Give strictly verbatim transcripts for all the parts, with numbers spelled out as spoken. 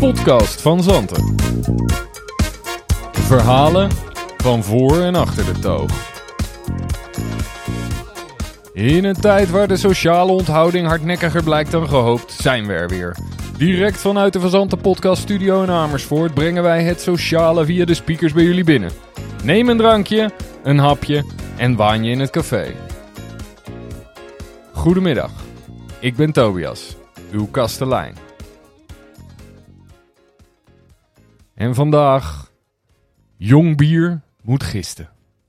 podcast van Zanten. Verhalen van voor en achter de toog. In een tijd waar de sociale onthouding hardnekkiger blijkt dan gehoopt, zijn we er weer. Direct vanuit de Van Zanten podcast studio in Amersfoort brengen wij het sociale via de speakers bij jullie binnen. Neem een drankje, een hapje en waan je in het café. Goedemiddag, ik ben Tobias, uw kastelein. En vandaag, jong bier moet gisten.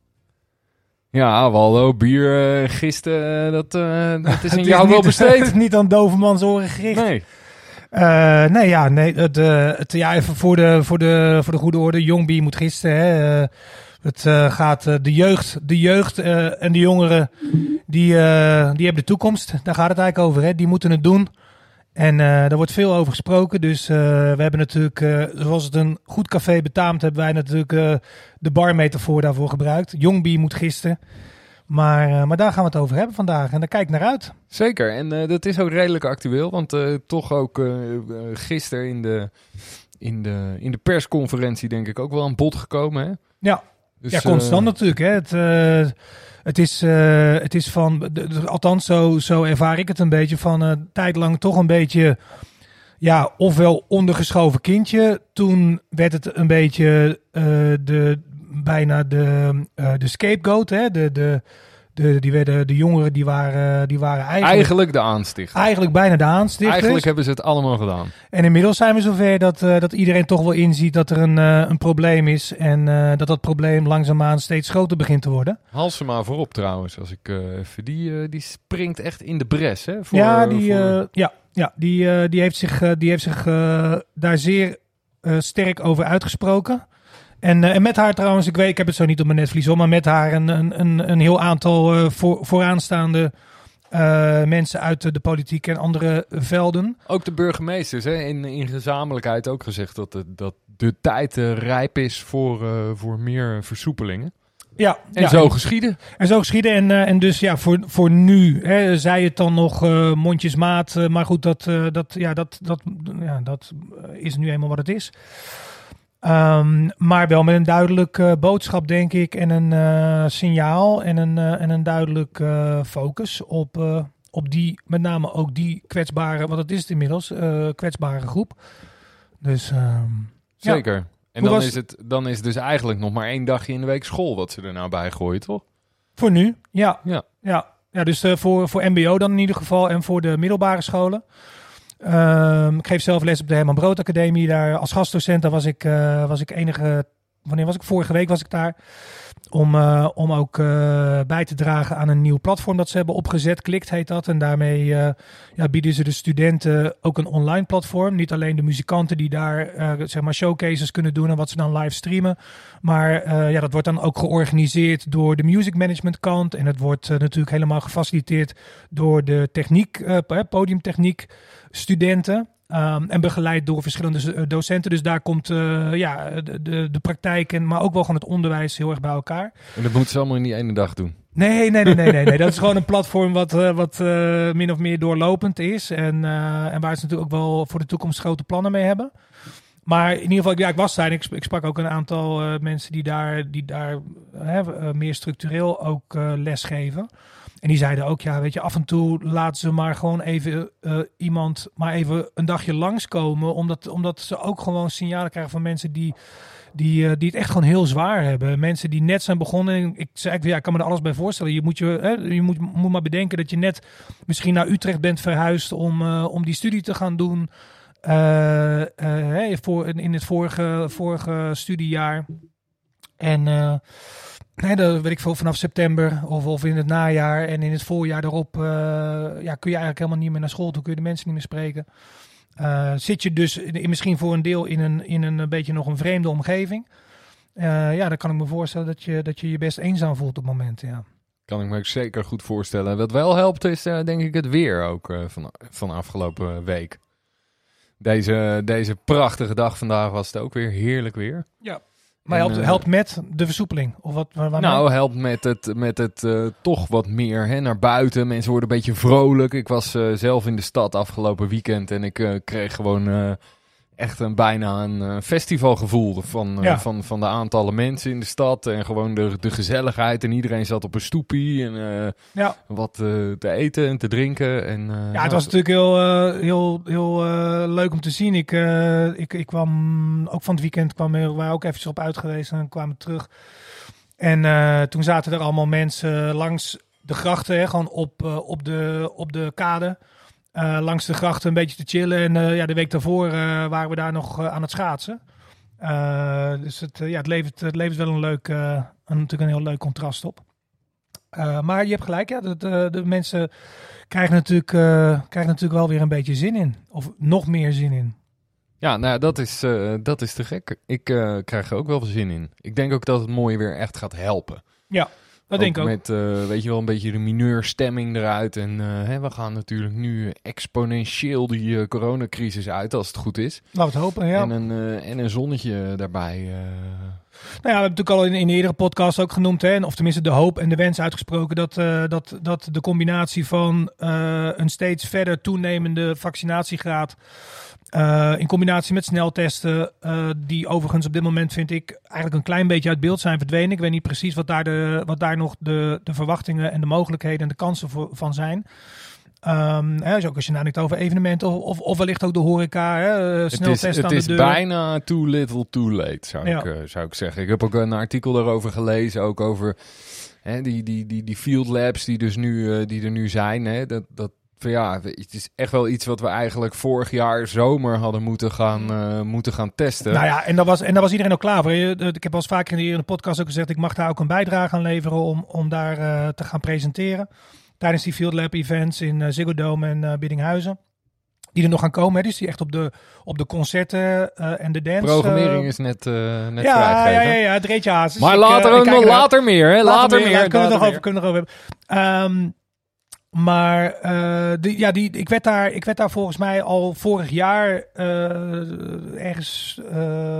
Ja, Waldo, bier uh, gisten, uh, dat, uh, dat is in jou wel besteed. Het is niet aan dovermans oren gericht. Nee. Uh, nee, ja, nee, het, uh, het, ja, even voor de, voor de, voor de goede orde, jong bier moet gisten. Hè. Uh, het uh, gaat uh, de jeugd, de jeugd uh, en de jongeren, die, uh, die hebben de toekomst. Daar gaat het eigenlijk over, hè. Die moeten het doen. En uh, daar wordt veel over gesproken. Dus uh, we hebben natuurlijk, uh, zoals het een goed café betaamt, hebben wij natuurlijk uh, de barmetafoor daarvoor gebruikt. Jong bier moet gisten. Maar, uh, maar daar gaan we het over hebben vandaag. En daar kijk ik naar uit. Zeker. En uh, dat is ook redelijk actueel. Want uh, toch ook uh, gisteren in de, in, de, in de persconferentie denk ik ook wel aan bod gekomen. Hè? Ja. Dus, ja, constant uh, natuurlijk. Hè. Het, uh, het, is, uh, het is van, de, de, althans zo, zo ervaar ik het een beetje, van een uh, tijd lang toch een beetje, ja, ofwel ondergeschoven kindje. Toen werd het een beetje uh, de, bijna de, uh, de scapegoat. Hè. De, de, de, die werden, de jongeren die waren, die waren eigenlijk... Eigenlijk de aanstichter. Eigenlijk bijna de aanstichters. Eigenlijk hebben ze het allemaal gedaan. En inmiddels zijn we zover dat, uh, dat iedereen toch wel inziet dat er een, uh, een probleem is. En uh, dat dat probleem langzaamaan steeds groter begint te worden. Halsema voorop trouwens. Als ik, uh, even, die, uh, die springt echt in de bres. Hè, voor, ja, die, voor... uh, ja, ja, die, uh, die heeft zich, uh, die heeft zich uh, daar zeer uh, sterk over uitgesproken. En, uh, en met haar trouwens, ik weet, ik heb het zo niet op mijn netvlies hoor, maar met haar een, een, een, een heel aantal uh, voor, vooraanstaande uh, mensen uit de, de politiek en andere velden. Ook de burgemeesters, hè, in, in gezamenlijkheid ook gezegd dat de, dat de tijd uh, rijp is voor, uh, voor meer versoepelingen. Ja, en ja, zo en, geschieden. En zo geschieden. En, uh, en dus ja, voor, voor nu, hè, zei het dan nog uh, mondjesmaat. Uh, maar goed, dat, uh, dat, ja, dat, dat, ja, dat is nu eenmaal wat het is. Um, maar wel met een duidelijk uh, boodschap, denk ik. En een uh, signaal en een, uh, en een duidelijk uh, focus op, uh, op die, met name ook die kwetsbare, wat het is het inmiddels, uh, kwetsbare groep. Dus um, zeker. Ja. En Hoe dan was... is, het, dan is het dus eigenlijk nog maar één dagje in de week school wat ze er nou bij gooien, toch? Voor nu, ja. Ja, ja. ja dus uh, voor, voor M B O dan in ieder geval en voor de middelbare scholen. Um, ik geef zelf les op de Herman Brood Academie. Daar als gastdocent, daar was ik, uh, was ik enige... Wanneer was ik? Vorige week was ik daar. Om, uh, om ook uh, bij te dragen aan een nieuw platform dat ze hebben opgezet. Klikt heet dat. En daarmee uh, ja, bieden ze de studenten ook een online platform. Niet alleen de muzikanten die daar uh, zeg maar showcases kunnen doen en wat ze dan live streamen. Maar uh, ja, dat wordt dan ook georganiseerd door de music management kant. En het wordt uh, natuurlijk helemaal gefaciliteerd door de techniek, uh, podiumtechniek studenten. Um, en begeleid door verschillende docenten. Dus daar komt uh, ja, de, de, de praktijk, en, maar ook wel gewoon het onderwijs heel erg bij elkaar. En dat moeten ze allemaal in die ene dag doen? Nee, nee, nee, nee, nee, nee. Dat is gewoon een platform wat, uh, wat uh, min of meer doorlopend is. En, uh, en waar ze natuurlijk ook wel voor de toekomst grote plannen mee hebben. Maar in ieder geval, ja, ik was daar en ik, ik sprak ook een aantal uh, mensen die daar, die daar uh, uh, meer structureel ook uh, les geven. En die zeiden ook, ja, weet je, af en toe laten ze maar gewoon even uh, iemand maar even een dagje langskomen. Omdat, omdat ze ook gewoon signalen krijgen van mensen die, die, uh, die het echt gewoon heel zwaar hebben. Mensen die net zijn begonnen. En ik zei, ja, ik kan me er alles bij voorstellen. Je moet, je, hè, je moet, moet maar bedenken dat je net misschien naar Utrecht bent verhuisd om, uh, om die studie te gaan doen. Uh, uh, hey, voor, in het vorige, vorige studiejaar. En... Uh, Nee, dat weet ik veel, vanaf september of, of in het najaar en in het voorjaar daarop uh, ja, kun je eigenlijk helemaal niet meer naar school toe, kun je de mensen niet meer spreken. Uh, zit je dus in, misschien voor een deel in een, in een, een beetje nog een vreemde omgeving. Uh, ja, dan kan ik me voorstellen dat je, dat je je best eenzaam voelt op momenten, ja. Kan ik me ook zeker goed voorstellen. Wat wel helpt is uh, denk ik het weer ook uh, van, van afgelopen week. Deze, deze prachtige dag vandaag was het ook weer heerlijk weer. Ja. Maar helpt, helpt met de versoepeling? Of wat, waar, waar nou, helpt met het, met het uh, toch wat meer hè, naar buiten. Mensen worden een beetje vrolijk. Ik was uh, zelf in de stad afgelopen weekend en ik uh, kreeg gewoon uh, echt een, bijna een uh, festivalgevoel van, uh, Ja. van, van de aantallen mensen in de stad. En gewoon de, de gezelligheid. En iedereen zat op een stoepie. En uh, Ja. wat uh, te eten en te drinken. En, uh, Ja, het was natuurlijk heel, uh, heel, heel uh, leuk om te zien. Ik, uh, ik, ik kwam ook van het weekend, kwam er, we waren ook eventjes op uit geweest en kwamen terug. En uh, toen zaten er allemaal mensen langs de grachten, hè, gewoon op, uh, op, de, op de kade. Uh, langs de grachten een beetje te chillen. En uh, ja, de week daarvoor uh, waren we daar nog uh, aan het schaatsen. Uh, dus het, uh, ja, het, levert, het levert wel een leuk, uh, een, natuurlijk een heel leuk contrast op. Uh, maar je hebt gelijk, ja, de, de, de mensen krijgen natuurlijk, uh, krijgen natuurlijk wel weer een beetje zin in. Of nog meer zin in. Ja, nou, dat is, uh, dat is te gek. Ik uh, krijg er ook wel zin in. Ik denk ook dat het mooi weer echt gaat helpen. Ja, dat denk ik ook. Met, uh, weet je wel, een beetje de mineurstemming eruit. En uh, hè, we gaan natuurlijk nu exponentieel die uh, coronacrisis uit, als het goed is. Laten we het hopen, ja. En een, uh, en een zonnetje daarbij. Uh... Nou ja, we hebben natuurlijk al in, in de eerdere podcast ook genoemd, hè, of tenminste de hoop en de wens uitgesproken, dat, uh, dat, dat de combinatie van uh, een steeds verder toenemende vaccinatiegraad Uh, in combinatie met sneltesten, uh, die overigens op dit moment vind ik eigenlijk een klein beetje uit beeld zijn verdwenen. Ik weet niet precies wat daar, de, wat daar nog de, de verwachtingen en de mogelijkheden en de kansen voor, van zijn. Um, hè, dus ook als je nadenkt over evenementen of, of, of wellicht ook de horeca, hè, sneltesten aan de deur. Het is bijna too little too late, zou, ja. ik, uh, zou ik zeggen. Ik heb ook een artikel daarover gelezen, ook over hè, die, die, die, die field labs die, dus nu, uh, die er nu zijn. Hè, dat, dat Ja, het is echt wel iets wat we eigenlijk vorig jaar zomer hadden moeten gaan, uh, moeten gaan testen. Nou ja, en daar was, en daar was iedereen ook klaar voor. Ik heb al eens vaker in de podcast ook gezegd, ik mag daar ook een bijdrage aan leveren om, om daar uh, te gaan presenteren. Tijdens die Field Lab events in uh, Ziggo Dome en uh, Biddinghuizen. Die er nog gaan komen, hè? Dus die echt op de, op de concerten uh, en de dance. Programmering uh, is net, uh, net ja, vrijgegeven. ja, ja, ja, Dreetje Hazes. Maar ik, later, uh, nog, later meer, hè? Later, later meer. meer. Kunnen we nog meer. over, kunnen we nog over hebben. Um, Maar uh, die, ja, die, ik, werd daar, ik werd daar volgens mij al vorig jaar uh, ergens, uh,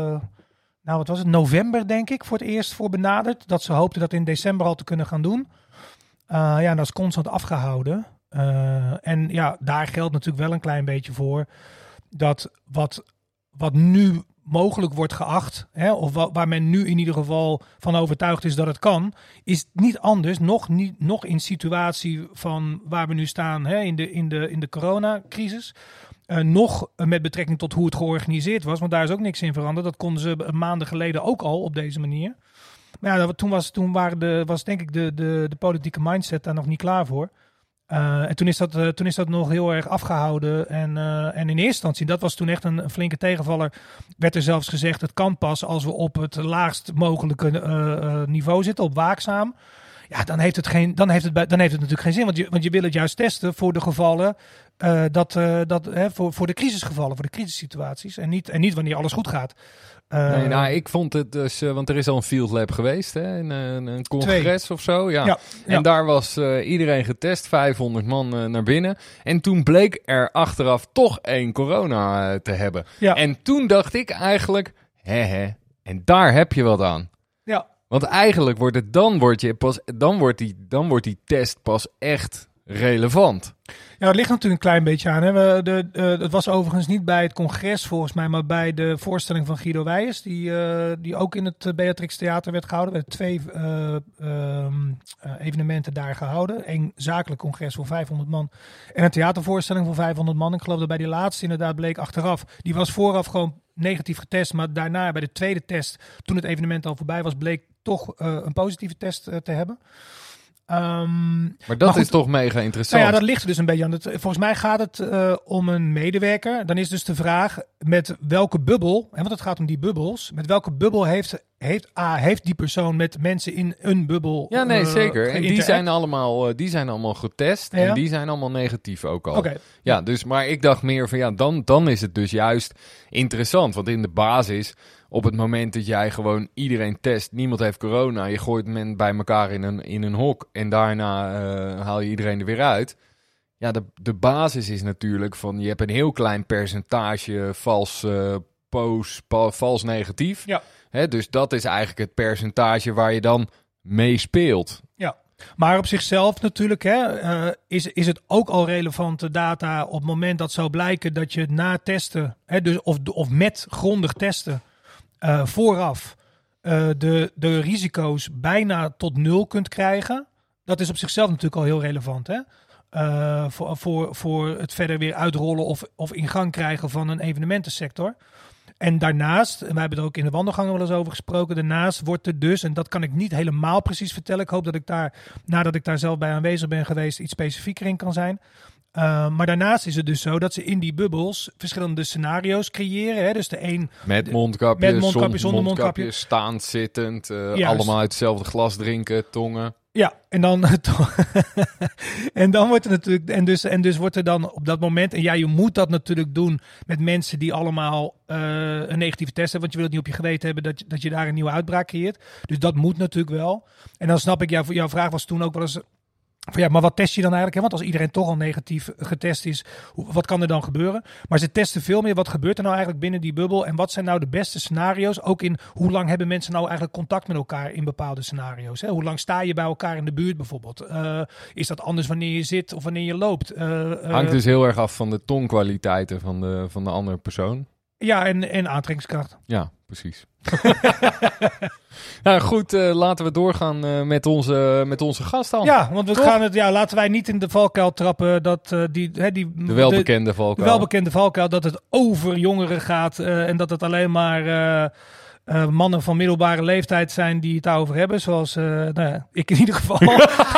nou wat was het, november denk ik, voor het eerst voor benaderd. Dat ze hoopten dat in december al te kunnen gaan doen. Uh, ja, dat is constant afgehouden. Uh, en ja, daar geldt natuurlijk wel een klein beetje voor dat wat, wat nu mogelijk wordt geacht, hè, of wa- waar men nu in ieder geval van overtuigd is dat het kan, is niet anders, nog, niet, nog in situatie van waar we nu staan, hè, in de, in de, in de coronacrisis, uh, nog met betrekking tot hoe het georganiseerd was, want daar is ook niks in veranderd. Dat konden ze maanden geleden ook al op deze manier. Maar ja, toen was, toen waren de, was denk ik de, de, de politieke mindset daar nog niet klaar voor. Uh, en toen is, dat, uh, toen is dat nog heel erg afgehouden. En, uh, en in eerste instantie, dat was toen echt een, een flinke tegenvaller. Werd er zelfs gezegd, het kan pas als we op het laagst mogelijke uh, uh, niveau zitten, op waakzaam. Ja, dan heeft het, geen, dan heeft het, bij, dan heeft het natuurlijk geen zin. Want je, want je wil het juist testen voor de gevallen, uh, dat, uh, dat, hè, voor, voor de crisisgevallen, voor de crisissituaties. En niet, en niet wanneer alles goed gaat. Uh, nee, nou, ik vond het dus, uh, want er is al een field lab geweest, hè, een, een, een congres twee. of zo, ja. ja, ja. En daar was uh, iedereen getest, vijfhonderd man uh, naar binnen. En toen bleek er achteraf toch één corona uh, te hebben. Ja. En toen dacht ik eigenlijk, hè hè, en daar heb je wat aan. Ja. Want eigenlijk wordt het, dan wordt je pas, dan wordt die, dan wordt die test pas echt relevant. Ja, het ligt natuurlijk een klein beetje aan. Hè. We, de, uh, het was overigens niet bij het congres volgens mij, maar bij de voorstelling van Guido Weijers, die, uh, die ook in het Beatrix Theater werd gehouden. Er werden twee uh, uh, uh, evenementen daar gehouden. Eén zakelijk congres voor vijfhonderd man en een theatervoorstelling voor vijfhonderd man. Ik geloof dat bij die laatste inderdaad bleek achteraf. Die was vooraf gewoon negatief getest, maar daarna bij de tweede test, toen het evenement al voorbij was, bleek toch uh, een positieve test uh, te hebben. Um, maar dat maar goed, is toch mega interessant. Nou ja, dat ligt er dus een beetje aan. Het, volgens mij gaat het uh, om een medewerker. Dan is dus de vraag met welke bubbel, hè, want het gaat om die bubbels, met welke bubbel heeft, heeft, A, heeft die persoon met mensen in een bubbel Ja, nee, uh, zeker. En die zijn, allemaal, uh, die zijn allemaal getest ja. en die zijn allemaal negatief ook al. Okay. Ja, dus, maar ik dacht meer van ja, dan, dan is het dus juist interessant. Want in de basis, op het moment dat jij gewoon iedereen test, niemand heeft corona, je gooit men bij elkaar in een, in een hok en daarna uh, haal je iedereen er weer uit. Ja, de, de basis is natuurlijk van je hebt een heel klein percentage vals uh, poos, pa, vals negatief. Ja. Hè, dus dat is eigenlijk het percentage waar je dan mee speelt. Ja. Maar op zichzelf natuurlijk hè, uh, is, is het ook al relevante data op het moment dat zou blijken dat je na testen, hè, dus of, of met grondig testen, uh, vooraf uh, de, de risico's bijna tot nul kunt krijgen. Dat is op zichzelf natuurlijk al heel relevant. Hè? Uh, voor, voor, voor het verder weer uitrollen of, of in gang krijgen van een evenementensector. En daarnaast, en wij hebben er ook in de wandelgangen wel eens over gesproken, daarnaast wordt er dus, en dat kan ik niet helemaal precies vertellen, ik hoop dat ik daar, nadat ik daar zelf bij aanwezig ben geweest, iets specifieker in kan zijn. Uh, maar daarnaast is het dus zo dat ze in die bubbels verschillende scenario's creëren. Hè? Dus de een met mondkapjes, met mondkapje, zonder mondkapje, mondkapje, staand, zittend, uh, Juist. allemaal uit hetzelfde glas drinken, tongen. Ja, en dan, en dan wordt er natuurlijk, en dus, en dus wordt er dan op dat moment, en ja, je moet dat natuurlijk doen met mensen die allemaal uh, een negatieve test hebben, want je wil het niet op je geweten hebben dat, dat je daar een nieuwe uitbraak creëert. Dus dat moet natuurlijk wel. En dan snap ik, jouw, jouw vraag was toen ook wel eens, van ja, maar wat test je dan eigenlijk? Hè? Want als iedereen toch al negatief getest is, wat kan er dan gebeuren? Maar ze testen veel meer. Wat gebeurt er nou eigenlijk binnen die bubbel? En wat zijn nou de beste scenario's? Ook in hoe lang hebben mensen nou eigenlijk contact met elkaar in bepaalde scenario's? Hè? Hoe lang sta je bij elkaar in de buurt bijvoorbeeld? Uh, is dat anders wanneer je zit of wanneer je loopt? Uh, uh, Hangt dus heel erg af van de tongkwaliteiten van de, van de andere persoon. Ja, en, en aantrekkingskracht. Ja, precies. Nou goed, uh, laten we doorgaan uh, met, onze, met onze gast dan. Ja, want we Toch? gaan het, ja, laten wij niet in de valkuil trappen dat uh, die, hè, die de welbekende de, valkuil. De welbekende valkuil dat het over jongeren gaat uh, en dat het alleen maar uh, uh, mannen van middelbare leeftijd zijn die het daarover hebben. Zoals, uh, nou ja, ik in ieder geval.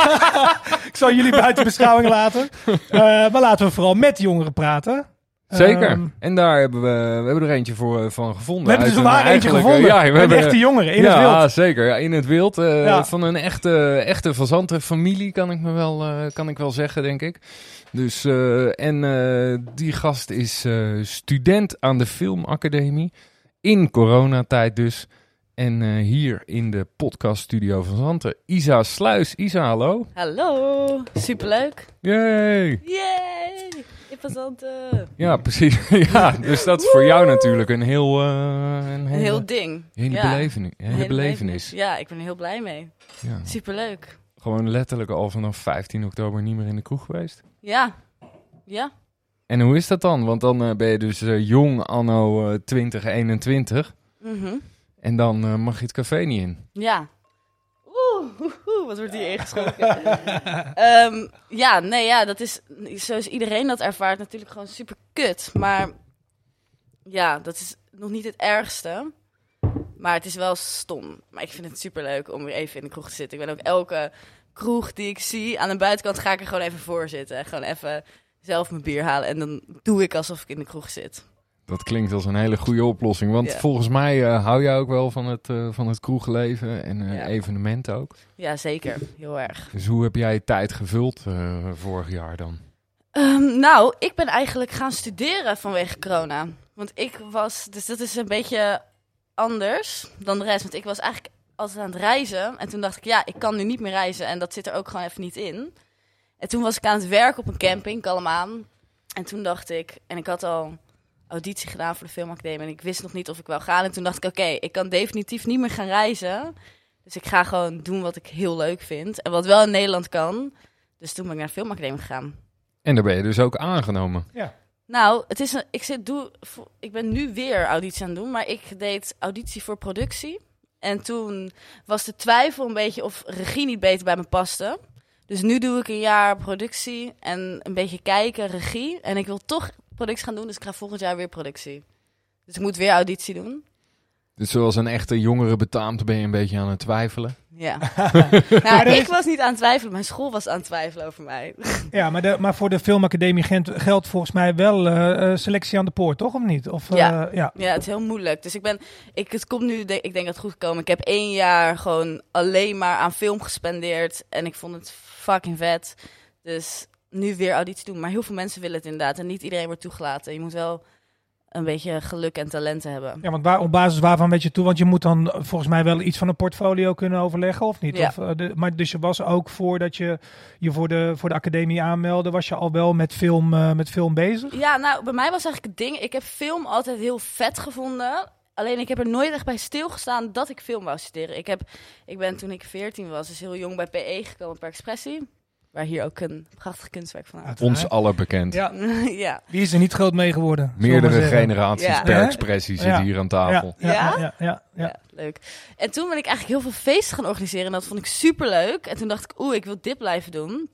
Ik zal jullie buiten beschouwing laten. Uh, maar laten we vooral met jongeren praten. Zeker. Um, en daar hebben we, we hebben er eentje voor, uh, van gevonden. We hebben Uit dus een waar eentje eigenlijk, gevonden. Uh, ja, we een hebben, echte jongeren in ja, het wild. Ja, zeker. Ja, in het wild. Uh, Ja. Van een echte, echte fazantenfamilie kan ik me wel, uh, kan ik wel zeggen, denk ik. Dus, uh, en uh, die gast is uh, student aan de Filmacademie. In coronatijd dus. En uh, hier in de podcaststudio van Zanten. Isa Sluis. Isa, hallo. Hallo, superleuk. Yay. Yay, in Fazanten. Ja, precies. Ja, dus dat is voor jou natuurlijk een heel... Uh, een Een hele, heel ding. hele Ja. belevenis. Hele Een hele belevenis. Ja, ik ben er heel blij mee. Ja. Superleuk. Gewoon letterlijk al vanaf vijftien oktober niet meer in de kroeg geweest. Ja, ja. En hoe is dat dan? Want dan uh, ben je dus uh, jong anno uh, twintig eenentwintig. Mm-hmm. En dan uh, mag je het café niet in. Ja. Oeh, oeh, oeh, wat wordt hier ingeschonken. um, ja, nee, ja, dat is, zoals iedereen dat ervaart, natuurlijk gewoon super kut. Maar ja, dat is nog niet het ergste. Maar het is wel stom. Maar ik vind het superleuk om weer even in de kroeg te zitten. Ik ben ook elke kroeg die ik zie, aan de buitenkant ga ik er gewoon even voor zitten. Gewoon even zelf mijn bier halen en dan doe ik alsof ik in de kroeg zit. Dat klinkt als een hele goede oplossing. Want Ja. volgens mij uh, hou jij ook wel van het, uh, van het kroegleven en uh, Ja. evenementen ook. Ja, zeker. Heel erg. Dus hoe heb jij je tijd gevuld uh, vorig jaar dan? Um, nou, ik ben eigenlijk gaan studeren vanwege corona. Want ik was, dus dat is een beetje anders dan de rest. Want ik was eigenlijk altijd aan het reizen. En toen dacht ik, ja, ik kan nu niet meer reizen. En dat zit er ook gewoon even niet in. En toen was ik aan het werken op een camping, Kalmaan. En toen dacht ik, en ik had al auditie gedaan voor de Filmacademie. En ik wist nog niet of ik wou gaan. En toen dacht ik, oké, okay, ik kan definitief niet meer gaan reizen. Dus ik ga gewoon doen wat ik heel leuk vind. En wat wel in Nederland kan. Dus toen ben ik naar de Filmacademie gegaan. En daar ben je dus ook aangenomen. Ja. Nou, het is een, ik, zit, doe, ik ben nu weer auditie aan het doen, maar ik deed auditie voor productie. En toen was de twijfel een beetje of regie niet beter bij me paste. Dus nu doe ik een jaar productie en een beetje kijken, regie. En ik wil toch productie gaan doen, dus ik ga volgend jaar weer productie. Dus ik moet weer auditie doen. Dus zoals een echte jongere betaamt ben je een beetje aan het twijfelen. Ja. Nou, ik was niet aan het twijfelen, mijn school was aan het twijfelen over mij. Ja, maar, de, maar voor de Filmacademie Gent geldt volgens mij wel uh, selectie aan de poort, toch? Of niet? Of, uh, Ja. ja. Ja, het is heel moeilijk. Dus ik ben, ik, het komt nu, ik denk dat het goed komen. Ik heb één jaar gewoon alleen maar aan film gespendeerd en ik vond het fucking vet. Dus nu weer auditie doen. Maar heel veel mensen willen het inderdaad en niet iedereen wordt toegelaten. Je moet wel een beetje geluk en talenten hebben. Ja, want waar, op basis waarvan weet je toe? Want je moet dan volgens mij wel iets van een portfolio kunnen overleggen, of niet? Ja. Of, uh, de, maar dus je was ook voordat je je voor de, voor de academie aanmeldde, was je al wel met film, uh, met film bezig? Ja, nou, bij mij was eigenlijk het ding, ik heb film altijd heel vet gevonden. Alleen ik heb er nooit echt bij stilgestaan dat ik film wou studeren. Ik, heb, ik ben toen ik veertien was, dus heel jong bij P E gekomen per Expressie. Waar hier ook een prachtig kunstwerk van uit. Ons aller bekend. Ja. ja. Wie is er niet groot mee geworden? Meerdere generaties Ja. per Ja. Expressie zitten Ja. hier aan tafel. Ja, ja, Ja? ja, ja, ja, ja. Ja, leuk. En toen ben ik eigenlijk heel veel feesten gaan organiseren. En dat vond ik super leuk. En toen dacht ik, oeh, ik wil dit blijven doen.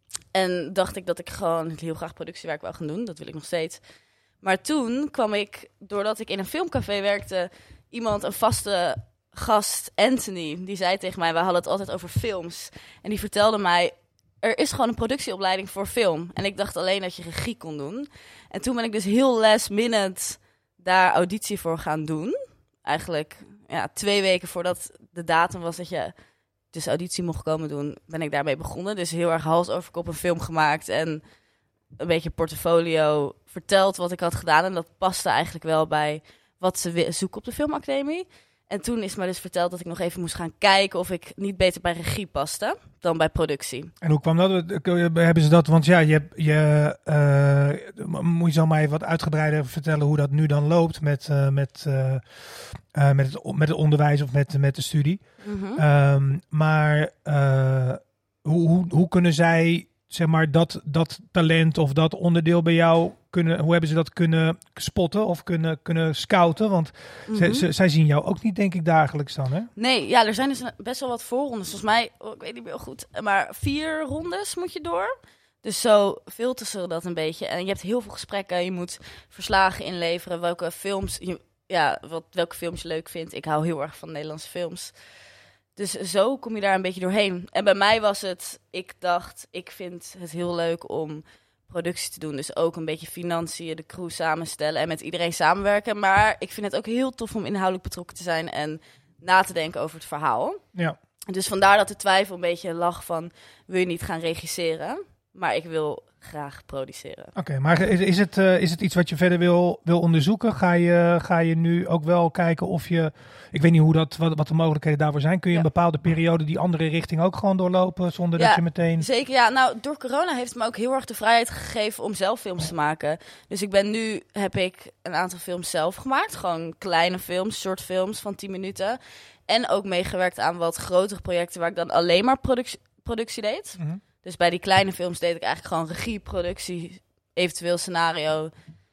En dacht ik dat ik gewoon heel graag productiewerk wou gaan doen. Dat wil ik nog steeds. Maar toen kwam ik, doordat ik in een filmcafé werkte, iemand, een vaste gast, Anthony, die zei tegen mij, wij hadden het altijd over films. En die vertelde mij, er is gewoon een productieopleiding voor film. En ik dacht alleen dat je regie kon doen. En toen ben ik dus heel last minute daar auditie voor gaan doen. Eigenlijk ja, twee weken voordat de datum was dat je dus auditie mocht komen doen, ben ik daarmee begonnen. Dus heel erg hals over kop een film gemaakt en een beetje portfolio verteld wat ik had gedaan. En dat paste eigenlijk wel bij wat ze wi- zoeken op de filmacademie. En toen is mij dus verteld dat ik nog even moest gaan kijken of ik niet beter bij regie paste dan bij productie. En hoe kwam dat? Hebben ze dat? Want ja, je, hebt- je uh, moet je zo maar even wat uitgebreider vertellen hoe dat nu dan loopt met, uh, met, uh, uh, met, het, met het onderwijs of met, met de studie. Mm-hmm. Um, maar uh, hoe, hoe, hoe kunnen zij, zeg maar, dat, dat talent of dat onderdeel bij jou kunnen, hoe hebben ze dat kunnen spotten of kunnen, kunnen scouten? Want Mm-hmm. ze, ze, zij zien jou ook niet, denk ik, dagelijks dan, hè? Nee, ja, er zijn dus een- best wel wat voorrondes. Volgens mij, oh, ik weet niet meer heel goed, maar vier rondes moet je door. Dus zo filteren ze dat een beetje. En je hebt heel veel gesprekken. Je moet verslagen inleveren. Welke films je, ja, wat, welke films je leuk vindt. Ik hou heel erg van Nederlandse films. Dus zo kom je daar een beetje doorheen. En bij mij was het, ik dacht, ik vind het heel leuk om productie te doen. Dus ook een beetje financiën, de crew samenstellen en met iedereen samenwerken. Maar ik vind het ook heel tof om inhoudelijk betrokken te zijn en na te denken over het verhaal. Ja. Dus vandaar dat de twijfel een beetje lag van, wil je niet gaan regisseren? Maar ik wil graag produceren. Oké, okay, maar is, is, het, uh, is het iets wat je verder wil, wil onderzoeken? Ga je, ga je nu ook wel kijken of je, ik weet niet hoe dat, wat, wat de mogelijkheden daarvoor zijn. Kun je Ja. een bepaalde periode die andere richting ook gewoon doorlopen zonder Ja, dat je meteen... Zeker, ja. Nou, door corona heeft het me ook heel erg de vrijheid gegeven om zelf films te maken. Dus ik ben nu, heb ik een aantal films zelf gemaakt. Gewoon kleine films, short films van tien minuten. En ook meegewerkt aan wat grotere projecten waar ik dan alleen maar produc- productie deed. Mm-hmm. Dus bij die kleine films deed ik eigenlijk gewoon regie, productie, eventueel scenario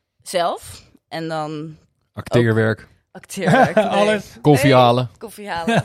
zelf. En dan Acteerwerk, acteerwerk. Nee. Alles. koffie Nee, halen. koffie halen.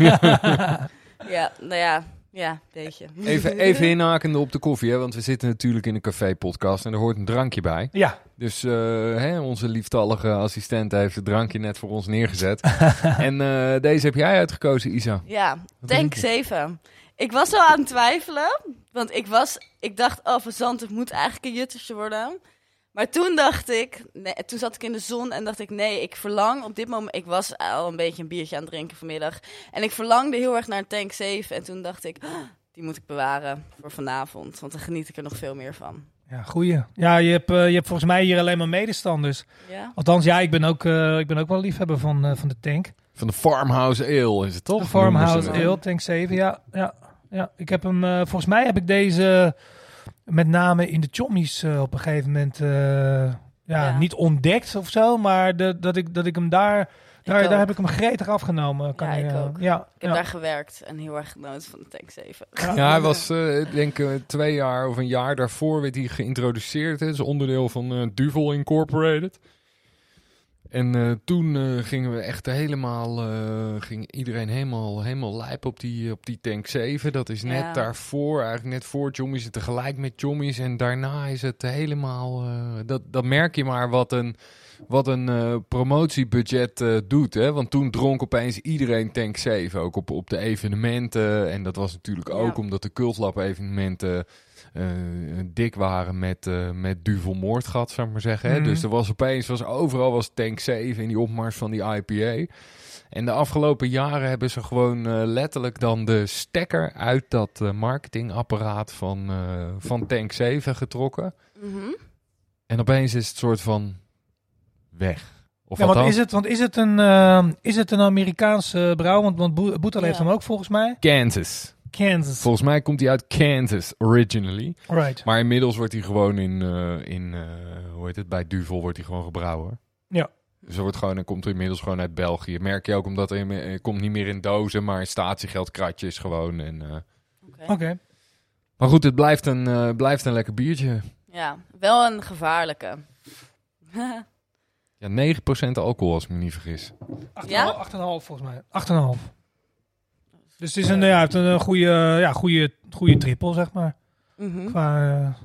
Ja, nou ja, ja, beetje. Even, even inhakende op de koffie, hè, want we zitten natuurlijk in een café-podcast en er hoort een drankje bij. Ja, Dus uh, hè, onze lieftallige assistent heeft het drankje net voor ons neergezet. En uh, deze heb jij uitgekozen, Isa. Ja, Wat Tank denk je? zeven. Ik was wel aan het twijfelen, want ik was, ik dacht, oh, van Zand, het moet eigenlijk een juttertje worden. Maar toen dacht ik, nee, toen zat ik in de zon en dacht ik, nee, ik verlang op dit moment, ik was al een beetje een biertje aan het drinken vanmiddag. En ik verlangde heel erg naar een Tank zeven en toen dacht ik, oh, die moet ik bewaren voor vanavond, want dan geniet ik er nog veel meer van. ja, goeie. Ja, je hebt, uh, je hebt volgens mij hier alleen maar medestanders. Ja? Althans, ja, ik ben ook, uh, ik ben ook wel liefhebber van, uh, van de Tank. Van de Farmhouse Ale is het toch? De Farmhouse Noemen ze het. Ale, Tank zeven, ja. ja, ja. Ik heb hem, uh, volgens mij heb ik deze met name in de Chommies uh, op een gegeven moment uh, ja, Ja. niet ontdekt of zo, maar de, dat, ik, dat ik hem daar, daar, ook. daar heb ik hem gretig afgenomen. Kan Ja, je, ik uh, ook. Ja, Ik heb ja. daar gewerkt en heel erg genoten van de Tank zeven. Ja, hij was, uh, ik denk uh, twee jaar of een jaar daarvoor werd hij geïntroduceerd. Het is onderdeel van uh, Duvel Incorporated. En uh, toen uh, gingen we echt helemaal, uh, ging iedereen helemaal, helemaal lijp op die, op die Tank zeven. Dat is net Ja. daarvoor, eigenlijk net voor Chommies en tegelijk met Chommies. En daarna is het helemaal, uh, dat, dat merk je maar wat een, wat een uh, promotiebudget uh, doet. Hè? Want toen dronk opeens iedereen Tank zeven, ook op, op de evenementen. En dat was natuurlijk ook Ja. omdat de Cultlab evenementen uh, dik waren met, uh, met Duvel Moordgat, zou ik maar zeggen. Hè? Mhm. Dus er was opeens, was overal was Tank zeven in die opmars van die I P A. En de afgelopen jaren hebben ze gewoon uh, letterlijk dan de stekker uit dat uh, marketingapparaat van, uh, van Tank zeven getrokken. Mhm. En opeens is het soort van weg. Of Ja, want althans, is het, want is het een, uh, is het een Amerikaanse brouw? Want, want Bo- Boetel heeft Ja. hem ook volgens mij. Kansas. Kansas. Volgens mij komt hij uit Kansas originally. Right. Maar inmiddels wordt hij gewoon in, uh, in uh, hoe heet het, bij Duvel wordt hij gewoon gebrouwen. Ja. Dus er wordt gewoon, dan komt er inmiddels gewoon uit België. Merk je ook, omdat er, er komt niet meer in dozen, maar statiegeldkratjes gewoon. En, uh... Oké. Okay. Maar goed, het blijft een, uh, blijft een lekker biertje. Ja, wel een gevaarlijke. Ja, negen procent alcohol als ik me niet vergis. Ja? acht komma vijf volgens mij. acht komma vijf. Dus het is een, ja, het is een goede, ja, goede, goede triple, zeg maar. Mm-hmm. Qua, uh,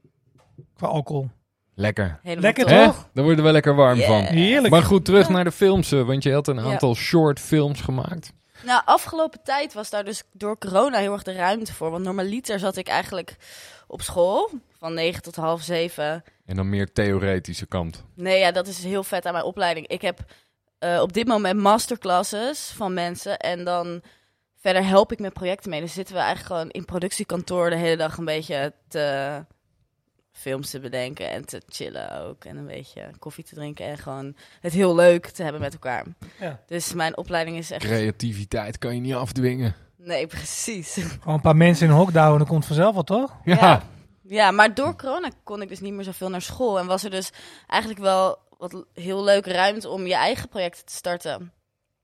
qua alcohol. Lekker. Helemaal Lekker top. toch? Daar worden we wel lekker warm Yeah. van. Heerlijk. Maar goed, terug naar de films, uh, want je had een aantal Ja. short films gemaakt. Nou, afgelopen tijd was daar dus door corona heel erg de ruimte voor. Want normaliter zat ik eigenlijk op school van negen tot half zeven. En dan meer theoretische kant. Nee, ja, dat is heel vet aan mijn opleiding. Ik heb uh, op dit moment masterclasses van mensen en dan verder help ik met projecten mee. Dus zitten we eigenlijk gewoon in productiekantoor de hele dag een beetje te films te bedenken en te chillen ook. En een beetje koffie te drinken en gewoon het heel leuk te hebben met elkaar. Ja. Dus mijn opleiding is echt... Creativiteit kan je niet afdwingen. Nee, precies. Gewoon een paar mensen in een hok douwen, dan komt het vanzelf wel, toch? Ja. Ja. Ja, maar door corona kon ik dus niet meer zoveel naar school. En was er dus eigenlijk wel wat heel leuke ruimte om je eigen projecten te starten.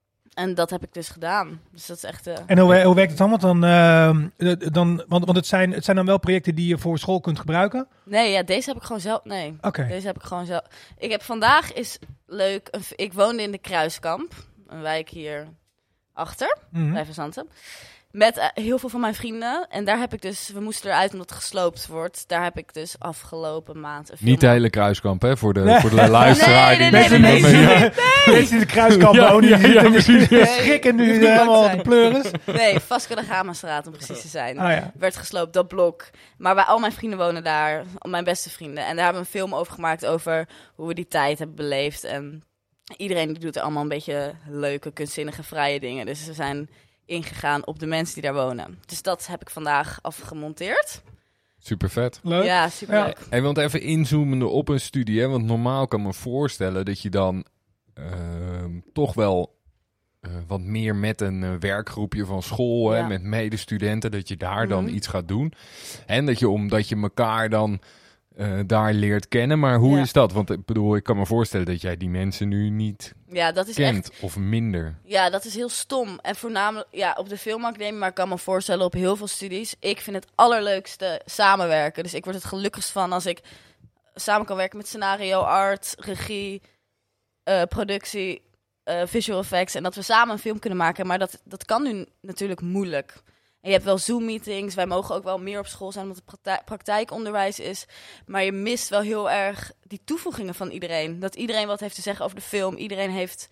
En dat heb ik dus gedaan. Dus dat is echt... Uh... En hoe, hoe werkt het dan? Want, dan, uh, dan want, want het, zijn, het zijn dan wel projecten die je voor school kunt gebruiken? Nee, ja, deze heb ik gewoon zelf... Nee, Oké. Okay. Deze heb ik gewoon zelf... Ik heb vandaag is leuk... Een, ik woonde in de Kruiskamp. Een wijk hier achter. Mm-hmm. Bij Verzanten. Met uh, heel veel van mijn vrienden. En daar heb ik dus... We moesten eruit omdat het gesloopt wordt. Daar heb ik dus afgelopen maand... Een film Niet de hele Kruiskamp, hè? Voor de, nee. voor de luisteraar. Nee, nee, die nee, nee, nee, nee, nee. Deze in de Kruiskamp ja, wonen. Ja, ja, ja, precies. Die schrikken nu Nee, helemaal de pleuris. Nee, Vasco da Gama-straat om precies te zijn. Oh, ja. Werd gesloopt, dat blok. Maar wij, al mijn vrienden wonen daar. Al mijn beste vrienden. En daar hebben we een film over gemaakt over hoe we die tijd hebben beleefd. En iedereen die doet er allemaal een beetje leuke, kunstzinnige, vrije dingen. Dus we zijn ingegaan op de mensen die daar wonen. Dus dat heb ik vandaag afgemonteerd. Super vet. Leuk. Ja, super Ja. leuk. Hey, want even inzoomende op een studie, hè? Want normaal kan ik me voorstellen dat je dan uh, toch wel uh, wat meer met een uh, werkgroepje van school, Ja. hè, met medestudenten, dat je daar dan Mm-hmm. iets gaat doen. En dat je, omdat je elkaar dan uh, daar leert kennen. Maar hoe Ja. is dat? Want ik bedoel, ik kan me voorstellen dat jij die mensen nu niet Ja, dat is kent echt... of minder. Ja, dat is heel stom. En voornamelijk ja, op de filmacademie, maar ik kan me voorstellen op heel veel studies. Ik vind het allerleukste samenwerken. Dus ik word het gelukkigst van als ik samen kan werken met scenario, art, regie, uh, productie, uh, visual effects. En dat we samen een film kunnen maken. Maar dat, dat kan nu natuurlijk moeilijk. En je hebt wel Zoom-meetings. Wij mogen ook wel meer op school zijn, omdat het praktijk, praktijkonderwijs is. Maar je mist wel heel erg die toevoegingen van iedereen. Dat iedereen wat heeft te zeggen over de film. Iedereen heeft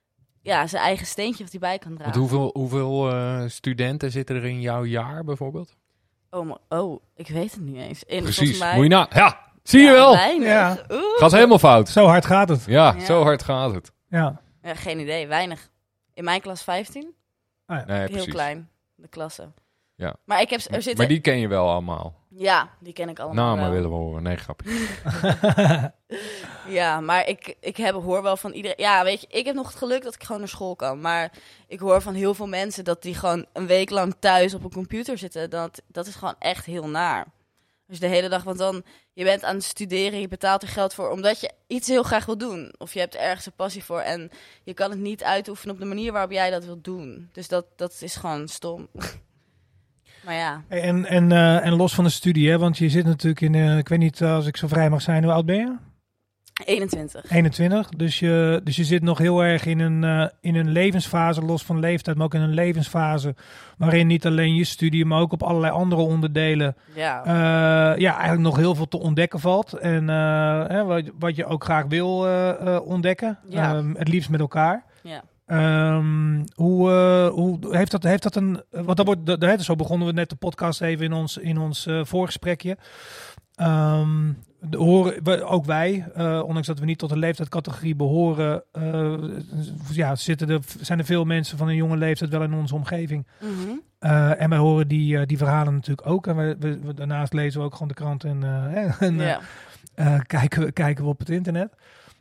ja, zijn eigen steentje wat hij bij kan dragen. Want hoeveel, hoeveel uh, studenten zitten er in jouw jaar bijvoorbeeld? Oh, maar, oh, ik weet het niet eens. In, Precies, mij, moet je nou... Ja, zie je ja, wel. Weinig. Ja. Oeh. Gaat helemaal fout. Zo hard gaat het. Ja, Ja. zo hard gaat het. Ja. Ja, geen idee, weinig. In mijn klas vijftien. Ah, ja. Nee, Heel precies. klein, de klasse. Ja. Maar ik heb, er zitten... Maar die ken je wel allemaal. Ja, die ken ik allemaal Namen wel. willen we horen. Nee, grapje. Ja, maar ik, ik heb, hoor wel van iedereen... Ja, weet je, ik heb nog het geluk dat ik gewoon naar school kan. Maar ik hoor van heel veel mensen dat die gewoon een week lang thuis op een computer zitten. Dat, dat is gewoon echt heel naar. Dus de hele dag, want dan... Je bent aan het studeren, je betaalt er geld voor... omdat je iets heel graag wil doen. Of je hebt ergens een passie voor. En je kan het niet uitoefenen op de manier waarop jij dat wilt doen. Dus dat, dat is gewoon stom. Maar ja... Hey, en, en, uh, en los van de studie, hè, want je zit natuurlijk in, uh, ik weet niet uh, als ik zo vrij mag zijn, hoe oud ben je? eenentwintig. eenentwintig. Dus je, dus je zit nog heel erg in een, uh, in een levensfase, los van leeftijd, maar ook in een levensfase waarin niet alleen je studie, maar ook op allerlei andere onderdelen Ja. uh, ja, eigenlijk nog heel veel te ontdekken valt. En uh, hè, wat, wat je ook graag wil uh, uh, ontdekken. Ja. Um, het liefst met elkaar. Ja. Um, hoe, uh, hoe heeft dat, heeft dat een... Want dat wordt, dat, dat, zo begonnen we net de podcast even in ons, in ons uh, voorgesprekje. Um, de, horen, we, ook wij, uh, ondanks dat we niet tot de leeftijdscategorie behoren, uh, ja, zitten er, zijn er veel mensen van een jonge leeftijd wel in onze omgeving. Mm-hmm. Uh, en wij horen die, uh, die verhalen natuurlijk ook. En we, we, we, daarnaast lezen we ook gewoon de krant en, uh, en Ja. uh, uh, kijken, we, kijken we op het internet.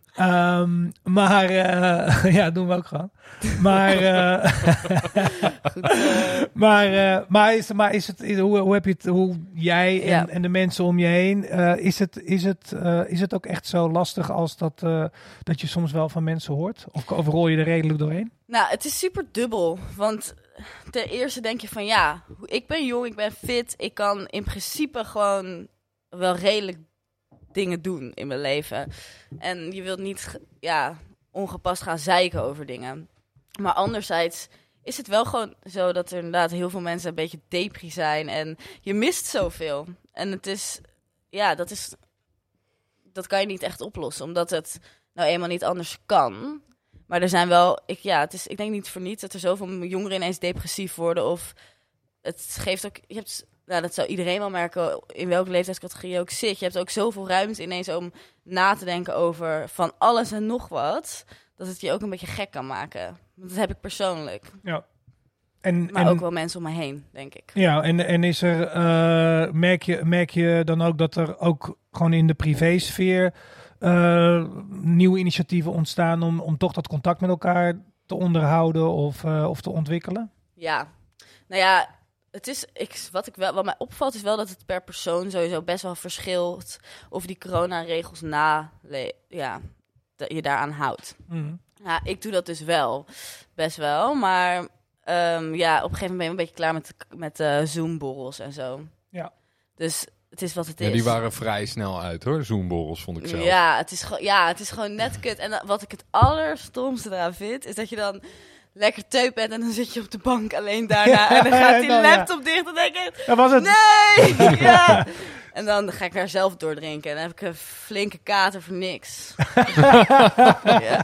Um, maar, uh, ja, doen we ook gewoon. Maar, uh, Goed, uh. maar, uh, maar, is, maar is het, is, hoe, hoe heb je het, hoe jij en, ja. en de mensen om je heen, uh, is, het, is, het, uh, is het ook echt zo lastig als dat, uh, dat je soms wel van mensen hoort? Of, of rol je er redelijk doorheen? Nou, het is super dubbel, want ten eerste denk je van ja, ik ben jong, ik ben fit, ik kan in principe gewoon wel redelijk dingen doen in mijn leven. En je wilt niet ja, ongepast gaan zeiken over dingen. Maar anderzijds is het wel gewoon zo dat er inderdaad heel veel mensen een beetje depri zijn. En je mist zoveel. En het is, ja, dat is, dat kan je niet echt oplossen. Omdat het nou eenmaal niet anders kan. Maar er zijn wel, ik, ja, het is, ik denk niet voor niets dat er zoveel jongeren ineens depressief worden. Of het geeft ook, je hebt... Nou, dat zou iedereen wel merken, in welke leeftijdscategorie je ook zit. Je hebt ook zoveel ruimte ineens om na te denken over van alles en nog wat, dat het je ook een beetje gek kan maken. Dat heb ik persoonlijk. Ja. En, maar en, ook wel mensen om me heen, denk ik. Ja, en, en is er, uh, merk, je, merk je dan ook dat er ook gewoon in de privésfeer uh, nieuwe initiatieven ontstaan om, om toch dat contact met elkaar te onderhouden of, uh, of te ontwikkelen? Ja, nou ja... Het is, ik, wat, ik wel, wat mij opvalt is wel dat het per persoon sowieso best wel verschilt of die coronaregels na, ja, dat je daaraan houdt. Mm. Ja, ik doe dat dus wel, best wel, maar um, ja, op een gegeven moment ben je een beetje klaar met, met uh, Zoom-borrels en zo. Ja. Dus het is wat het ja, is. Die waren vrij snel uit hoor, Zoom-borrels vond ik zelf. Ja, het is, ja, het is gewoon net kut. En uh, wat ik het allerstomste eraan vind, is dat je dan lekker teut bent en dan zit je op de bank alleen daarna. En dan gaat die nou, laptop ja. dicht en denk ik, dat was het. Nee! Ja. En dan ga ik daar zelf doordrinken. En dan heb ik een flinke kater voor niks. ja.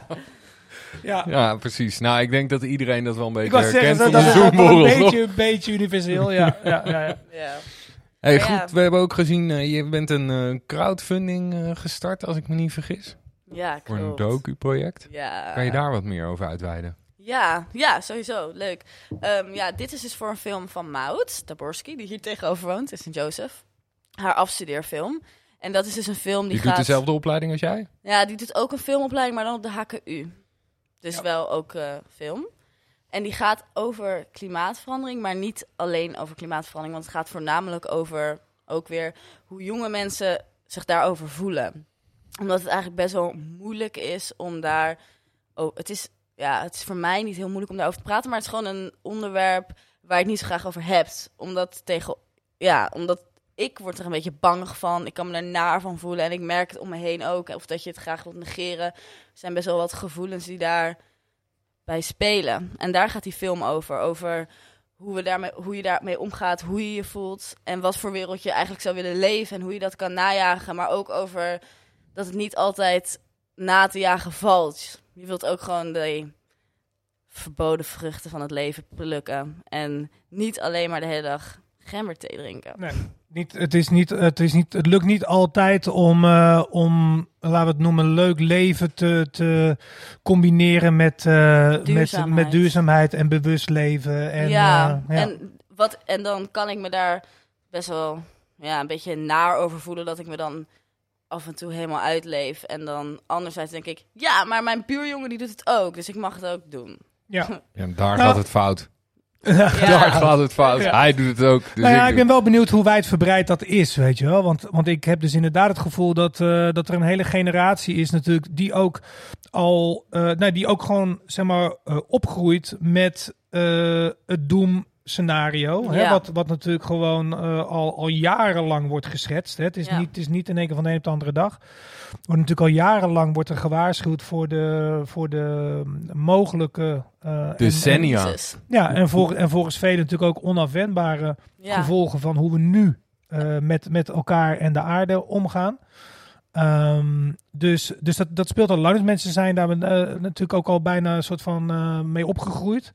Ja. ja, precies. Nou, ik denk dat iedereen dat wel een beetje herkent. Dat, dat is een beetje, een beetje universeel, ja. ja, ja, ja. ja. Hey, goed, ja. We hebben ook gezien, uh, je bent een uh, crowdfunding uh, gestart, als ik me niet vergis. Ja, klopt. Voor een docu-project. Ja. Kan je daar wat meer over uitweiden? Ja, ja, sowieso. Leuk. Um, ja, dit is dus voor een film van Maud Taborski, die hier tegenover woont, in Sint-Joseph. Haar afstudeerfilm. En dat is dus een film die, die gaat... doet dezelfde opleiding als jij? Ja, die doet ook een filmopleiding, maar dan op de H K U. Dus ja. wel ook uh, film. En die gaat over klimaatverandering, maar niet alleen over klimaatverandering. Want het gaat voornamelijk over ook weer hoe jonge mensen zich daarover voelen. Omdat het eigenlijk best wel moeilijk is om daar... Oh, het is... Ja, het is voor mij niet heel moeilijk om daarover te praten, maar het is gewoon een onderwerp waar je het niet zo graag over hebt. Omdat tegen, ja, omdat ik word er een beetje bang van. Ik kan me er naar van voelen en ik merk het om me heen ook. Of dat je het graag wilt negeren. Er zijn best wel wat gevoelens die daarbij spelen. En daar gaat die film over. Over hoe, we daarmee, hoe je daarmee omgaat, hoe je je voelt en wat voor wereld je eigenlijk zou willen leven en hoe je dat kan najagen. Maar ook over dat het niet altijd na te jagen valt. Je wilt ook gewoon de verboden vruchten van het leven plukken. En niet alleen maar de hele dag gemberthee drinken. Nee, niet, het, is niet, het, is niet, het lukt niet altijd om, uh, om laten we het noemen, leuk leven te, te combineren met, uh, duurzaamheid. Met, met duurzaamheid en bewust leven. En, ja, uh, ja. En, wat, en dan kan ik me daar best wel ja, een beetje naar over voelen dat ik me dan af en toe helemaal uitleef. En dan anderzijds denk ik, ja, maar mijn buurjongen die doet het ook. Dus ik mag het ook doen. Ja, ja daar nou, gaat het fout. Ja. Daar gaat het fout. Ja. Hij doet het ook. Dus nou ja, ik, ik ben wel benieuwd hoe wijdverbreid dat is, weet je wel. Want, want ik heb dus inderdaad het gevoel dat, uh, dat er een hele generatie is natuurlijk die ook al, uh, nou, die ook gewoon, zeg maar, uh, opgroeit met uh, het doem scenario, ja. hè, wat, wat natuurlijk gewoon uh, al, al jarenlang wordt geschetst. Hè. Het, is ja. niet, het is niet in één keer van de een op de andere dag. Wordt natuurlijk al jarenlang wordt er gewaarschuwd voor de, voor de mogelijke uh, decennia. En, en, ja, en, voor, en volgens velen natuurlijk ook onafwendbare ja. gevolgen van hoe we nu uh, met, met elkaar en de aarde omgaan. Um, dus dus dat, dat speelt al lang. Dus mensen zijn daar uh, natuurlijk ook al bijna een soort van uh, mee opgegroeid.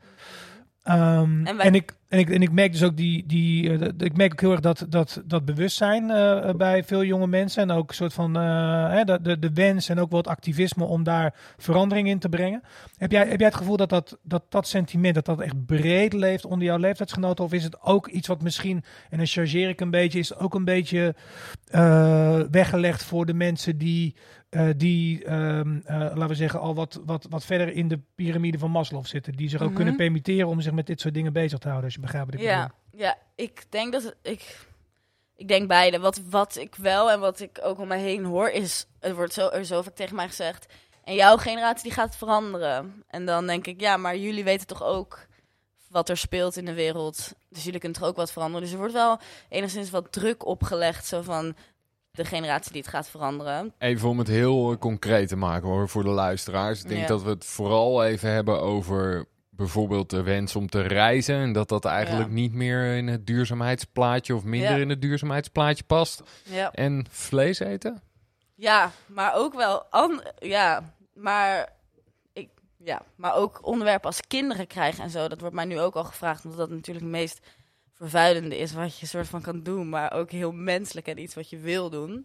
Um, en, wij... en, ik, en, ik, en ik merk dus ook die, die uh, de, ik merk ook heel erg dat, dat, dat bewustzijn uh, bij veel jonge mensen en ook een soort van uh, hè, de, de, de wens en ook wel het activisme om daar verandering in te brengen. Heb jij, heb jij het gevoel dat dat, dat dat sentiment, dat dat echt breed leeft onder jouw leeftijdsgenoten, of is het ook iets wat misschien, en dan chargeer ik een beetje, is het ook een beetje uh, weggelegd voor de mensen die uh, die, um, uh, laten we zeggen, al wat, wat, wat verder in de piramide van Maslow zitten. Die zich ook Mm-hmm. kunnen permitteren om zich met dit soort dingen bezig te houden. Als je begrijpt wat ik Ja, bedoel. ja, ik denk dat... Het, ik, ik denk beide. Wat, wat ik wel en wat ik ook om me heen hoor is... Het wordt zo, er zo vaak tegen mij gezegd... En jouw generatie die gaat veranderen. En dan denk ik, ja, maar jullie weten toch ook... wat er speelt in de wereld. Dus jullie kunnen toch ook wat veranderen. Dus er wordt wel enigszins wat druk opgelegd... zo van de generatie die het gaat veranderen. Even om het heel concreet te maken hoor, voor de luisteraars. Ik denk Ja. dat we het vooral even hebben over bijvoorbeeld de wens om te reizen. En dat dat eigenlijk Ja. niet meer in het duurzaamheidsplaatje of minder Ja. in het duurzaamheidsplaatje past. Ja, En vlees eten? ja maar ook wel... An- ja, maar... Ik, ja, maar ook onderwerpen als kinderen krijgen en zo. Dat wordt mij nu ook al gevraagd. Omdat dat natuurlijk het meest vervuilende is wat je soort van kan doen. Maar ook heel menselijk en iets wat je wil doen.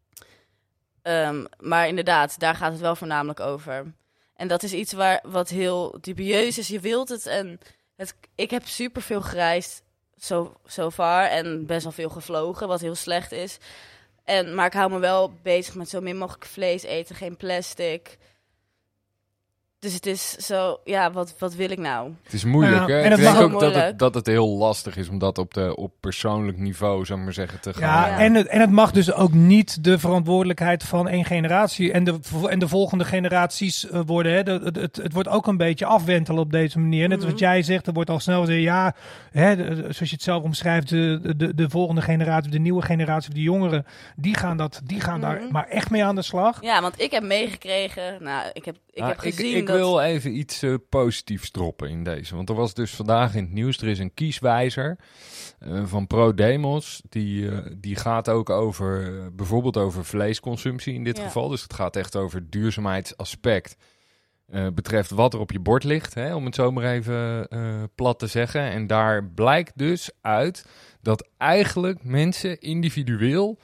Um, maar inderdaad, daar gaat het wel voornamelijk over. En dat is iets waar, wat heel dubieus is. Je wilt het en het, ik heb superveel gereisd so, so far en best wel veel gevlogen, wat heel slecht is. En, maar ik hou me wel bezig met zo min mogelijk vlees eten, geen plastic. Dus het is zo, ja, wat, wat wil ik nou? Het is moeilijk, Ja, hè? en Ik het denk mag ook ook dat het, moeilijk. dat het heel lastig is om dat op, de, op persoonlijk niveau, zou ik maar zeggen, te gaan. Ja, Ja. En, het, en het mag dus ook niet de verantwoordelijkheid van één generatie en de, en de volgende generaties uh, worden. Hè. De, het, het, het wordt ook een beetje afwentelen op deze manier. Net Mhm. wat jij zegt, er wordt al snel gezegd, ja, hè, de, zoals je het zelf omschrijft, de, de, de volgende generatie, de nieuwe generatie, de jongeren, die gaan, dat, die gaan daar Mhm. maar echt mee aan de slag. Ja, want ik heb meegekregen, nou, ik heb, ik Ah, heb gezien ik, ik dat... wil even iets uh, positiefs droppen in deze. Want er was dus vandaag in het nieuws, er is een kieswijzer uh, van ProDemos. Die, uh, die gaat ook over, uh, bijvoorbeeld over vleesconsumptie in dit Ja. geval. Dus het gaat echt over het duurzaamheidsaspect. Uh, betreft wat er op je bord ligt, hè, om het zo maar even uh, plat te zeggen. En daar blijkt dus uit dat eigenlijk mensen individueel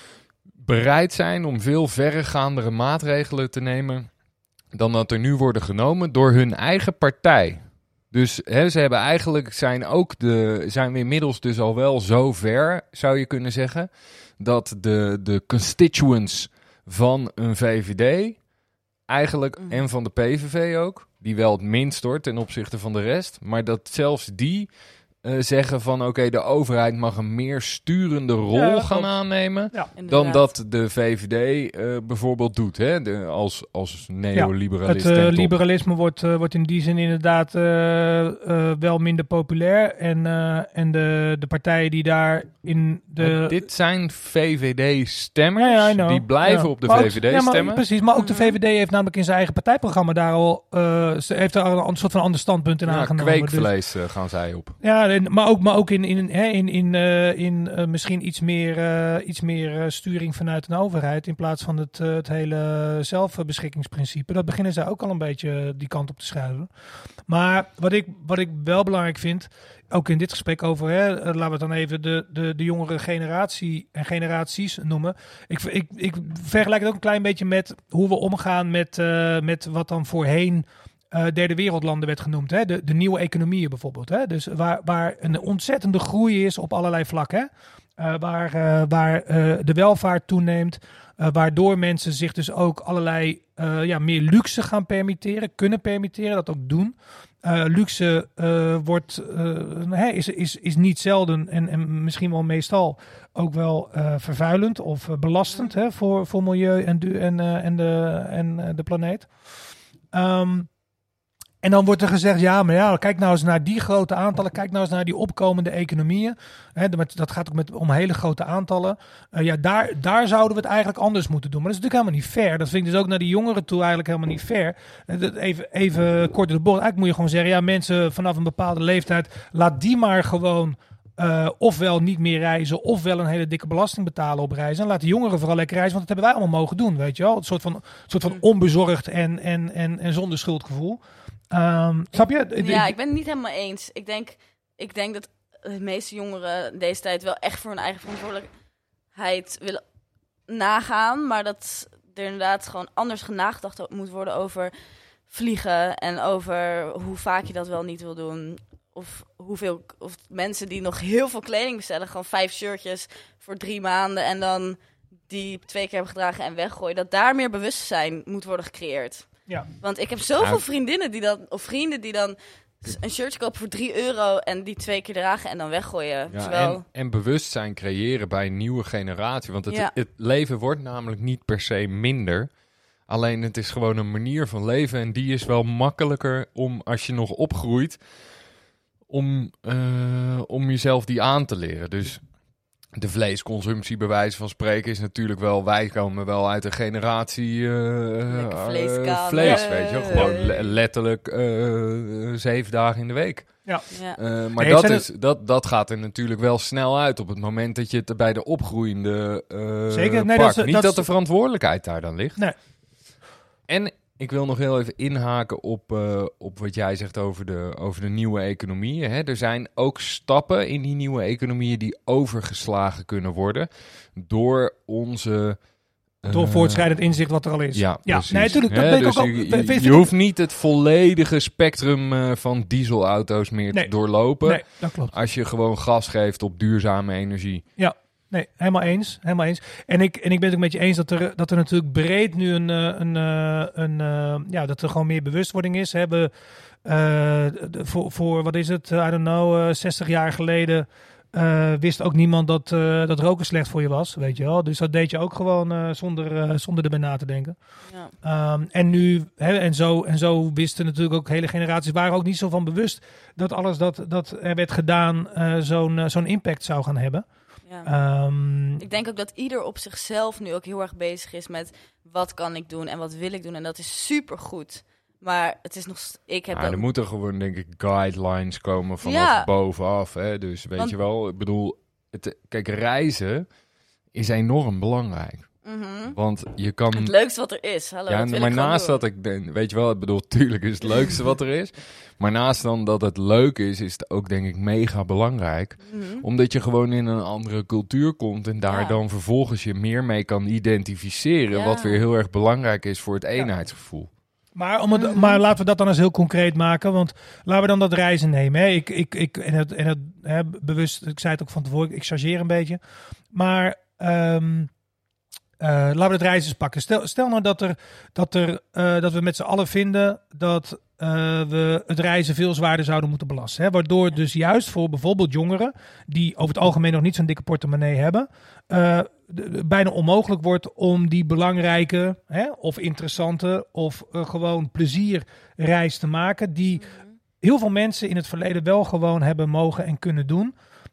bereid zijn om veel verregaandere maatregelen te nemen dan dat er nu worden genomen door hun eigen partij. Dus hè, ze hebben eigenlijk zijn ook de zijn we inmiddels dus al wel zo ver, zou je kunnen zeggen, dat de, de constituents van een V V D eigenlijk Mhm. en van de P V V ook, die wel het minst hoor ten opzichte van de rest, maar dat zelfs die uh, zeggen van oké, okay, de overheid mag een meer sturende rol Ja, dat gaan klopt. aannemen Ja. dan Inderdaad. dat de V V D uh, bijvoorbeeld doet, hè? De, als, als neoliberalist. Het uh, ten top. liberalisme wordt, uh, wordt in die zin inderdaad uh, uh, wel minder populair. En, uh, en de, de partijen die daar in de... Maar dit zijn V V D-stemmers, Ja, ja, I know. die blijven Ja. op de Maar ook- V V D ja, maar, stemmen. Precies, maar ook de Mhm. V V D heeft namelijk in zijn eigen partijprogramma daar al... Uh, ze heeft daar al een soort van ander standpunt in Ja, aangenomen. Dus- kweekvlees uh, gaan zij op. ja, en- maar ook, maar ook in, in, hè, in, in, uh, in uh, misschien iets meer, uh, iets meer uh, sturing vanuit een overheid in plaats van het, uh, het hele zelfbeschikkingsprincipe. Dat beginnen zij ook al een beetje die kant op te schuiven. Maar wat ik, wat ik wel belangrijk vind, ook in dit gesprek over, hè, uh, laten we het dan even de, de, de jongere generatie en generaties noemen. Ik, ik, ik vergelijk het ook een klein beetje met hoe we omgaan met, uh, met wat dan voorheen Uh, derde wereldlanden werd genoemd. Hè? De, de nieuwe economieën bijvoorbeeld. Hè? Dus waar, waar een ontzettende groei is op allerlei vlakken. Uh, waar uh, waar uh, de welvaart toeneemt. Uh, waardoor mensen zich dus ook allerlei uh, ja, meer luxe gaan permitteren. Kunnen permitteren, dat ook doen. Uh, luxe uh, wordt, uh, hè, is, is, is niet zelden en, en misschien wel meestal ook wel uh, vervuilend of uh, belastend hè, voor, voor milieu en, du- en, uh, en, de, en uh, de planeet. Um, En dan wordt er gezegd, ja, maar ja, kijk nou eens naar die grote aantallen. Kijk nou eens naar die opkomende economieën. Hè, dat gaat ook met, om hele grote aantallen. Uh, ja, daar, daar zouden we het eigenlijk anders moeten doen. Maar dat is natuurlijk helemaal niet fair. Dat vind ik dus ook naar die jongeren toe eigenlijk helemaal niet fair. Uh, even, even kort door de bocht. Eigenlijk moet je gewoon zeggen, ja, mensen vanaf een bepaalde leeftijd, laat die maar gewoon Uh, ofwel niet meer reizen, ofwel een hele dikke belasting betalen op reizen. En laat de jongeren vooral lekker reizen, want dat hebben wij allemaal mogen doen, weet je wel. Een soort van, soort van onbezorgd en, en, en, en zonder schuldgevoel. Um, snap je? Ja, ik ben het niet helemaal eens. Ik denk, ik denk dat de meeste jongeren deze tijd wel echt voor hun eigen verantwoordelijkheid willen nagaan. Maar dat er inderdaad gewoon anders nagedacht moet worden over vliegen. En over hoe vaak je dat wel niet wil doen. Of hoeveel, of mensen die nog heel veel kleding bestellen. Gewoon vijf shirtjes voor drie maanden. En dan die twee keer hebben gedragen en weggooien, dat daar meer bewustzijn moet worden gecreëerd. Ja. Want ik heb zoveel Ja. vriendinnen die dan, of vrienden die dan een shirtje kopen voor drie euro en die twee keer dragen en dan weggooien. Ja, Terwijl, en, en bewustzijn creëren bij een nieuwe generatie. Want het, Ja. het leven wordt namelijk niet per se minder. Alleen het is gewoon een manier van leven. En die is wel makkelijker om, als je nog opgroeit, om, uh, om jezelf die aan te leren. Dus de vleesconsumptie, bij wijze van spreken, is natuurlijk wel... Wij komen wel uit een generatie uh, Lekker uh, vleeskamer. vlees, weet je wel. Gewoon le- letterlijk uh, zeven dagen in de week. Ja. ja. Uh, maar Nee, dat, zijn is, dat, dat gaat er natuurlijk wel snel uit op het moment dat je het bij de opgroeiende uh, Zeker. Nee, pakt. dat is- Niet dat dat, is- de verantwoordelijkheid daar dan ligt. Nee. En ik wil nog heel even inhaken op, uh, op wat jij zegt over de, over de nieuwe economieën. Hè. Er zijn ook stappen in die nieuwe economieën die overgeslagen kunnen worden door onze... Door uh, voortschrijdend inzicht wat er al is. Ja, ja. precies. Nee, natuurlijk. Dat Hè, ben ik dus ook al. je, vind- je, vind je ik- hoeft niet het volledige spectrum uh, van dieselauto's meer Nee. te doorlopen. Nee, dat klopt. Als je gewoon gas geeft op duurzame energie. Nee, helemaal eens. Helemaal eens. En ik, en ik ben het ook met je eens dat er, dat er natuurlijk breed nu een, eh, een, eh, een uh, ja, dat er gewoon meer bewustwording is. We hebben uh, de, voor, voor, wat is het, uh, I don't know, uh, zestig jaar geleden uh, wist ook niemand dat, uh, dat roken slecht voor je was, weet je wel. Dus dat deed je ook gewoon uh, zonder, uh, zonder erbij na te denken. Ja. Um, en nu, hè, en, zo, en zo wisten natuurlijk ook hele generaties, waren ook niet zo van bewust dat alles dat, dat er werd gedaan uh, zo'n, uh, zo'n impact zou gaan hebben. Ja. Um, Ik denk ook dat ieder op zichzelf nu ook heel erg bezig is met wat kan ik doen en wat wil ik doen. En dat is supergoed. Maar het is nog... st- Ik heb Ja, dat... er moeten gewoon, denk ik, guidelines komen vanaf Ja. bovenaf. Hè? Dus weet Want- je wel, ik bedoel... Het, kijk, reizen is enorm belangrijk. Mhm. Want je kan... Het leukste wat er is. Hallo, ja, dat wil maar ik gewoon naast doen. dat ik denk, weet je wel, ik bedoel, tuurlijk is het leukste wat er is. Maar naast dan dat het leuk is, is het ook denk ik mega belangrijk. Mhm. Omdat je gewoon in een andere cultuur komt en daar Ja. dan vervolgens je meer mee kan identificeren. Ja. Wat weer heel erg belangrijk is voor het eenheidsgevoel. Maar, om het, maar laten we dat dan eens heel concreet maken. Want laten we dan dat reizen nemen. Hè. Ik, ik, ik, en het, en het hè, bewust, ik zei het ook van tevoren, ik chargeer een beetje. Maar um, uh, laten we het reizen eens pakken. Stel, stel nou dat, er, dat, er, uh, dat we met z'n allen vinden dat uh, we het reizen veel zwaarder zouden moeten belasten. Hè. Waardoor dus juist voor bijvoorbeeld jongeren, die over het algemeen nog niet zo'n dikke portemonnee hebben, Uh, de, de, bijna onmogelijk wordt om die belangrijke hè, of interessante of uh, gewoon plezierreis te maken. Die heel veel mensen in het verleden wel gewoon hebben mogen en kunnen doen.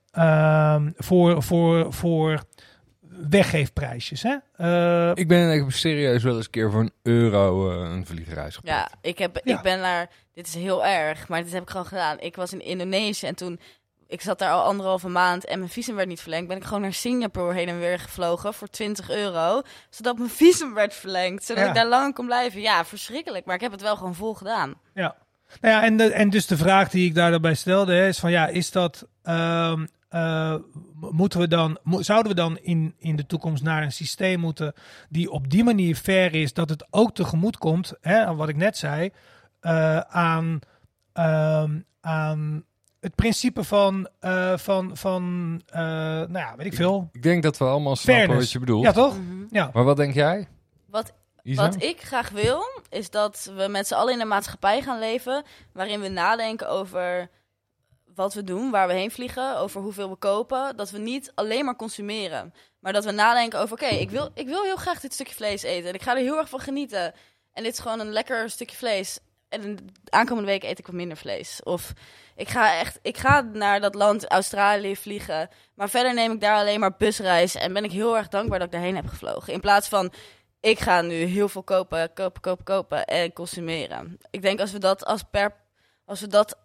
Uh, voor, voor, voor weggeefprijsjes. Hè? Uh, Ik ben ik heb serieus wel eens een keer voor een euro uh, een vliegreis gepakt. Ja, ik, heb, Ja. ik ben naar... Dit is heel erg, maar dit heb ik gewoon gedaan. Ik was in Indonesië en toen... Ik zat daar al anderhalve maand en mijn visum werd niet verlengd. Ben ik gewoon naar Singapore heen en weer gevlogen voor twintig euro. Zodat mijn visum werd verlengd. Zodat Ja. ik daar langer kon blijven. Ja, verschrikkelijk. Maar ik heb het wel gewoon vol gedaan. Ja, nou ja, en, de, en dus de vraag die ik daarbij stelde hè, is van ja, is dat, uh, uh, moeten we dan, mo- zouden we dan in, in de toekomst naar een systeem moeten die op die manier fair is, dat het ook tegemoet komt, hè, aan wat ik net zei, uh, aan, uh, aan het principe van, uh, van, van uh, nou ja, weet ik veel. Ik denk dat we allemaal snappen Fairness. wat je bedoelt. Ja, toch? Mhm. Ja. Maar wat denk jij, Wat, Isa? wat ik graag wil, is dat we met z'n allen in een maatschappij gaan leven... waarin we nadenken over wat we doen, waar we heen vliegen... over hoeveel we kopen. Dat we niet alleen maar consumeren. Maar dat we nadenken over... oké, okay, ik, wil, ik wil heel graag dit stukje vlees eten. En ik ga er heel erg van genieten. En dit is gewoon een lekker stukje vlees. En de aankomende week eet ik wat minder vlees. Of ik ga echt, ik ga naar dat land Australië vliegen. Maar verder neem ik daar alleen maar busreis. En ben ik heel erg dankbaar dat ik daarheen heb gevlogen. In plaats van, ik ga nu heel veel kopen, kopen, kopen, kopen en consumeren. Ik denk als we dat als per, als we dat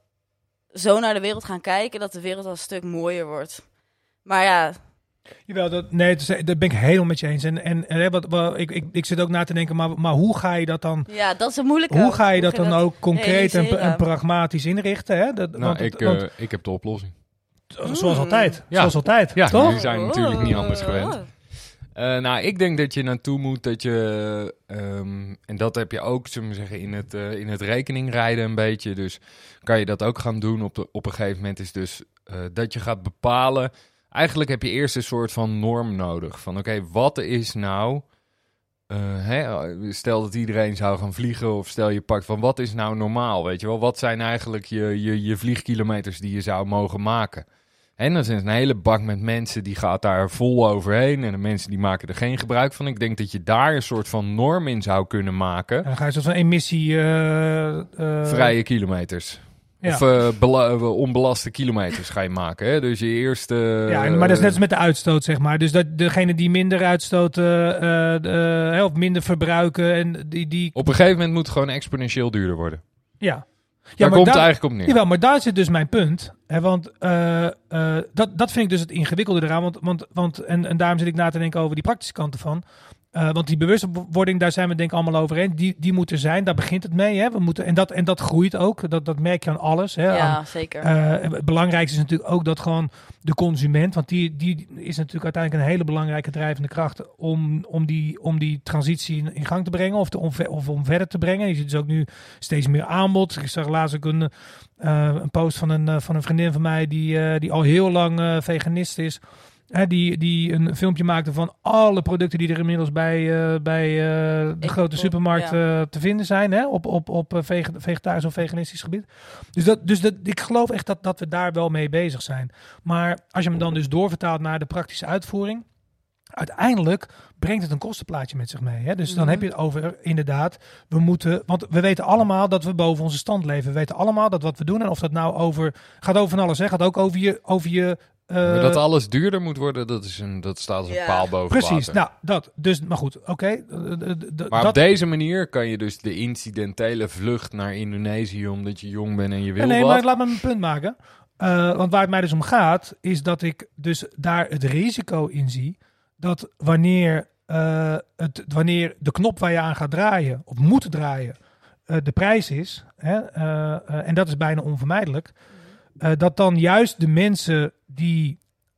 zo naar de wereld gaan kijken, dat de wereld al een stuk mooier wordt. Maar ja... Jawel, dat, nee, dat, is, dat ben ik helemaal met je eens. En, en, en wat, wat, ik, ik, ik zit ook na te denken, maar, maar hoe ga je dat dan... Ja, dat is een moeilijke. Hoe ga je dat dan ook concreet en, realiseren? en pragmatisch inrichten? Hè? Dat, Nou, want, ik, want, uh, ik heb de oplossing. zoals Mm. altijd. Ja. Zoals altijd, Ja, toch? jullie zijn natuurlijk niet anders Oh. gewend. Uh, nou, ik denk dat je naartoe moet dat je... Um, en dat heb je ook, zullen we zeggen, in het, uh, in het rekeningrijden een beetje. Dus kan je dat ook gaan doen. Op, de, op een gegeven moment is dus uh, dat je gaat bepalen... eigenlijk heb je eerst een soort van norm nodig. Van oké, okay, wat is nou... Uh, hè, stel dat iedereen zou gaan vliegen of stel je pakt van wat is nou normaal, weet je wel? Wat zijn eigenlijk je, je, je vliegkilometers die je zou mogen maken? En dan is een hele bak met mensen die gaat daar vol overheen en de mensen die maken er geen gebruik van. Ik denk dat je daar een soort van norm in zou kunnen maken. En dan ga je een soort van emissie... Uh, uh... Vrije kilometers. Ja. Of uh, bela- onbelaste kilometers ga je maken. Hè? Dus je eerste... Uh, ja, maar dat is net als met de uitstoot, zeg maar. Dus dat degene die minder uitstoten uh, uh, of minder verbruiken... En die, die... Op een gegeven moment moet het gewoon exponentieel duurder worden. Ja. Daar ja, komt daar, het eigenlijk op neer. Jawel, maar daar zit dus mijn punt. Hè, want uh, uh, dat, dat vind ik dus het ingewikkelde eraan. Want, want, want, en, en daarom zit ik na te denken over die praktische kanten van... Uh, want die bewustwording, daar zijn we denk ik allemaal over eens. Die, die moet er zijn, daar begint het mee. Hè? We moeten, en, dat, en dat groeit ook. Dat, dat merk je aan alles. Hè? Ja, aan, zeker. Uh, het belangrijkste is natuurlijk ook dat gewoon de consument... want die, die is natuurlijk uiteindelijk een hele belangrijke drijvende kracht... om, om, die, om die transitie in, in gang te brengen of, te, om, of om verder te brengen. Je ziet dus ook nu steeds meer aanbod. Ik zag laatst ook een, uh, een post van een, van een vriendin van mij... die, uh, die al heel lang uh, veganist is... Hè, die, die een filmpje maakte van alle producten die er inmiddels bij, uh, bij uh, de grote supermarkt ja. uh, te vinden zijn. Hè, op, op, op vege- vegetarisch of veganistisch gebied. Dus, dat, dus dat, ik geloof echt dat, dat we daar wel mee bezig zijn. Maar als je hem dan dus doorvertaalt naar de praktische uitvoering. Uiteindelijk brengt het een kostenplaatje met zich mee. Hè? Dus dan mm-hmm. heb je het over, inderdaad, we moeten... Want we weten allemaal dat we boven onze stand leven. We weten allemaal dat wat we doen, en of dat nou over... Gaat over van alles, hè? Gaat ook over je... Over je uh, dat alles duurder moet worden, dat, is een, dat staat als een ja. paal boven Precies, water. nou, dat. Dus, maar goed, oké. Okay. Uh, uh, uh, maar dat... op deze manier kan je dus de incidentele vlucht naar Indonesië... omdat je jong bent en je wil ja, nee, wat... maar ik laat me mijn punt maken. Uh, want waar het mij dus om gaat, is dat ik dus daar het risico in zie... dat wanneer, uh, het, wanneer de knop waar je aan gaat draaien, of moet draaien, uh, de prijs is, hè, uh, uh, en dat is bijna onvermijdelijk, uh, dat dan juist de mensen die,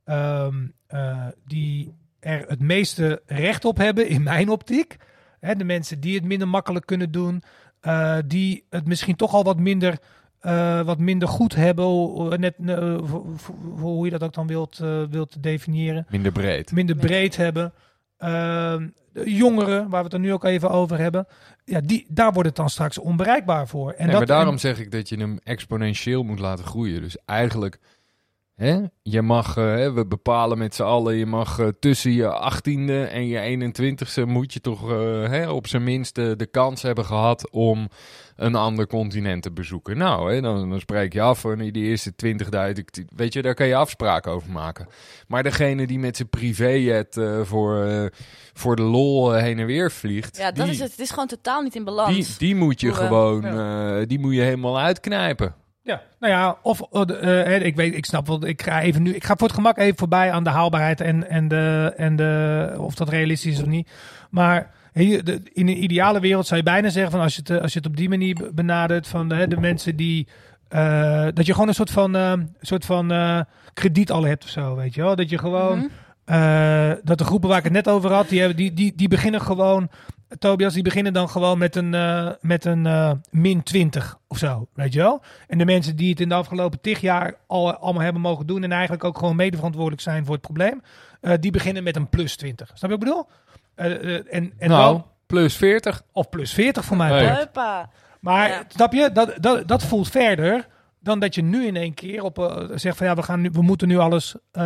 um, uh, die er het meeste recht op hebben, in mijn optiek, hè, de mensen die het minder makkelijk kunnen doen, uh, die het misschien toch al wat minder... Uh, wat minder goed hebben, net uh, hoe je dat ook dan wilt, uh, wilt definiëren. Minder breed. Minder breed hebben. Uh, jongeren, waar we het er nu ook even over hebben. Ja, die, daar wordt het dan straks onbereikbaar voor. En nee, dat, maar daarom en... zeg ik dat je hem exponentieel moet laten groeien. Dus eigenlijk, hè, je mag, uh, we bepalen met z'n allen, je mag uh, tussen je achttiende en je eenentwintigste moet je toch uh, hè, op zijn minst uh, de kans hebben gehad om een ander continent te bezoeken. Nou, hè, dan, dan spreek je af van die eerste twintigduizend, weet je, daar kan je afspraken over maken. Maar degene die met zijn privéjet uh, voor, uh, voor de lol uh, heen en weer vliegt... Ja, dat die, is het. Het is gewoon totaal niet in balans. Die, die moet je Hoe, gewoon, ja. uh, die moet je helemaal uitknijpen. Ja, nou ja, of uh, ik weet, ik snap wel, ik ga even nu, ik ga voor het gemak even voorbij aan de haalbaarheid en, en, de, en de, of dat realistisch is of niet. Maar in een ideale wereld zou je bijna zeggen van als je het, als je het op die manier benadert van de, de mensen die, uh, dat je gewoon een soort van, uh, soort van uh, krediet al hebt of zo, weet je wel. Dat je gewoon, mm-hmm. uh, dat de groepen waar ik het net over had, die, hebben, die, die, die beginnen gewoon... Tobias, die beginnen dan gewoon met een, uh, met een uh, min twintig of zo, weet je wel? En de mensen die het in de afgelopen tig jaar al, allemaal hebben mogen doen... en eigenlijk ook gewoon mede verantwoordelijk zijn voor het probleem... Uh, die beginnen met een plus twintig. Snap je wat ik bedoel? Uh, uh, en, en nou, dan, plus veertig. Of plus veertig voor mij. Hey. Maar ja. snap je, dat, dat, dat voelt verder... dan dat je nu in één keer op uh, zegt van ja, we gaan nu, we moeten nu alles uh,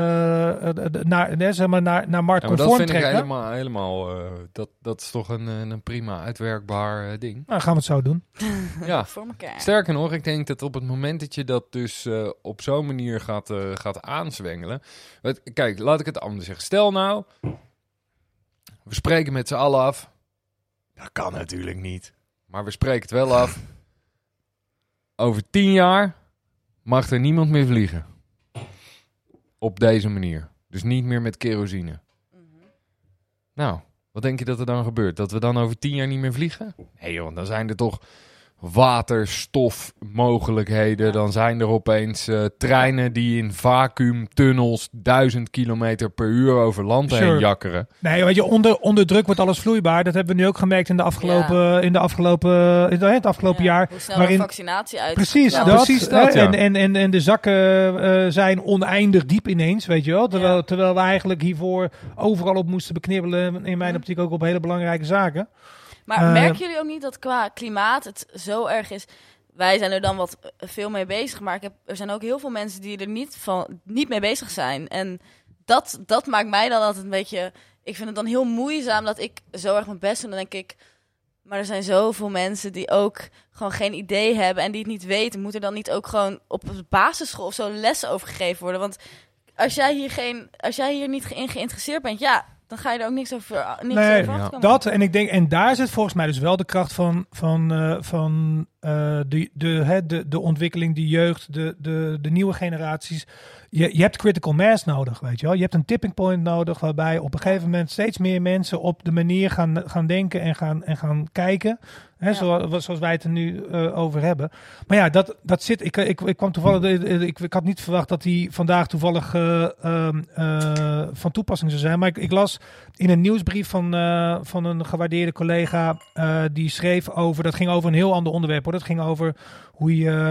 naar, nee, zeg maar naar, naar marktconform ja, maar dat vind trekken. ik helemaal, helemaal uh, dat, dat is toch een, een prima uitwerkbaar uh, ding. Nou, dan gaan we het zo doen. Ja, voor elkaar. Sterker nog, ik denk dat op het moment dat je dat dus uh, op zo'n manier gaat, uh, gaat aanzwengelen. Het, kijk, laat ik het anders zeggen. Stel nou, we spreken met z'n allen af. Dat kan natuurlijk niet. Maar we spreken het wel af. Over tien jaar mag er niemand meer vliegen. Op deze manier. Dus niet meer met kerosine. Mm-hmm. Nou, wat denk je dat er dan gebeurt? Dat we dan over tien jaar niet meer vliegen? Nee joh, dan zijn er toch waterstofmogelijkheden. Ja. Dan zijn er opeens uh, treinen die in vacuümtunnels duizend kilometer per uur over land Sure. heen jakkeren. Nee, weet je, onder, onder druk wordt alles vloeibaar. Dat hebben we nu ook gemerkt in de afgelopen, ja. in de afgelopen, in het afgelopen Ja, jaar. Hoe snel waarin, de vaccinatie uit. Precies, Ja, dat, precies dat, hè, ja. en, en, en, en de zakken uh, zijn oneindig diep ineens, weet je wel. Terwijl, Ja. terwijl we eigenlijk hiervoor overal op moesten beknibbelen. In mijn optiek ook op hele belangrijke zaken. Maar Uh, merken jullie ook niet dat qua klimaat het zo erg is? Wij zijn er dan wat veel mee bezig, maar ik heb, er zijn ook heel veel mensen die er niet, van, niet mee bezig zijn. En dat, dat maakt mij dan altijd een beetje... Ik vind het dan heel moeizaam dat ik zo erg mijn best doe. Dan denk ik, maar er zijn zoveel mensen die ook gewoon geen idee hebben en die het niet weten. Moet er dan niet ook gewoon op de basisschool of zo les over gegeven worden? Want als jij hier, geen, als jij hier niet in geïnteresseerd bent, ja... dan ga je er ook niks over, niks Nee, over ja. afkomen. Dat, en ik denk, en daar zit volgens mij dus wel de kracht van, van, uh, van uh, de, de, hè, de, de ontwikkeling, de jeugd, de, de, de nieuwe generaties. Je, je hebt critical mass nodig, weet je wel. Je hebt een tipping point nodig waarbij op een gegeven moment steeds meer mensen op de manier gaan, gaan denken en gaan, en gaan kijken. Hè, Ja. zoals, zoals wij het er nu uh, over hebben. Maar ja, dat, dat zit. Ik, ik, ik kwam toevallig. Ik, ik had niet verwacht dat die vandaag toevallig uh, uh, uh, van toepassing zou zijn. Maar ik, ik las in een nieuwsbrief van, uh, van een gewaardeerde collega. Uh, die schreef over. Dat ging over een heel ander onderwerp hoor. Dat ging over hoe je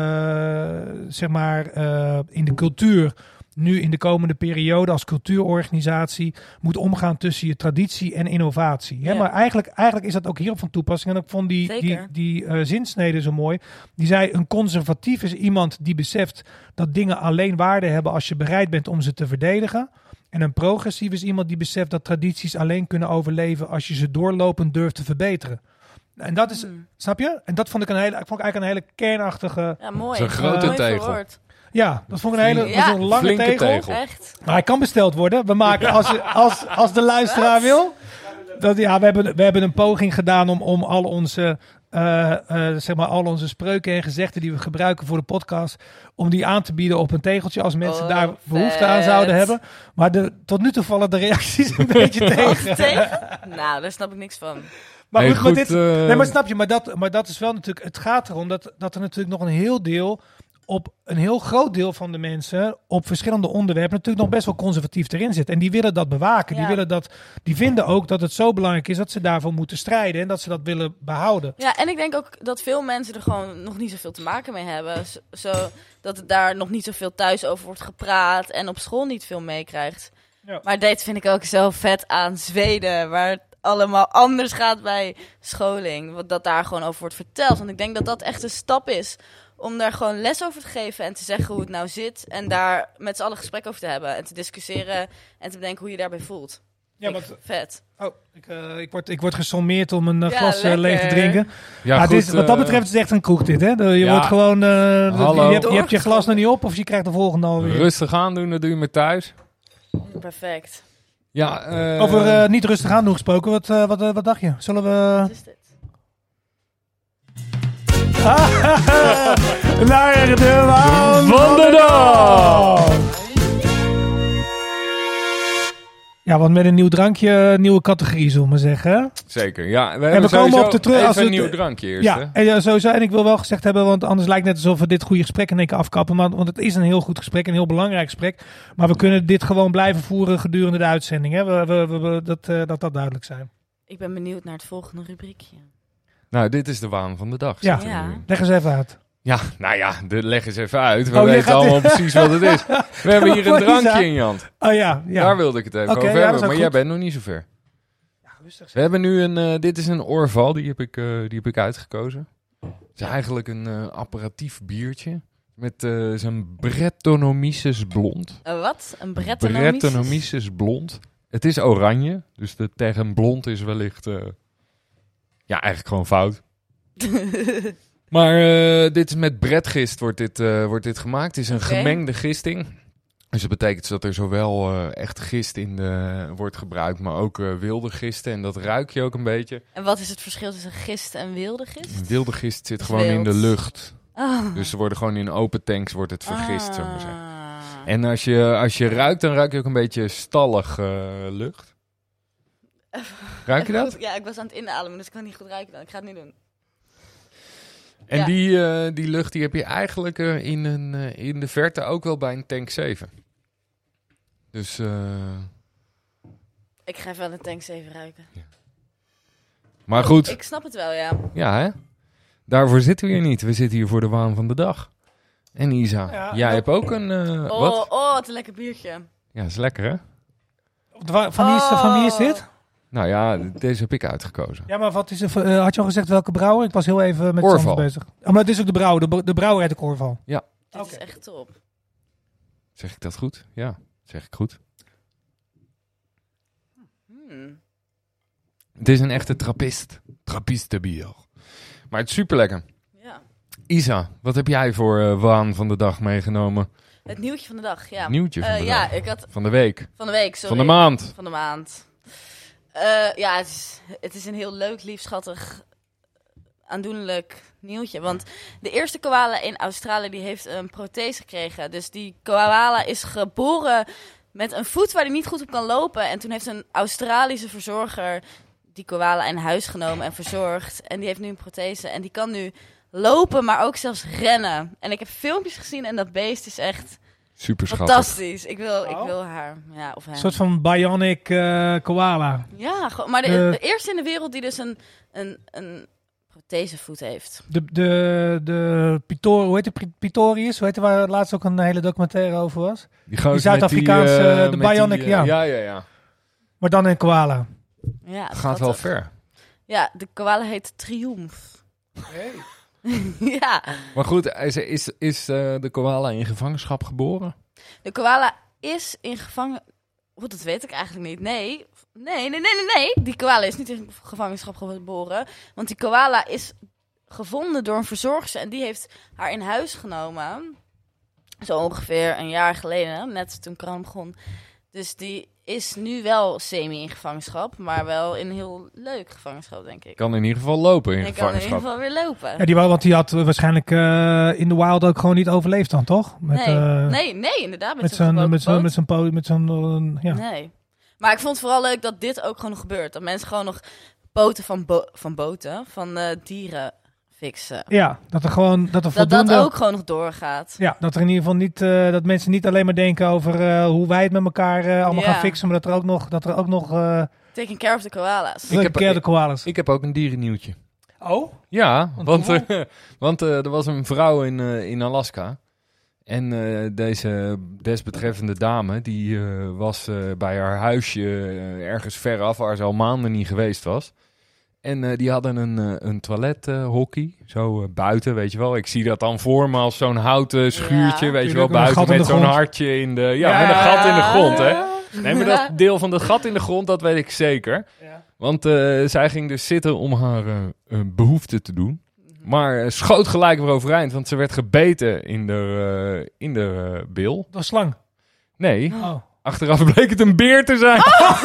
uh, zeg maar uh, in de cultuur. Nu in de komende periode als cultuurorganisatie moet omgaan tussen je traditie en innovatie. Hè? Ja. Maar eigenlijk, eigenlijk is dat ook hierop van toepassing. En ik vond die, die, Zeker. die uh, zinsnede zo mooi. Die zei, een conservatief is iemand die beseft dat dingen alleen waarde hebben als je bereid bent om ze te verdedigen. En een progressief is iemand die beseft dat tradities alleen kunnen overleven als je ze doorlopend durft te verbeteren. En dat is, Hmm. snap je? En dat vond ik, een hele, vond ik eigenlijk een hele kernachtige... Ja, mooi. Zo'n grote Mooi tegel. verwoord. Ja, dat vond ik een hele Ja. dat is een lange Flinke tegel. tegel. Echt. Maar hij kan besteld worden. We maken, als, als, als de luisteraar wil... Dat, ja, we hebben, we hebben een poging gedaan om, om al onze... Uh, uh, zeg maar al onze spreuken en gezegden die we gebruiken voor de podcast, om die aan te bieden op een tegeltje als mensen Oh, daar behoefte vet. aan zouden hebben. Maar de, tot nu toe vallen de reacties een beetje tegen. Tegen? Nou, daar snap ik niks van. Maar Hey, goed, maar goed, dit, uh, nee, maar snap je, maar dat, maar dat is wel natuurlijk, het gaat erom dat, dat er natuurlijk nog een heel deel, op een heel groot deel van de mensen op verschillende onderwerpen natuurlijk nog best wel conservatief erin zit. En die willen dat bewaken. Ja. Die, willen dat, die vinden ook dat het zo belangrijk is dat ze daarvoor moeten strijden en dat ze dat willen behouden. Ja, en ik denk ook dat veel mensen er gewoon nog niet zoveel te maken mee hebben. Zo, zo dat het daar nog niet zoveel thuis over wordt gepraat en op school niet veel meekrijgt. Ja. Maar dit vind ik ook zo vet aan Zweden, waar het allemaal anders gaat bij scholing. Wat dat daar gewoon over wordt verteld. Want ik denk dat dat echt een stap is om daar gewoon les over te geven en te zeggen hoe het nou zit. En daar met z'n allen gesprek over te hebben en te discussiëren en te bedenken hoe je daarbij voelt. Ja, Vind ik want, vet. oh, ik, uh, ik, word, ik word gesommeerd om een uh, Ja, glas uh, leeg te lekker. drinken. Ja, maar goed, dit is, wat dat uh, betreft is het echt een kroeg dit, hè? Je ja. wordt gewoon, uh, Hallo. je, hebt, je hebt je glas nog niet op of je krijgt de volgende alweer. Rustig aandoen, dat doe je met thuis. Perfect. Ja, uh, Over uh, niet rustig aan doen gesproken, wat, uh, wat, uh, wat dacht je? Zullen we... Wat is dit? Naar de waan Van de dag! Ja, want met een nieuw drankje, nieuwe categorie, zullen we maar zeggen. Hè? Zeker, ja. We En we hebben komen sowieso op de terug- even als een het- nieuw drankje eerst, Ja, hè? en ja, sowieso. En ik wil wel gezegd hebben, want anders lijkt het net alsof we dit goede gesprek in één keer afkappen. Maar, want het is een heel goed gesprek, een heel belangrijk gesprek. Maar we kunnen dit gewoon blijven voeren gedurende de uitzending. Hè? We, we, we, we- dat, uh, dat dat duidelijk zijn. Ik ben benieuwd naar het volgende rubriekje. Nou, dit is de waan van de dag. Ja. zit er Ja. nu in. Leg eens even uit. Ja, nou ja, de, leg eens even uit. We Oh, je weten gaat- allemaal precies wat het is. We hebben hier een Voor Isa. drankje in je hand. Oh ja, ja. Daar wilde ik het even Oké, over ja, dat hebben, is ook maar jij goed. bent nog niet zo ver. Ja, rustig. We hebben nu een, uh, dit is een Orval, die heb ik, uh, die heb ik uitgekozen. Het is eigenlijk een uh, apparatief biertje met uh, zijn Brettanomyces blond. Uh, wat? Een Brettanomyces? Brettanomyces blond. Het is oranje, dus de term blond is wellicht, uh, ja, eigenlijk gewoon fout. Maar uh, dit is met bretgist wordt dit, uh, wordt dit gemaakt. Het is een Oké. gemengde gisting. Dus dat betekent dat er zowel uh, echt gist in de, wordt gebruikt, maar ook uh, wilde gisten. En dat ruik je ook een beetje. En wat is het verschil tussen gist en wilde gist? Wilde gist zit Is gewoon in de wild. lucht. Oh. Dus ze worden gewoon in open tanks wordt het vergist, zou ik maar zeggen. Ah. En als je, als je ruikt, dan ruik je ook een beetje stallig uh, lucht. Ruik je dat? Ja, ik was aan het inademen, dus ik kan niet goed ruiken dan. Ik ga het nu doen. En Ja. die, uh, die lucht die heb je eigenlijk uh, in, een, uh, in de verte ook wel bij een tank zeven. Dus... Uh... Ik ga even aan de tank zeven ruiken. Ja. Maar goed. Ik snap het wel, ja. Ja, hè? Daarvoor zitten we hier niet. We zitten hier voor de waan van de dag. En Isa, ja, jij hebt ook een... Uh, oh, wat? oh, wat een lekker biertje. Ja, is lekker, hè? Van wie is, van wie is dit? Nou ja, deze heb ik uitgekozen. Ja, maar wat is er, uh, had je al gezegd welke brouwer? Ik was heel even met Orval bezig. Oh, maar het is ook de brouwer, de, de brouwer uit de Orval. Ja. Dit okay. is echt top. Zeg ik dat goed? Ja, zeg ik goed. Hmm. Het is een echte trappist. Trappistenbier. Maar het is super lekker. Ja. Isa, wat heb jij voor uh, waan van de dag meegenomen? Het nieuwtje van de dag, ja. Nieuwtje van de uh, dag? Ja, ik had... Van de week? Van de week, sorry. Van de maand? Van de maand. Uh, ja, het is, het is een heel leuk, lief, schattig, aandoenlijk nieuwtje. Want de eerste koala in Australië die heeft een prothese gekregen. Dus die koala is geboren met een voet waar hij niet goed op kan lopen. En toen heeft een Australische verzorger die koala in huis genomen en verzorgd. En die heeft nu een prothese en die kan nu lopen, maar ook zelfs rennen. En ik heb filmpjes gezien en dat beest is echt... Super schattig. Fantastisch. Ik wil, ik wil haar. Ja, of hem. Een soort van bionic uh, koala. Ja, maar de, de, de eerste in de wereld die dus een, een, een prothesevoet heeft. De, de, de Pitor, hoe heet de Pitorius? Hoe heet de, waar laatst ook een hele documentaire over was? Die, die Zuid-Afrikaanse, uh, de bionic, die, uh, ja. ja. Ja, ja, Maar dan een koala. Ja, gaat wel ver. Ja, de koala heet Triumph. Hey. Ja. Maar goed, is, is, is uh, de koala in gevangenschap geboren? De koala is in gevangen... Wat, dat weet ik eigenlijk niet. Nee. Nee, nee, nee, nee, nee. Die koala is niet in gevangenschap geboren. Want die koala is gevonden door een verzorgster. En die heeft haar in huis genomen. Zo ongeveer een jaar geleden. Net toen corona begon. Dus die is nu wel semi in gevangenschap. Maar wel in heel leuk gevangenschap, denk ik. Kan in ieder geval lopen in en gevangenschap. kan in ieder geval weer lopen. Ja, die, want die had waarschijnlijk uh, in de wild ook gewoon niet overleefd dan, toch? Met, nee, uh, nee, nee, inderdaad. Met, met zo'n zo'n met zo'n met zo'n po- met zo'n uh, ja. Nee. Maar ik vond het vooral leuk dat dit ook gewoon gebeurt. Dat mensen gewoon nog poten van, bo- van boten, van uh, dieren fixen. Ja, dat er gewoon dat er dat, voldoende... dat ook gewoon nog doorgaat. Ja, dat er in ieder geval niet uh, dat mensen niet alleen maar denken over uh, hoe wij het met elkaar uh, allemaal ja. gaan fixen, maar dat er ook nog dat er ook nog uh, taking care of the koala's. Ik heb, care of the koalas. Ik heb ook een dierennieuwtje. Oh? Ja, want, want, uh, want uh, er was een vrouw in, uh, in Alaska. En uh, deze desbetreffende dame, die uh, was uh, bij haar huisje uh, ergens ver af, waar ze al maanden niet geweest was. En uh, die hadden een, uh, een toilethockey, uh, zo uh, buiten, weet je wel. Ik zie dat dan voor me als zo'n houten schuurtje, ja, weet je wel, buiten met zo'n hartje in de... Ja, ja, met een gat in de grond, hè. Nee, maar dat deel van het gat in de grond, dat weet ik zeker. Ja. Want uh, zij ging dus zitten om haar uh, uh, behoefte te doen. Maar uh, schoot gelijk weer overeind, want ze werd gebeten in de, uh, in de uh, bil. Dat was slang? Nee. Oh. Achteraf bleek het een beer te zijn. Oh.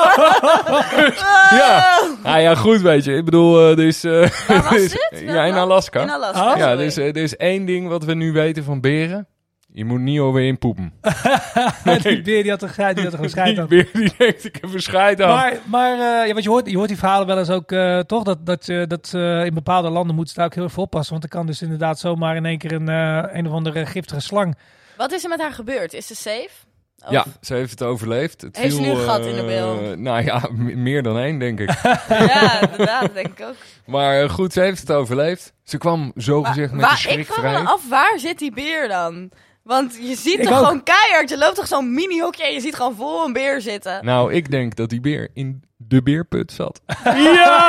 ja. Ah, ja, goed, weet je. Ik bedoel, uh, dus... Uh, Waar was dus, dit? Ja, in Alaska. In Alaska, oh, ja, dus uh, er is één ding wat we nu weten van beren. Je moet niet alweer in poepen. Nee. Die beer die had er scheid, die had er gewoon scheid aan. Die beer die denkt, ik heb een scheid aan. Maar, maar uh, ja, want je hoort, je hoort die verhalen wel eens ook, uh, toch? Dat, dat, uh, dat uh, in bepaalde landen moeten ze daar ook heel erg voor oppassen. Want er kan dus inderdaad zomaar in één keer een, uh, een of andere giftige slang. Wat is er met haar gebeurd? Is ze safe? Of? Ja, ze heeft het overleefd. Het heeft viel, ze nu een gat uh, in de bil? Nou ja, m- meer dan één, denk ik. Ja, inderdaad, denk ik ook. Maar uh, goed, ze heeft het overleefd. Ze kwam zogezegd met de schrik Ik vraag vrij. me af, waar zit die beer dan? Want je ziet Ik toch ook. gewoon keihard. Je loopt toch zo'n mini-hokje en je ziet gewoon vol een beer zitten. Nou, ik denk dat die beer in de beerput zat. Ja!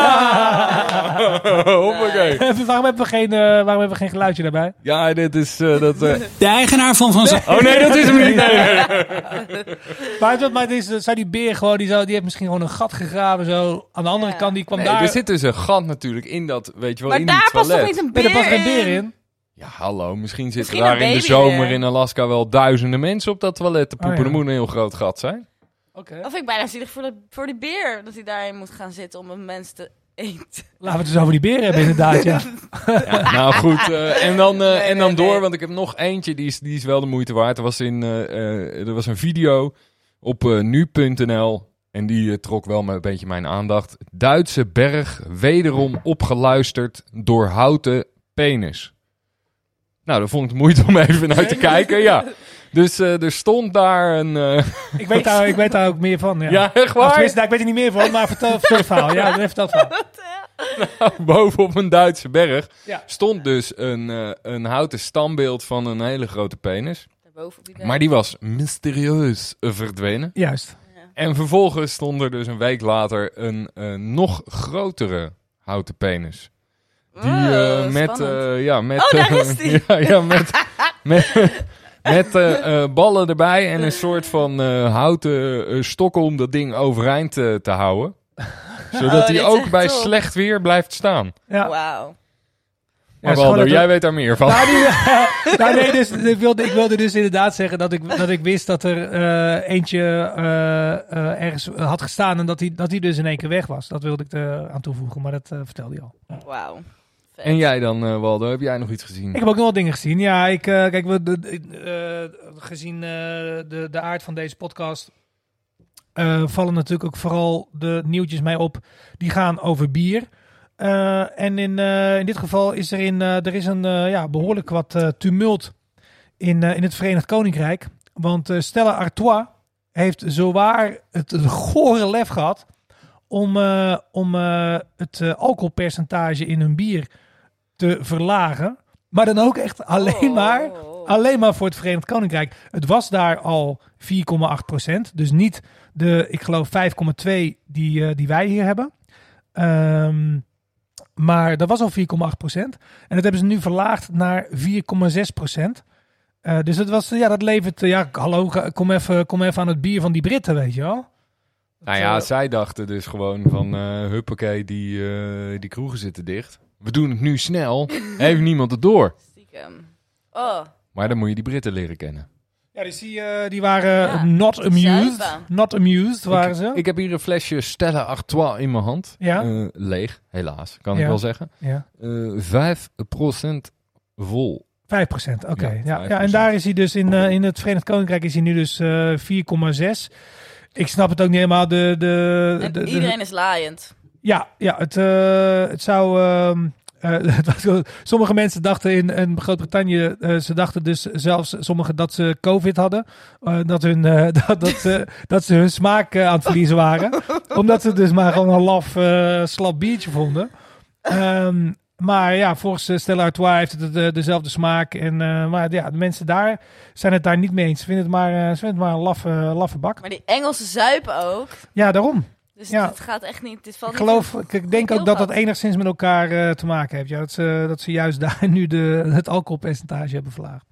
Hoppakee. waarom, hebben we geen, uh, waarom hebben we geen geluidje daarbij? Ja, dit is... Uh, dat, uh... De eigenaar van Van Zand. Oh nee, dat is hem niet. Nee, nee. Maar, dat, maar is, zou die beer gewoon, die, zou, die heeft misschien gewoon een gat gegraven zo. Aan de andere Ja. kant, die kwam Nee, daar... er zit dus een gat natuurlijk in dat, weet je wel, Maar in die daar past toilet. toch niet een Nee, beer er past geen beer in? in. Ja, hallo, misschien zitten Misschien daar een in de babybeer. zomer in Alaska wel duizenden mensen op dat toilet te poepen. Oh, ja. Er moet een heel groot gat zijn. Oké. Of ik bijna zielig voor, de, voor die beer. Dat hij daarin moet gaan zitten om een mens te eten. Laten we het dus over die beer hebben inderdaad, ja. Ja, nou goed, uh, en dan, uh, Nee, en dan nee, door, nee. want ik heb nog eentje, die is, die is wel de moeite waard. Er was, in, uh, uh, er was een video op uh, nu punt n l En die uh, trok wel een beetje mijn aandacht. Duitse berg, wederom opgeluisterd door houten penis. Nou, dat vond ik de moeite om even naar te kijken, ja. Dus uh, er stond daar een... Uh... Ik, weet daar, ik weet daar ook meer van, ja. Ja, echt waar? Of tenminste, nou, ik weet er niet meer van, maar vertel, vertel het verhaal. Ja, vertel het verhaal. Nou, bovenop een Duitse berg Ja. stond dus een, uh, een houten standbeeld van een hele grote penis. Daarboven op die berg. Maar die was mysterieus verdwenen. Juist. En vervolgens stond er dus een week later een uh, nog grotere houten penis. Die uh, Oh, met, spannend. uh, ja, met, Oh, daar uh, is die. ja, ja, met, met, met uh, uh, ballen erbij en een soort van uh, houten uh, stokken om dat ding overeind uh, te houden. Zodat Oh, hij dit is ook echt bij top. slecht weer blijft staan. Ja. Wauw. Ja, Maar het is Waldo, gewoon jij dat- weet daar meer van. Nou, die, nou, nee, dus, ik, wilde, ik wilde dus inderdaad zeggen dat ik, dat ik wist dat er uh, eentje uh, uh, ergens had gestaan en dat hij dat die dus in één keer weg was. Dat wilde ik er aan toevoegen, maar dat uh, vertelde hij al. Wauw. Vet. En jij dan, uh, Waldo, heb jij nog iets gezien? Ik heb ook nog wat dingen gezien. Ja, ik, uh, kijk, we, de, de, uh, gezien uh, de, de aard van deze podcast uh, vallen natuurlijk ook vooral de nieuwtjes mij op. Die gaan over bier. Uh, en in, uh, in dit geval is er, in, uh, er is een uh, ja, behoorlijk wat uh, tumult in, uh, in het Verenigd Koninkrijk. Want uh, Stella Artois heeft zowaar het, het gore lef gehad om, uh, om uh, het uh, alcoholpercentage in hun bier te verlagen. Maar dan ook echt alleen Oh. maar, alleen maar voor het Verenigd Koninkrijk. Het was daar al vier komma acht procent. Dus niet de, ik geloof, vijf komma twee die, uh, die wij hier hebben. Um, maar dat was al vier komma acht procent. En dat hebben ze nu verlaagd naar vier komma zes procent. Uh, dus het was, ja, dat levert... Uh, ja, hallo, ga- kom even, kom even aan het bier van die Britten, weet je wel. Nou ja, zij dachten dus gewoon van, uh, huppakee, die, uh, die kroegen zitten dicht. We doen het nu snel, heeft niemand het door. Stiekem. Oh. Maar dan moet je die Britten leren kennen. Ja, dus die, uh, die waren Ja, not amused. zuipen. Not amused waren ze. Ik, ik heb hier een flesje Stella Artois in mijn hand. Ja. Uh, leeg, helaas, kan Ja. ik wel zeggen. ja. Uh, vijf procent vol. vijf procent, oké. Ja, Ja, vijf ja, procent. en daar is hij dus in, uh, in het Verenigd Koninkrijk is hij nu dus uh, vier komma zes. Ik snap het ook niet helemaal. De, de, En de, de- iedereen is laaiend. Ja, ja het, uh, het zou... Uh, uh, het was- sommige mensen dachten in, in Groot-Brittannië, uh, ze dachten dus zelfs sommigen dat ze COVID hadden. Uh, dat, hun, uh, dat, dat, ze, dat ze hun smaak uh, aan het verliezen waren. Omdat ze dus maar gewoon een laf, uh, slap biertje vonden. Um, maar ja, volgens uh, Stella Artois heeft het uh, dezelfde smaak. En, uh, maar ja, de mensen daar zijn het daar niet mee eens. Ze vinden het maar, uh, ze vinden het maar een laffe, laffe bak. Maar die Engelsen zuipen ook. Ja, daarom. Dus Ja. het gaat echt niet... Dit valt Ik niet geloof, in- ik, ik denk heel ook dat dat wat. enigszins met elkaar uh, te maken heeft. Ja, dat, ze, dat ze juist daar nu de, het alcoholpercentage hebben verlaagd.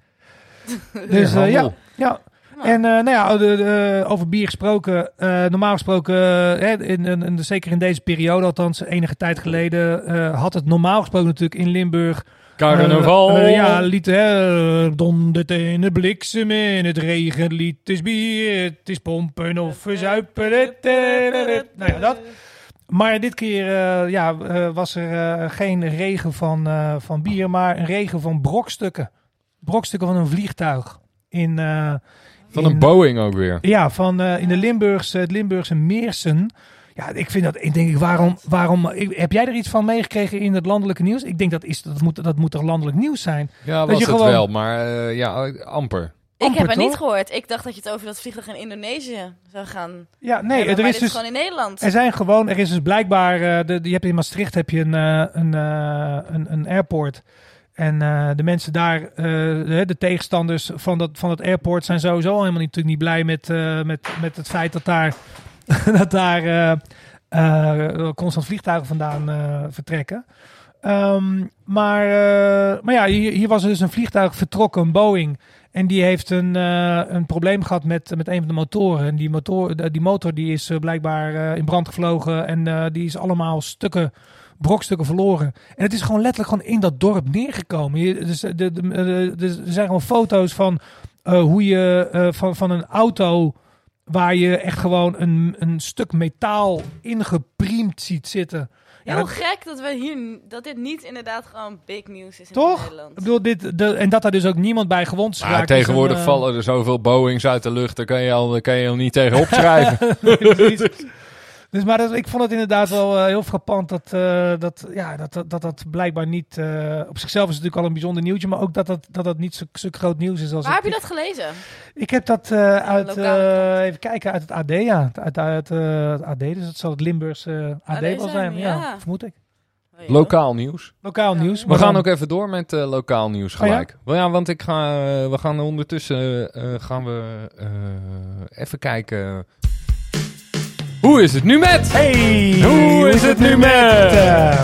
Dus Ja, uh, ja, handel. ja. Nou, En uh, nou ja, de, de, over bier gesproken. Uh, normaal gesproken, uh, hè, in, in, in, zeker in deze periode, althans enige tijd geleden, uh, had het normaal gesproken natuurlijk in Limburg. Carnaval. Uh, uh, ja, lied, hè, dondert in het bliksem, in het regenlied, het is bier, het is pompen of verzuipen. Nou ja, dat. Maar dit keer uh, ja, uh, was er uh, geen regen van, uh, van bier, maar een regen van brokstukken. Brokstukken van een vliegtuig. In, uh, Van in- een Boeing ook weer. Ja, van uh, in de Limburgse, het Limburgse Meersen. Ja, ik vind dat, ik denk ik, waarom, waarom, ik, heb jij er iets van meegekregen in het landelijke nieuws? Ik denk dat is, dat moet, dat moet toch landelijk nieuws zijn? Ja, Dat was je het gewoon- wel, maar uh, ja, amper. Ik amper, heb het niet toch? gehoord. Ik dacht dat je het over dat vliegtuig in Indonesië zou gaan Ja, nee, hebben, er maar is dit dus, is gewoon in Nederland. er zijn gewoon, er is dus blijkbaar, uh, de, je hebt in Maastricht heb je een, uh, een, uh, een, een airport. En uh, de mensen daar, uh, de, de tegenstanders van dat, van het airport zijn sowieso helemaal niet, natuurlijk niet blij met, uh, met, met het feit dat daar, dat daar uh, uh, constant vliegtuigen vandaan uh, vertrekken. Um, maar, uh, maar ja, hier, hier was er dus een vliegtuig vertrokken, een Boeing. En die heeft een, uh, een probleem gehad met, met een van de motoren. En die motor, die motor die is uh, blijkbaar uh, in brand gevlogen. En uh, die is allemaal stukken, brokstukken verloren. En het is gewoon letterlijk gewoon in dat dorp neergekomen. Je, dus, de, de, de, de, er zijn gewoon foto's van uh, hoe je uh, van, van een auto waar je echt gewoon een, een stuk metaal ingepriemd ziet zitten. Ja, Heel dat, gek dat we hier dat dit niet inderdaad gewoon big news is in toch? Nederland. Ik bedoel, dit, de, en dat daar dus ook niemand bij gewond is Maar geraakt. tegenwoordig is een, uh, vallen er zoveel Boeings uit de lucht, daar kan je al, daar kan je al niet tegen opschrijven. nee, precies. Dus, maar dat, ik vond het inderdaad wel uh, heel frappant dat, uh, dat, ja, dat, dat, dat dat blijkbaar niet... Uh, op zichzelf is het natuurlijk al een bijzonder nieuwtje, maar ook dat dat, dat, dat niet zo, zo groot nieuws is. Als Waar het, heb je dat gelezen? Ik heb dat uh, uit, lokale uh, even kijken, uit het A D, ja. Uit, uit uh, het A D, dus het zal het Limburgse uh, A D wel zijn, ja. ja, vermoed ik. Oh, ja. Lokaal nieuws. Lokaal Ja. nieuws. We maar gaan dan- ook even door met uh, lokaal nieuws gelijk. Oh, ja? ja, want ik ga, uh, we gaan ondertussen uh, gaan we uh, even kijken. Hoe is het nu met? Hey, Hoe is het nu met? uh,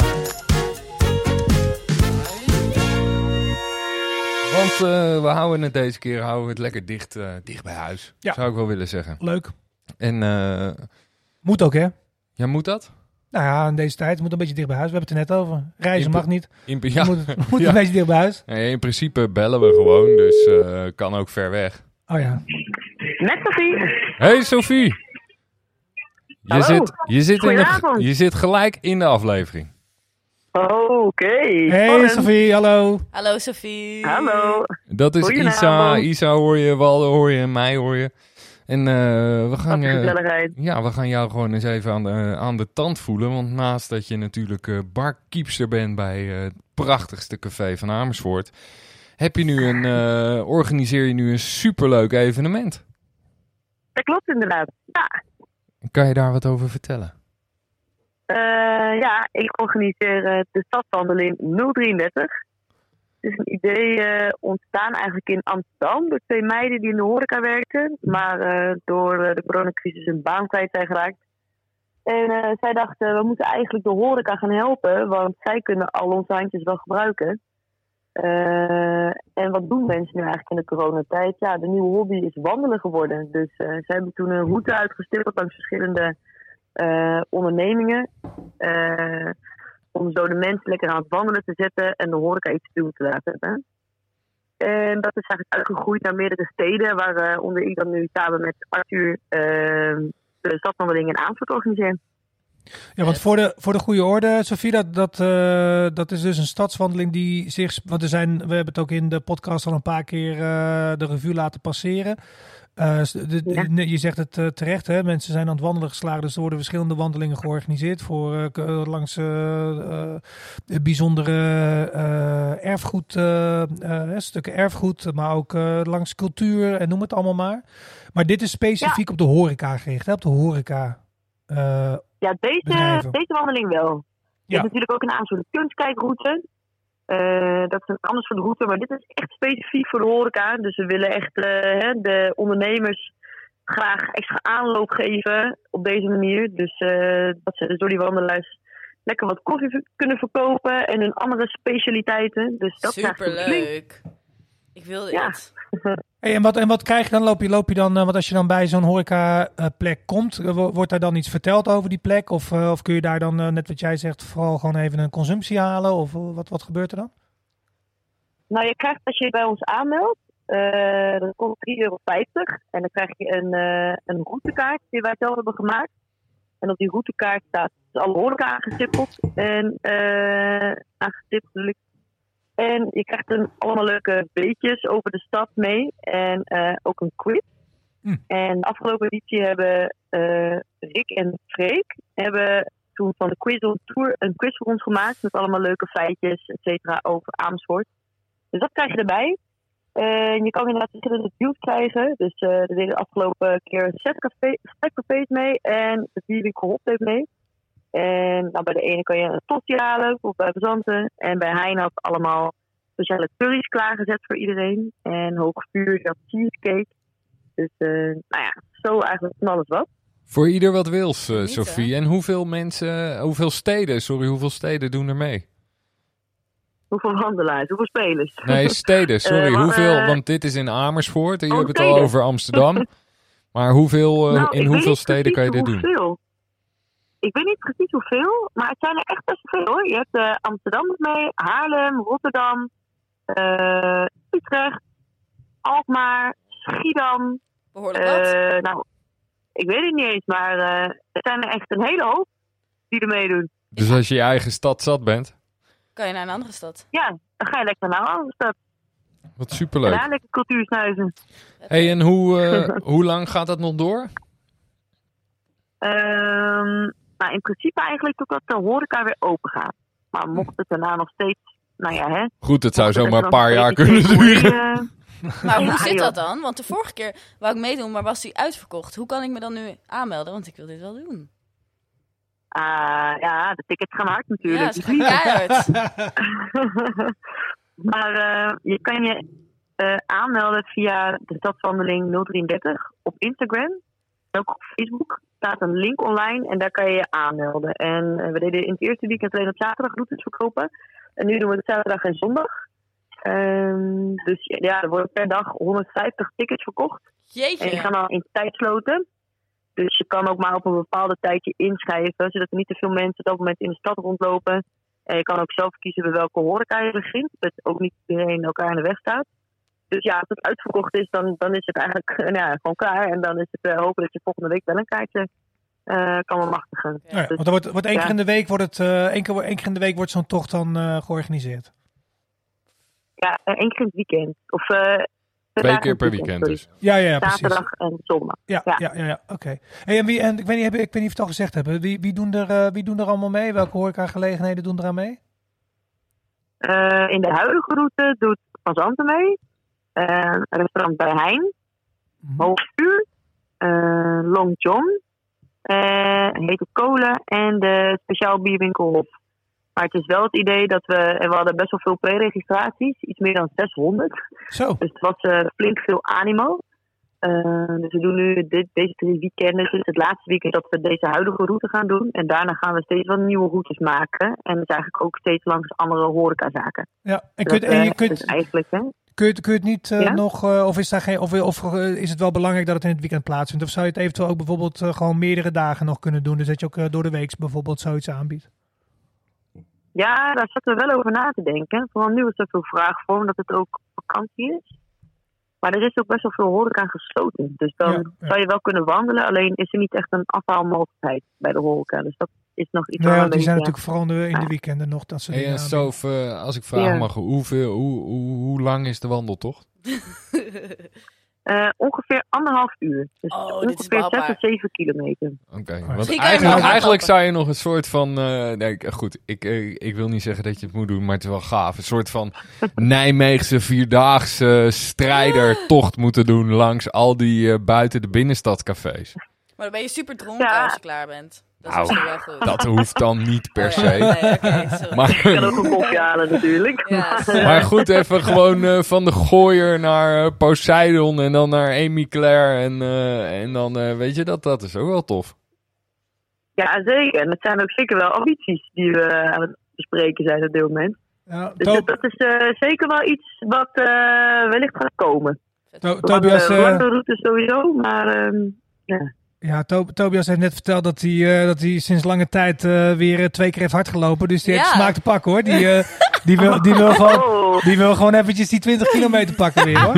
Want uh, we houden het deze keer houden we het lekker dicht, uh, dicht bij huis. Ja. Zou ik wel willen zeggen. leuk. En uh, Moet ook, hè? ja, moet dat? Nou ja, in deze tijd het moet een beetje dicht bij huis. We hebben het er net over. Reizen In- mag niet. In, Ja. ja, Moet, moet Ja. een beetje dicht bij huis. nee, in principe bellen we gewoon, dus uh, kan ook ver weg. Oh ja. Met Sophie. Hey Sophie! Je Hallo. zit, je, zit in de, Goedenavond. je zit gelijk in de aflevering. Oh, oké. Hey Morgen. Sophie, hallo. Hallo Sophie. Hallo. Dat is Isa. Goedenavond. Isa hoor je, Walde hoor je en mij hoor je. En uh, we, Wat gaan, een uh, gezelligheid. ja, we gaan jou gewoon eens even aan de, aan de tand voelen. Want naast dat je natuurlijk uh, barkeepster bent bij uh, het prachtigste café van Amersfoort, heb je nu een, uh, organiseer je nu een superleuk evenement. Dat klopt inderdaad. Ja. Kan je daar wat over vertellen? Uh, ja, ik organiseer uh, de stadswandeling nul drieëndertig. Het is een idee uh, ontstaan eigenlijk in Amsterdam door twee meiden die in de horeca werkten, maar uh, door uh, de coronacrisis hun baan kwijt zijn geraakt. En uh, zij dachten, we moeten eigenlijk de horeca gaan helpen, want zij kunnen al onze handjes wel gebruiken. Uh, en wat doen mensen nu eigenlijk in de coronatijd? Ja, de nieuwe hobby is wandelen geworden. Dus uh, zij hebben toen een route uitgestippeld langs verschillende uh, ondernemingen. Uh, om zo de mensen lekker aan het wandelen te zetten en de horeca iets te doen te laten hebben. En dat is eigenlijk uitgegroeid naar meerdere steden, waaronder uh, ik dan nu samen met Arthur uh, de stadswandeling in Amersfoort organiseer. Ja, want voor de, voor de goede orde, Sophie, dat, dat, uh, dat is dus een stadswandeling die zich... Want er zijn, we hebben het ook in de podcast al een paar keer uh, de revue laten passeren. Uh, de, de, ja. Je zegt het uh, terecht, hè? Mensen zijn aan het wandelen geslagen, dus er worden verschillende wandelingen georganiseerd voor uh, langs uh, uh, bijzondere uh, erfgoed, uh, uh, stukken erfgoed, maar ook uh, langs cultuur en noem het allemaal maar. Maar dit is specifiek ja. op de horeca gericht, hè? Op de horeca. Uh, ja, deze, deze wandeling wel. Je ja. hebt natuurlijk ook een aantal kunstkijkroute. Uh, dat is een ander soort route, maar dit is echt specifiek voor de horeca. Dus we willen echt uh, de ondernemers graag extra aanloop geven op deze manier. Dus uh, dat ze dus door die wandelaars lekker wat koffie v- kunnen verkopen en hun andere specialiteiten. Dus dat superleuk. Ik wil dit. Ja. Hey, en, wat, en wat krijg je dan? Loop je, loop je dan, uh, want als je dan bij zo'n horeca uh, plek komt, uh, wordt daar dan iets verteld over die plek? Of, uh, of kun je daar dan, uh, net wat jij zegt, vooral gewoon even een consumptie halen? Of uh, wat, wat gebeurt er dan? Nou, je krijgt als je je bij ons aanmeldt, uh, dat kost drie euro vijftig. En dan krijg je een, uh, een routekaart die wij zelf hebben gemaakt. En op die routekaart staat dus alle horeca aangestippeld. En uh, aangestippeld natuurlijk. En je krijgt dan allemaal leuke beetjes over de stad mee. En uh, ook een quiz. Hm. En de afgelopen editie hebben uh, Rick en Freek hebben toen van de Quiz on Tour een quiz voor ons gemaakt. Met allemaal leuke feitjes, et cetera, over Amersfoort. Dus dat krijg je erbij. En je kan inderdaad verschillende deals krijgen. Dus uh, er deden de afgelopen keer zes cafés mee. En de Dierwinkel Hop heeft mee. En nou, bij de ene kan je een tosti halen, of bij Bezanten. En bij Hein had allemaal speciale curry's klaargezet voor iedereen. En hoog vuur, dat cheesecake. Dus uh, nou ja, zo eigenlijk van alles wat. Voor ieder wat wils, uh, Sophie. En hoeveel mensen, hoeveel steden, sorry, hoeveel steden doen er mee? Hoeveel wandelaars, hoeveel spelers? Nee, steden, sorry. uh, hoeveel, uh, want dit is in Amersfoort en je oh, hebt het al over Amsterdam. Maar hoeveel, uh, nou, in hoeveel steden kan je dit doen? Hoeveel. Ik weet niet precies hoeveel, maar het zijn er echt best veel hoor. Je hebt uh, Amsterdam mee, Haarlem, Rotterdam, uh, Utrecht, Alkmaar, Schiedam. Behoorlijk wat. Uh, nou, ik weet het niet eens, maar uh, er zijn er echt een hele hoop die er meedoen. Dus als je je eigen stad zat bent? Kan je naar een andere stad? Ja, dan ga je lekker naar een andere stad. Wat superleuk. En daar lekker cultuur snuizen. Hey, en hoe, uh, hoe lang gaat dat nog door? Um, nou, in principe eigenlijk totdat de horeca weer open gaat. Maar mocht het daarna nog steeds, nou ja, hè. Goed, het zou mocht het zomaar een nog paar jaar steeds kunnen goeie, duren. uh, Maar hoe Ja, zit joh. dat dan? Want de vorige keer wou ik meedoen, maar was die uitverkocht. Hoe kan ik me dan nu aanmelden? Want ik wil dit wel doen. uh, ja, de tickets gaan hard Ja, natuurlijk. ze gaan keihard. Maar uh, je kan je uh, aanmelden via de Stadswandeling nul drieëndertig op Instagram. Ook op Facebook staat een link online en daar kan je je aanmelden. En uh, we deden in het eerste weekend alleen op zaterdag routes verkopen. En nu doen we het zaterdag en zondag. Um, dus ja, er worden per dag honderdvijftig tickets verkocht. Jeetje. En die gaan dan in tijdsloten. Dus je kan ook maar op een bepaalde tijdje inschrijven, zodat er niet te veel mensen op dat moment in de stad rondlopen. En je kan ook zelf kiezen bij welke horeca je begint, dat ook niet iedereen elkaar in de weg staat. Dus ja, als het uitverkocht is, dan, dan is het eigenlijk uh, nou ja, gewoon klaar. En dan is het uh, hopen dat je volgende week wel een kaartje uh, kan bemachtigen. Ja, Ja. want er wordt, wordt één Ja. keer in de week wordt het uh, één keer, één keer in de week wordt zo'n tocht dan uh, georganiseerd. Ja, uh, één keer in het weekend. Of uh, Twee keer per weekend sorry. dus. Ja, ja, ja, precies. Zaterdag en zondag. Ja, ja, Ja. ja, ja, oké. Okay. Hey, en wie, en ik weet niet, heb, ik weet niet of je het al gezegd hebt. Wie, wie, doen er, uh, wie doen er allemaal mee? Welke horecagelegenheden doen eraan mee? Uh, in de huidige route doet Van Zanten mee. Uh, restaurant bij Hein. Mhm. Hoogvuur. Uh, Long John. Uh, Hete Kolen. En de speciaal bierwinkel Hof. Maar het is wel het idee dat we... En we hadden best wel veel pre-registraties. Iets meer dan zeshonderd. Zo. Dus het was uh, flink veel animo. Uh, dus we doen nu dit, deze drie weekenden. Dit is het laatste weekend dat we deze huidige route gaan doen. En daarna gaan we steeds wat nieuwe routes maken. En dus eigenlijk ook steeds langs andere horecazaken. Ja, en kun, Dat, en uh, je kunt, dus eigenlijk, hè? kun, je, kun je het niet uh, Ja? nog... Uh, of, is daar geen, of, of uh, is het wel belangrijk dat het in het weekend plaatsvindt? Of zou je het eventueel ook bijvoorbeeld uh, gewoon meerdere dagen nog kunnen doen? Dus dat je ook uh, door de week bijvoorbeeld zoiets aanbiedt? Ja, daar zaten we wel over na te denken. Vooral nu is er veel vraag voor, omdat het ook vakantie is. Maar er is ook best wel veel horeca gesloten. Dus dan Ja, ja. zou je wel kunnen wandelen. Alleen is er niet echt een afhaalmogelijkheid bij de horeca. Dus dat is nog iets Ja, waar want we die een zijn beetje... natuurlijk vooral in de, in de Ja. weekenden nog dat soort Hey, dingen en aanbieden. Sof, uh, als ik vragen Ja. mag, hoeveel, hoe, hoe, hoe lang is de wandeltocht? Uh, ongeveer anderhalf uur. Dus Oh, dit is ongeveer behapbaar. zes tot zeven kilometer. Oké, Maar want misschien kan je eigenlijk, maar eigenlijk hardlopen. zou je nog een soort van... Uh, nee, goed, ik, uh, ik wil niet zeggen dat je het moet doen, maar het is wel gaaf. Een soort van Nijmeegse vierdaagse strijdertocht moeten doen langs al die uh, buiten de binnenstadcafés. Maar dan ben je super dronken Ja. als je klaar bent. Dat is Nou, misschien wel goed. Dat hoeft dan niet per se. Nee, oké, sorry. Maar, Ik kan ook een koffie halen natuurlijk. Ja. maar goed, even gewoon uh, van de Gooier naar uh, Poseidon en dan naar Amy Claire. En, uh, en dan, uh, weet je, dat, dat is ook wel tof. Ja, zeker. En het zijn ook zeker wel ambities die we aan het bespreken zijn op dit moment. Ja, Dus Tob- dat, dat is uh, zeker wel iets wat uh, wellicht gaat komen. To- Wat, Tobias, uh, uh, lange route sowieso, maar um, ja. ja, To- Tobias heeft net verteld dat hij, uh, dat hij sinds lange tijd uh, weer uh, twee keer heeft hardgelopen. Dus die heeft Ja. smaak te pakken hoor. Die, uh, die, wil, die, wil gewoon, Oh, die wil gewoon eventjes die twintig kilometer pakken weer hoor.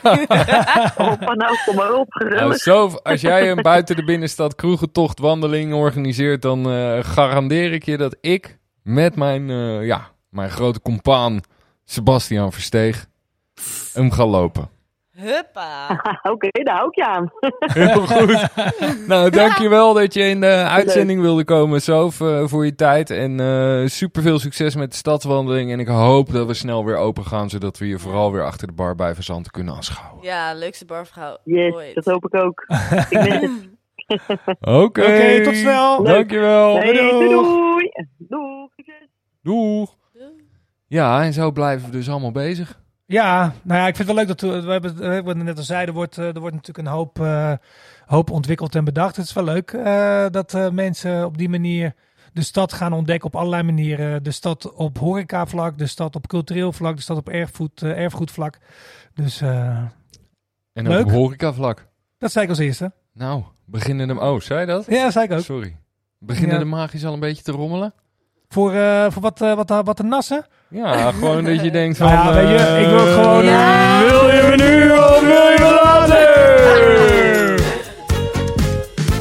oh, nou kom maar op, Nou, gezellig. zo, als jij een buiten de binnenstad kroegentocht wandeling organiseert, dan uh, garandeer ik je dat ik met mijn, uh, ja, mijn grote compaan Sebastian Versteeg hem ga lopen. Huppa. Oké, okay, daar hou ik je aan. Heel goed. Nou, dankjewel dat je in de uitzending wilde komen, Sof, uh, voor je tijd. En uh, super veel succes met de stadswandeling. En ik hoop dat we snel weer open gaan, zodat we je vooral weer achter de bar bij Verzanten kunnen aanschouwen. Ja, leukste barvrouw Yes, ooit. dat hoop ik ook. Ik mis het. Oké. Oké, tot snel. Dankjewel. Hey, Doei. doei. Doei. Doeg. Ja, en zo blijven we dus allemaal bezig. Ja, nou ja, ik vind het wel leuk dat we, we hebben, we hebben net al zeiden, er wordt, er wordt natuurlijk een hoop, uh, hoop ontwikkeld en bedacht. Het is wel leuk uh, dat uh, mensen op die manier de stad gaan ontdekken op allerlei manieren. De stad op horecavlak, de stad op cultureel vlak, de stad op erfgoed, uh, erfgoedvlak. Dus uh, En leuk. ook op horecavlak. Dat zei ik als eerste. Nou, beginnen de... Oh, zei je dat? Ja, dat zei ik ook. Sorry. Beginnen Ja. de magisch al een beetje te rommelen? Voor, uh, voor wat, uh, wat, uh, wat te nassen. Ja, gewoon dat je denkt van... Nou ja, weet je, uh, ik wil gewoon... Ja. Wil je me nu of wil je me later?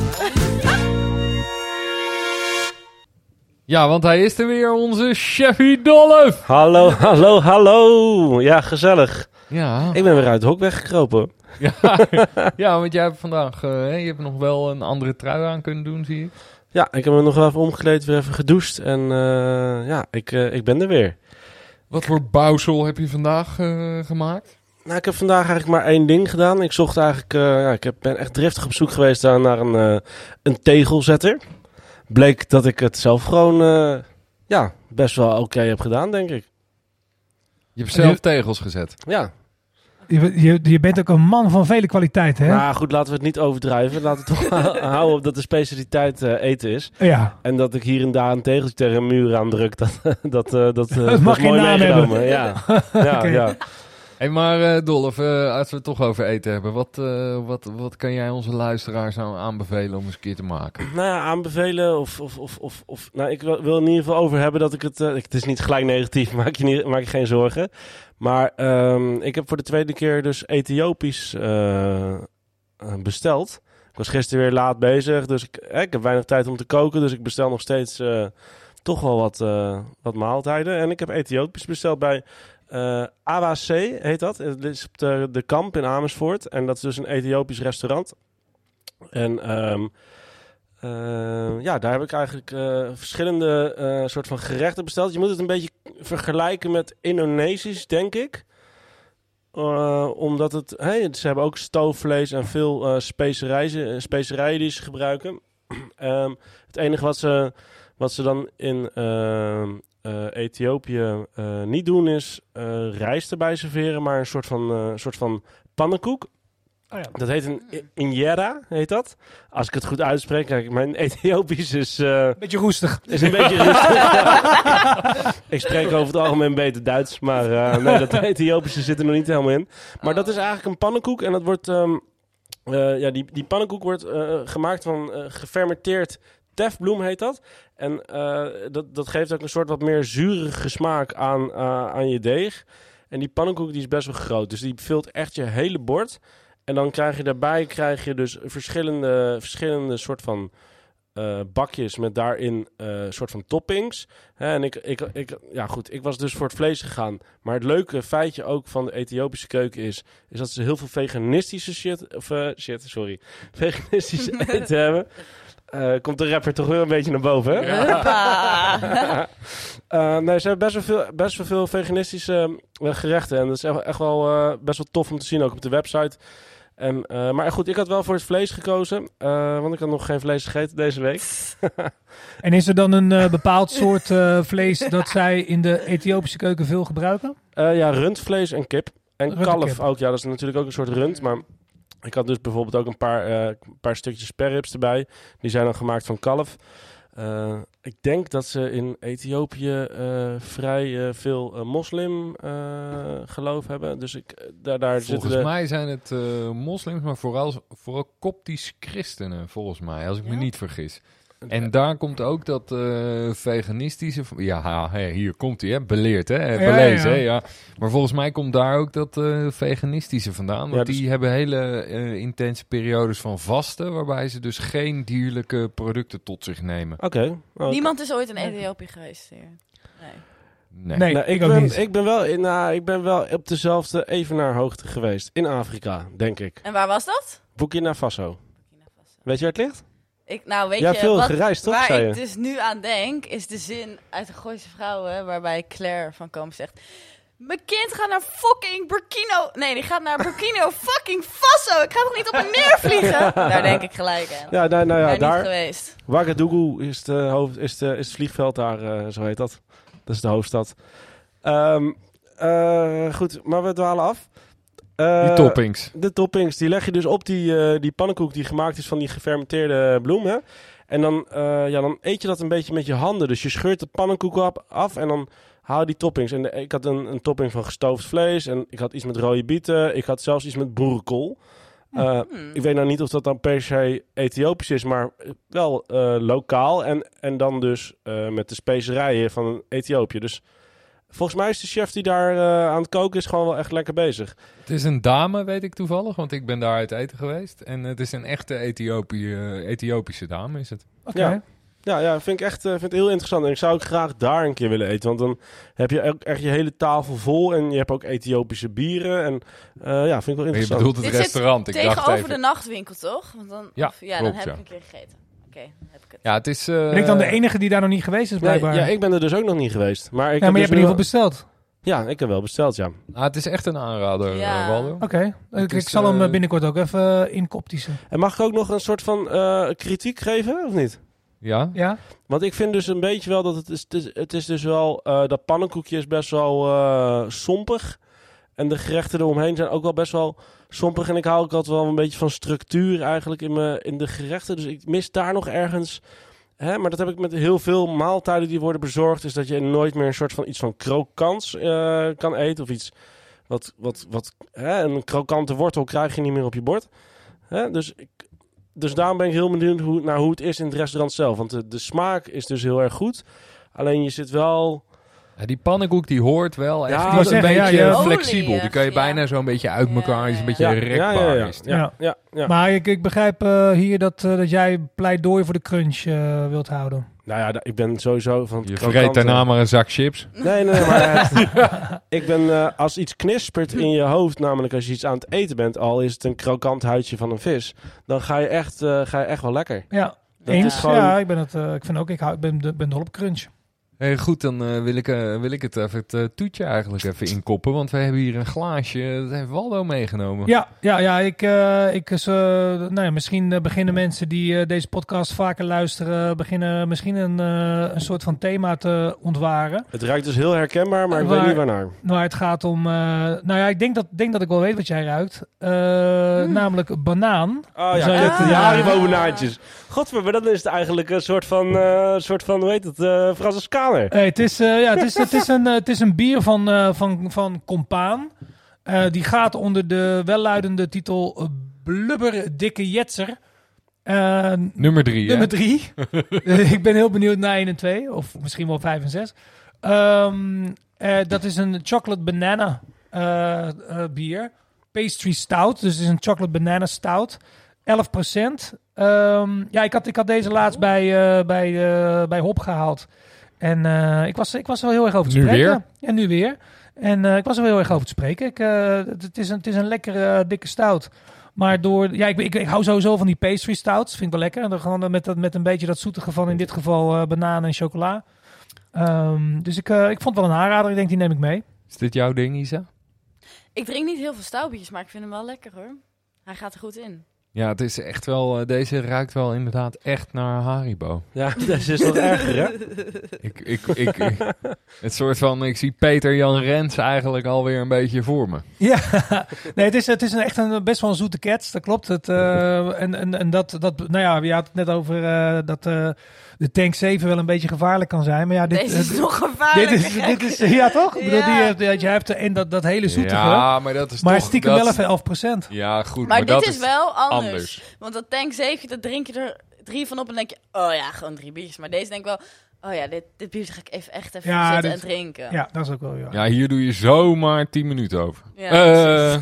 Ja, want hij is er weer, onze Chefie Dolf. Hallo, hallo, hallo. Ja, gezellig. Ja. Ik ben weer uit het hok weggekropen. Ja, ja, want jij hebt vandaag, uh, je hebt nog wel een andere trui aan kunnen doen, zie ik. Ja, ik heb me nog wel even omgekleed, weer even gedoucht. En uh, ja, ik, uh, ik ben er weer. Wat voor bouwsel heb je vandaag uh, gemaakt? Nou, ik heb vandaag eigenlijk maar één ding gedaan. Ik zocht eigenlijk, uh, ja, ik heb, ben echt driftig op zoek geweest naar, naar een, uh, een tegelzetter. Bleek dat ik het zelf gewoon, uh, ja, best wel oké okay heb gedaan, denk ik. Je hebt zelf tegels gezet? Ja. Je, je, je bent ook een man van vele kwaliteiten, hè? Nou goed, laten we het niet overdrijven. Laten we toch houden op dat de specialiteit uh, eten is. Ja. En dat ik hier en daar een tegeltje tegen een muur aandruk, dat, dat, uh, dat, uh, dat mag is mooi naam meegenomen. hebben. Ja, ja, okay. ja. Hey, maar uh, Dolf, uh, als we het toch over eten hebben, wat, uh, wat, wat kan jij onze luisteraars nou aanbevelen om eens een keer te maken? Nou ja, aanbevelen of, of, of, of, of nou, ik wil, wil in ieder geval over hebben dat ik het, uh, het is niet gelijk negatief, maak je, niet, maak je geen zorgen. Maar um, ik heb voor de tweede keer dus Ethiopisch uh, besteld. Ik was gisteren weer laat bezig, dus ik, eh, ik heb weinig tijd om te koken, dus ik bestel nog steeds uh, toch wel wat, uh, wat maaltijden. En ik heb Ethiopisch besteld bij Uh, Awase heet dat. Het is op de, de Kamp in Amersfoort. En dat is dus een Ethiopisch restaurant. En um, uh, ja, daar heb ik eigenlijk uh, verschillende uh, soort van gerechten besteld. Je moet het een beetje vergelijken met Indonesisch, denk ik. Uh, omdat het... Hey, ze hebben ook stoofvlees en veel uh, specerijen, specerijen die ze gebruiken. um, het enige wat ze, wat ze dan in... Uh, Uh, Ethiopië uh, niet doen is uh, rijst erbij serveren, maar een soort van, uh, soort van pannenkoek. Oh ja. Dat heet een injera, heet dat. Als ik het goed uitspreek, kijk, mijn Ethiopisch is... Uh, beetje roestig. Is een beetje roestig. Ik spreek over het algemeen beter Duits, maar uh, nee, dat Ethiopische zit er nog niet helemaal in. Maar dat is eigenlijk een pannenkoek en dat wordt... Um, uh, ja, die, die pannenkoek wordt uh, gemaakt van uh, gefermenteerd tefbloem heet dat. En uh, dat, dat geeft ook een soort wat meer zurige smaak aan, uh, aan je deeg. En die pannenkoek die is best wel groot. Dus die vult echt je hele bord. En dan krijg je daarbij krijg je dus verschillende, verschillende soort van uh, bakjes met daarin een uh, soort van toppings. Hè, en ik, ik, ik, ja goed, ik was dus voor het vlees gegaan. Maar het leuke feitje ook van de Ethiopische keuken is, is dat ze heel veel veganistische shit, of uh, shit, sorry, veganistische eten hebben. Uh, komt de rapper toch weer een beetje naar boven, hè? Ja. uh, nee, ze hebben best wel veel, best wel veel veganistische uh, gerechten. En dat is echt, echt wel uh, best wel tof om te zien, ook op de website. En, uh, maar goed, ik had wel voor het vlees gekozen. Uh, want ik had nog geen vlees gegeten deze week. En is er dan een uh, bepaald soort uh, vlees dat zij in de Ethiopische keuken veel gebruiken? Uh, ja, rundvlees en kip. En Rund kalf kip. ook. Ja, dat is natuurlijk ook een soort rund, maar... Ik had dus bijvoorbeeld ook een paar, uh, een paar stukjes sperrips erbij. Die zijn dan gemaakt van kalf. Uh, ik denk dat ze in Ethiopië uh, vrij uh, veel uh, moslim uh, geloof hebben. Dus ik, uh, daar, daar volgens zitten de... mij zijn het uh, moslims, maar vooral, vooral koptisch christenen, volgens mij, als ik Ja? me niet vergis. En daar komt ook dat uh, veganistische... Ja, hey, hier komt hij, hè? Beleerd, hè? Ja, Belezen, ja. hè? Ja. Maar volgens mij komt daar ook dat uh, veganistische vandaan. Want Ja, dus... die hebben hele uh, intense periodes van vasten... waarbij ze dus geen dierlijke producten tot zich nemen. Oké. Okay. Okay. Niemand is ooit in Ethiopië geweest hier. Nee. Nee. Nee, Nou, ik, ik ook ben, niet. ik, ben wel in, nou, ik ben wel op dezelfde evenaarhoogte geweest. In Afrika, denk ik. En waar was dat? Burkina Faso. Burkina Faso. Weet je waar het ligt? Ik, nou, weet Jij je, hebt veel wat, gereisd, toch, waar zei ik je? dus nu aan denk, is de zin uit de Gooise Vrouwen, waarbij Claire van Komen zegt... Mijn kind gaat naar fucking Burkina... Nee, die gaat naar Burkina fucking Faso. Ik ga toch niet op en neer vliegen? Daar denk ik gelijk aan. Ja, nou, nou ja, daar daar... niet geweest. Ouagadougou is, de hoofd, is, de, is het vliegveld daar, uh, zo heet dat. Dat is de hoofdstad. Um, uh, goed, maar we dwalen af. Uh, Die toppings. De toppings, die leg je dus op die, uh, die pannenkoek die gemaakt is van die gefermenteerde bloem. Hè? En dan, uh, ja, dan eet je dat een beetje met je handen. Dus je scheurt de pannenkoek op, af en dan haal je die toppings. En de, ik had een, een topping van gestoofd vlees en ik had iets met rode bieten. Ik had zelfs iets met boerenkool. Uh, Hmm. Ik weet nou niet of dat dan per se Ethiopisch is, maar wel uh, lokaal. En, en dan dus uh, met de specerijen van Ethiopië. Dus volgens mij is de chef die daar uh, aan het koken is gewoon wel echt lekker bezig. Het is een dame, weet ik toevallig, want ik ben daar uit eten geweest. En het is een echte Ethiopië, Ethiopische dame, is het. Oké. Ja. Ja, ja, vind ik echt uh, vind het heel interessant. En ik zou ook graag daar een keer willen eten. Want dan heb je ook echt je hele tafel vol. En je hebt ook Ethiopische bieren. En uh, ja, vind ik wel interessant. Je bedoelt het Dit restaurant. Zit Ik dacht tegenover even. de nachtwinkel, toch? Want dan, Ja, of, ja klopt, dan heb ja. ik een keer gegeten. Oké, okay, heb ik het. Ja, het is... Uh, Ben ik dan de enige die daar nog niet geweest is, Nee, blijkbaar? ja, ik ben er dus ook nog niet geweest. Maar, ik Ja, heb maar je dus hebt in ieder geval wel- besteld. Ja, ik heb wel besteld, ja. ah, het is echt een aanrader, Ja. uh, Waldo. Oké, okay. ik, is, ik zal hem uh, uh, binnenkort ook even uh, inkoptiezen. En mag ik ook nog een soort van uh, kritiek geven, of niet? Ja? Ja? Want ik vind dus een beetje wel dat het is, het is, het is dus wel... Uh, dat pannenkoekje is best wel uh, sompig. En de gerechten eromheen zijn ook wel best wel sompig. En ik hou ook altijd wel een beetje van structuur eigenlijk in, me, in de gerechten. Dus ik mis daar nog ergens... Hè, maar dat heb ik met heel veel maaltijden die worden bezorgd. Is dat je nooit meer een soort van iets van krokants uh, kan eten. Of iets wat... wat, wat hè, een krokante wortel krijg je niet meer op je bord. Hè, dus, ik, dus daarom ben ik heel benieuwd hoe, naar hoe het is in het restaurant zelf. Want de, de smaak is dus heel erg goed. Alleen je zit wel... Ja, die pannenkoek die hoort wel echt Ja, die is zeggen, een ja, beetje ja. flexibel. Die kan je Ja. bijna zo'n beetje uit elkaar. Die is een beetje Ja, rekbaar. ja, ja, ja, is het. ja, Ja. ja, ja. Maar ik, ik begrijp uh, hier dat, uh, dat jij pleidooi voor de crunch uh, wilt houden. Nou ja, da- ik ben sowieso van het Je krokante- vreet daarna maar een zak chips. Nee, nee, maar het- ik ben uh, als iets knispert in je hoofd, namelijk als je iets aan het eten bent, al is het een krokant huidje van een vis, dan ga je echt, uh, ga je echt wel lekker. Ja, Dat eens. is gewoon- Ja, ik ben het. Uh, ik vind ook, ik, hou, ik ben, ben dol op crunch. Hey, goed, dan uh, wil, ik, uh, wil ik het even het uh, toetje eigenlijk even inkoppen. Want we hebben hier een glaasje. Dat heeft Waldo meegenomen. Ja, ja, ja. Ik, uh, ik, uh, nou ja, misschien uh, beginnen mensen die uh, deze podcast vaker luisteren, beginnen misschien een, uh, een soort van thema te ontwaren. Het ruikt dus heel herkenbaar, maar ik Waar- weet niet waarnaar. Waar het gaat om. Uh, nou ja, ik denk dat, denk dat ik wel weet wat jij ruikt. Uh, Namelijk banaan. Oh Zou ja, je- kut, die Haribo-banaantjes. Godver, maar dat is het eigenlijk een soort van, uh, soort van hoe heet het, uh, Franciscaner. Hey, het, is, uh, ja, het, is, het, is een, uh, het is een bier van, uh, van, van Compaan. Uh, die gaat onder de welluidende titel uh, Blubber Dikke Jetser. Uh, Nummer drie, nummer hè? drie. uh, ik ben heel benieuwd naar één en twee. Of misschien wel vijf en zes. Um, uh, dat is een chocolate banana uh, uh, bier. Pastry stout. Dus het is een chocolate banana stout. elf procent. Um, ja, ik had, ik had deze laatst bij, uh, bij, uh, bij Hop gehaald. En uh, ik, was, ik was er wel heel erg over te Nu spreken. weer? En nu weer. En uh, ik was er wel heel erg over te spreken. Ik, uh, het, het, is een, het is een lekkere, uh, dikke stout. Maar door... Ja, ik, ik, ik hou sowieso van die pastry stouts. Vind ik wel lekker. En dan gewoon met, dat, met een beetje dat zoetige van in dit geval uh, banaan en chocola. Um, dus ik, uh, ik vond het wel een aanrader. Ik denk, die neem ik mee. Is dit jouw ding, Isa? Ik drink niet heel veel stouwbiertjes, maar ik vind hem wel lekker hoor. Hij gaat er goed in. Ja, het is echt wel... Uh, deze ruikt wel inderdaad echt naar Haribo. Ja, dat is nog erger, hè? Ik, ik, ik, ik, het soort van... Ik zie Peter Jan Rens eigenlijk alweer een beetje voor me. Ja, nee, het is, het is een, echt een best wel een zoete cats, dat klopt. Het, uh, en en, en dat, dat, nou ja, je had het net over uh, dat uh, de Tank zeven wel een beetje gevaarlijk kan zijn. Maar ja, dit, Deze is uh, nog gevaarlijk. dit is, dit is, ja toch? Ik bedoel, Ja. die, je hebt en dat, dat hele zoetige, Ja, maar dat is maar toch... stiekem dat, wel even elf procent. Ja, goed. Maar, Maar, dit dat is wel anders. anders. Want dat Tank zeven, dat drink je er drie van op en denk je... Oh ja, gewoon drie biertjes. Maar deze denk ik wel... Oh ja, dit, dit biertje ga ik even echt even Ja, zitten dit- en drinken. Ja, dat is ook wel, ja. Ja, hier doe je zomaar tien minuten over. Ja, Eh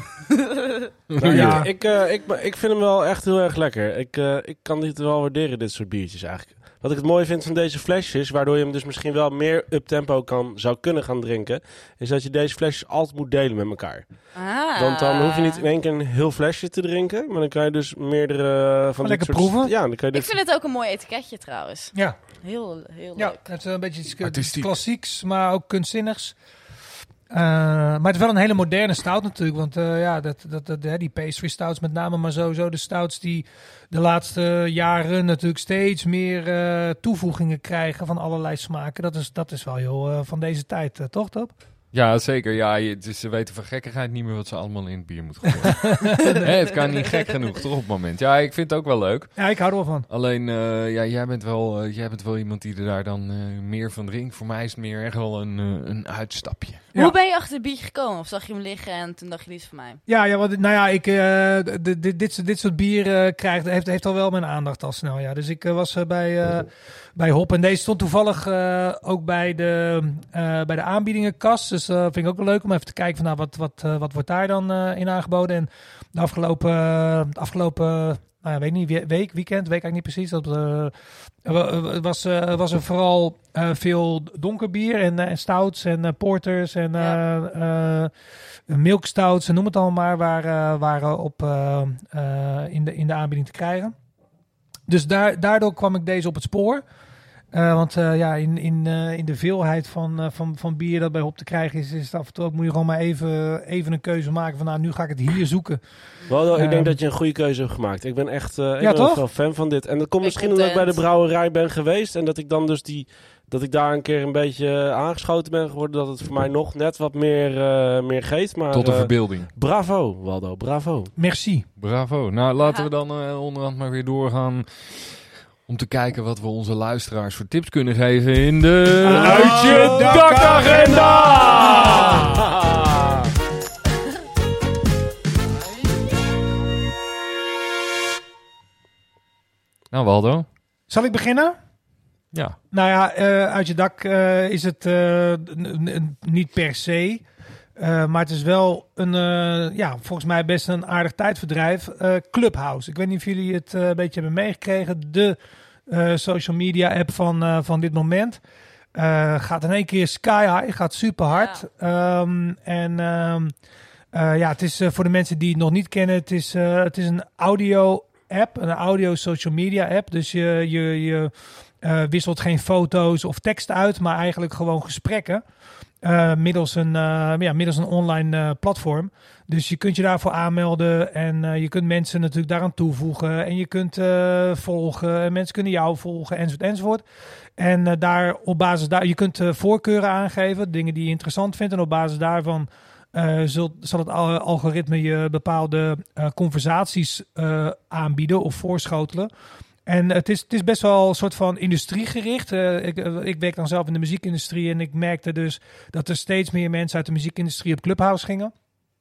Nou, Ja. Ik, ik, uh, ik, ik vind hem wel echt heel erg lekker. Ik, uh, ik kan dit wel waarderen, dit soort biertjes eigenlijk. Wat ik het mooie vind van deze flesjes, waardoor je hem dus misschien wel meer uptempo kan, zou kunnen gaan drinken, is dat je deze flesjes altijd moet delen met elkaar. Ah. Want dan hoef je niet in één keer een heel flesje te drinken, maar dan kan je dus meerdere uh, van dit lekker soort... proeven. Ja, dan kan je Ik dit... vind het ook een mooi etiketje trouwens. Ja, Heel, heel ja, leuk. het is een beetje iets Artistiek. klassieks, maar ook kunstzinnigs. Uh, maar het is wel een hele moderne stout natuurlijk. Want uh, ja, dat, dat, dat, hè, die pastry stouts met name, maar sowieso de stouts die de laatste jaren natuurlijk steeds meer uh, toevoegingen krijgen van allerlei smaken. Dat is, dat is wel heel uh, van deze tijd, uh, toch Top? Ja, zeker. Ja, je, het is, ze weten van gekkigheid niet meer wat ze allemaal in het bier moeten gooien. Hè, het kan niet gek genoeg, toch op het moment. Ja, ik vind het ook wel leuk. Ja, ik hou er wel van. Alleen, uh, ja, jij bent, wel, uh, jij bent wel iemand die er daar dan uh, meer van drinkt. Voor mij is het meer echt wel een, uh, een uitstapje. Ja. Hoe ben je achter het biertje gekomen? Of zag je hem liggen en toen dacht je, die is van mij? Ja, ja, want, nou ja, ik, uh, dit, dit, dit, dit soort bier uh, krijgt, heeft, heeft al wel mijn aandacht al snel. Ja. Dus ik uh, was uh, bij, uh, bij Hop en deze stond toevallig uh, ook bij de, uh, bij de aanbiedingenkast. Dus uh, vind ik ook wel leuk om even te kijken van nou, wat, wat, uh, wat wordt daar dan uh, in aangeboden. En de afgelopen, uh, de afgelopen nou ja, weet niet, week, weekend, weet ik eigenlijk niet precies. Dat, uh, er was, uh, was er vooral uh, veel donker bier en, uh, en stouts en uh, porters en uh, ja. uh, milk stouts en noem het allemaal maar, waren, waren op, uh, uh, in, de, in de aanbieding te krijgen. Dus daar, daardoor kwam ik deze op het spoor. Uh, want uh, ja, in, in, uh, in de veelheid van, uh, van, van bier dat bij Hop te krijgen is, is het af en toe ook, moet je gewoon maar even, even een keuze maken van nou, nu ga ik het hier zoeken. Waldo, ik um, denk dat je een goede keuze hebt gemaakt. Ik ben echt uh, ik ja, ben toch? wel fan van dit. En dat komt Ik misschien content. omdat ik bij de brouwerij ben geweest en dat ik dan dus die, dat ik daar een keer een beetje aangeschoten ben geworden, dat het voor mij nog net wat meer, uh, meer geeft. Maar, Tot de uh, verbeelding. Bravo, Waldo, bravo. Merci. Bravo. Nou, laten Ja. we dan uh, onderhand maar weer doorgaan om te kijken wat we onze luisteraars voor tips kunnen geven in de Oh, Uit je Dakagenda! Nou, Waldo. Zal ik beginnen? Ja. Nou ja, uh, uit je dak uh, is het uh, n- n- niet per se. Uh, maar het is wel een, uh, ja, volgens mij best een aardig tijdverdrijf. Uh, Clubhouse. Ik weet niet of jullie het uh, een beetje hebben meegekregen. De uh, social media app van, uh, van dit moment. Uh, gaat in één keer sky high. Gaat super hard. Ja. Um, en um, uh, ja, het is uh, voor de mensen die het nog niet kennen. Het is, uh, het is een audio app. Een audio social media app. Dus je... je, je Uh, wisselt geen foto's of tekst uit, maar eigenlijk gewoon gesprekken uh, middels, een, uh, ja, middels een online uh, platform. Dus je kunt je daarvoor aanmelden en uh, je kunt mensen natuurlijk daaraan toevoegen en je kunt uh, volgen en mensen kunnen jou volgen enzovoort enzovoort. En uh, daar op basis daar, je kunt uh, voorkeuren aangeven, dingen die je interessant vindt en op basis daarvan uh, zult, zal het al- algoritme je bepaalde uh, conversaties uh, aanbieden of voorschotelen. En het is, het is best wel een soort van industriegericht. Uh, ik, uh, ik werk dan zelf in de muziekindustrie en ik merkte dus dat er steeds meer mensen uit de muziekindustrie op Clubhouse gingen.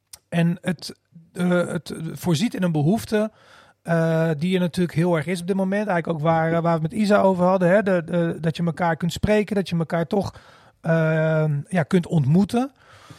En het, uh, het voorziet in een behoefte uh, die er natuurlijk heel erg is op dit moment. Eigenlijk ook waar, waar we het met Isa over hadden. Hè? De, de, dat je elkaar kunt spreken, dat je elkaar toch uh, ja, kunt ontmoeten.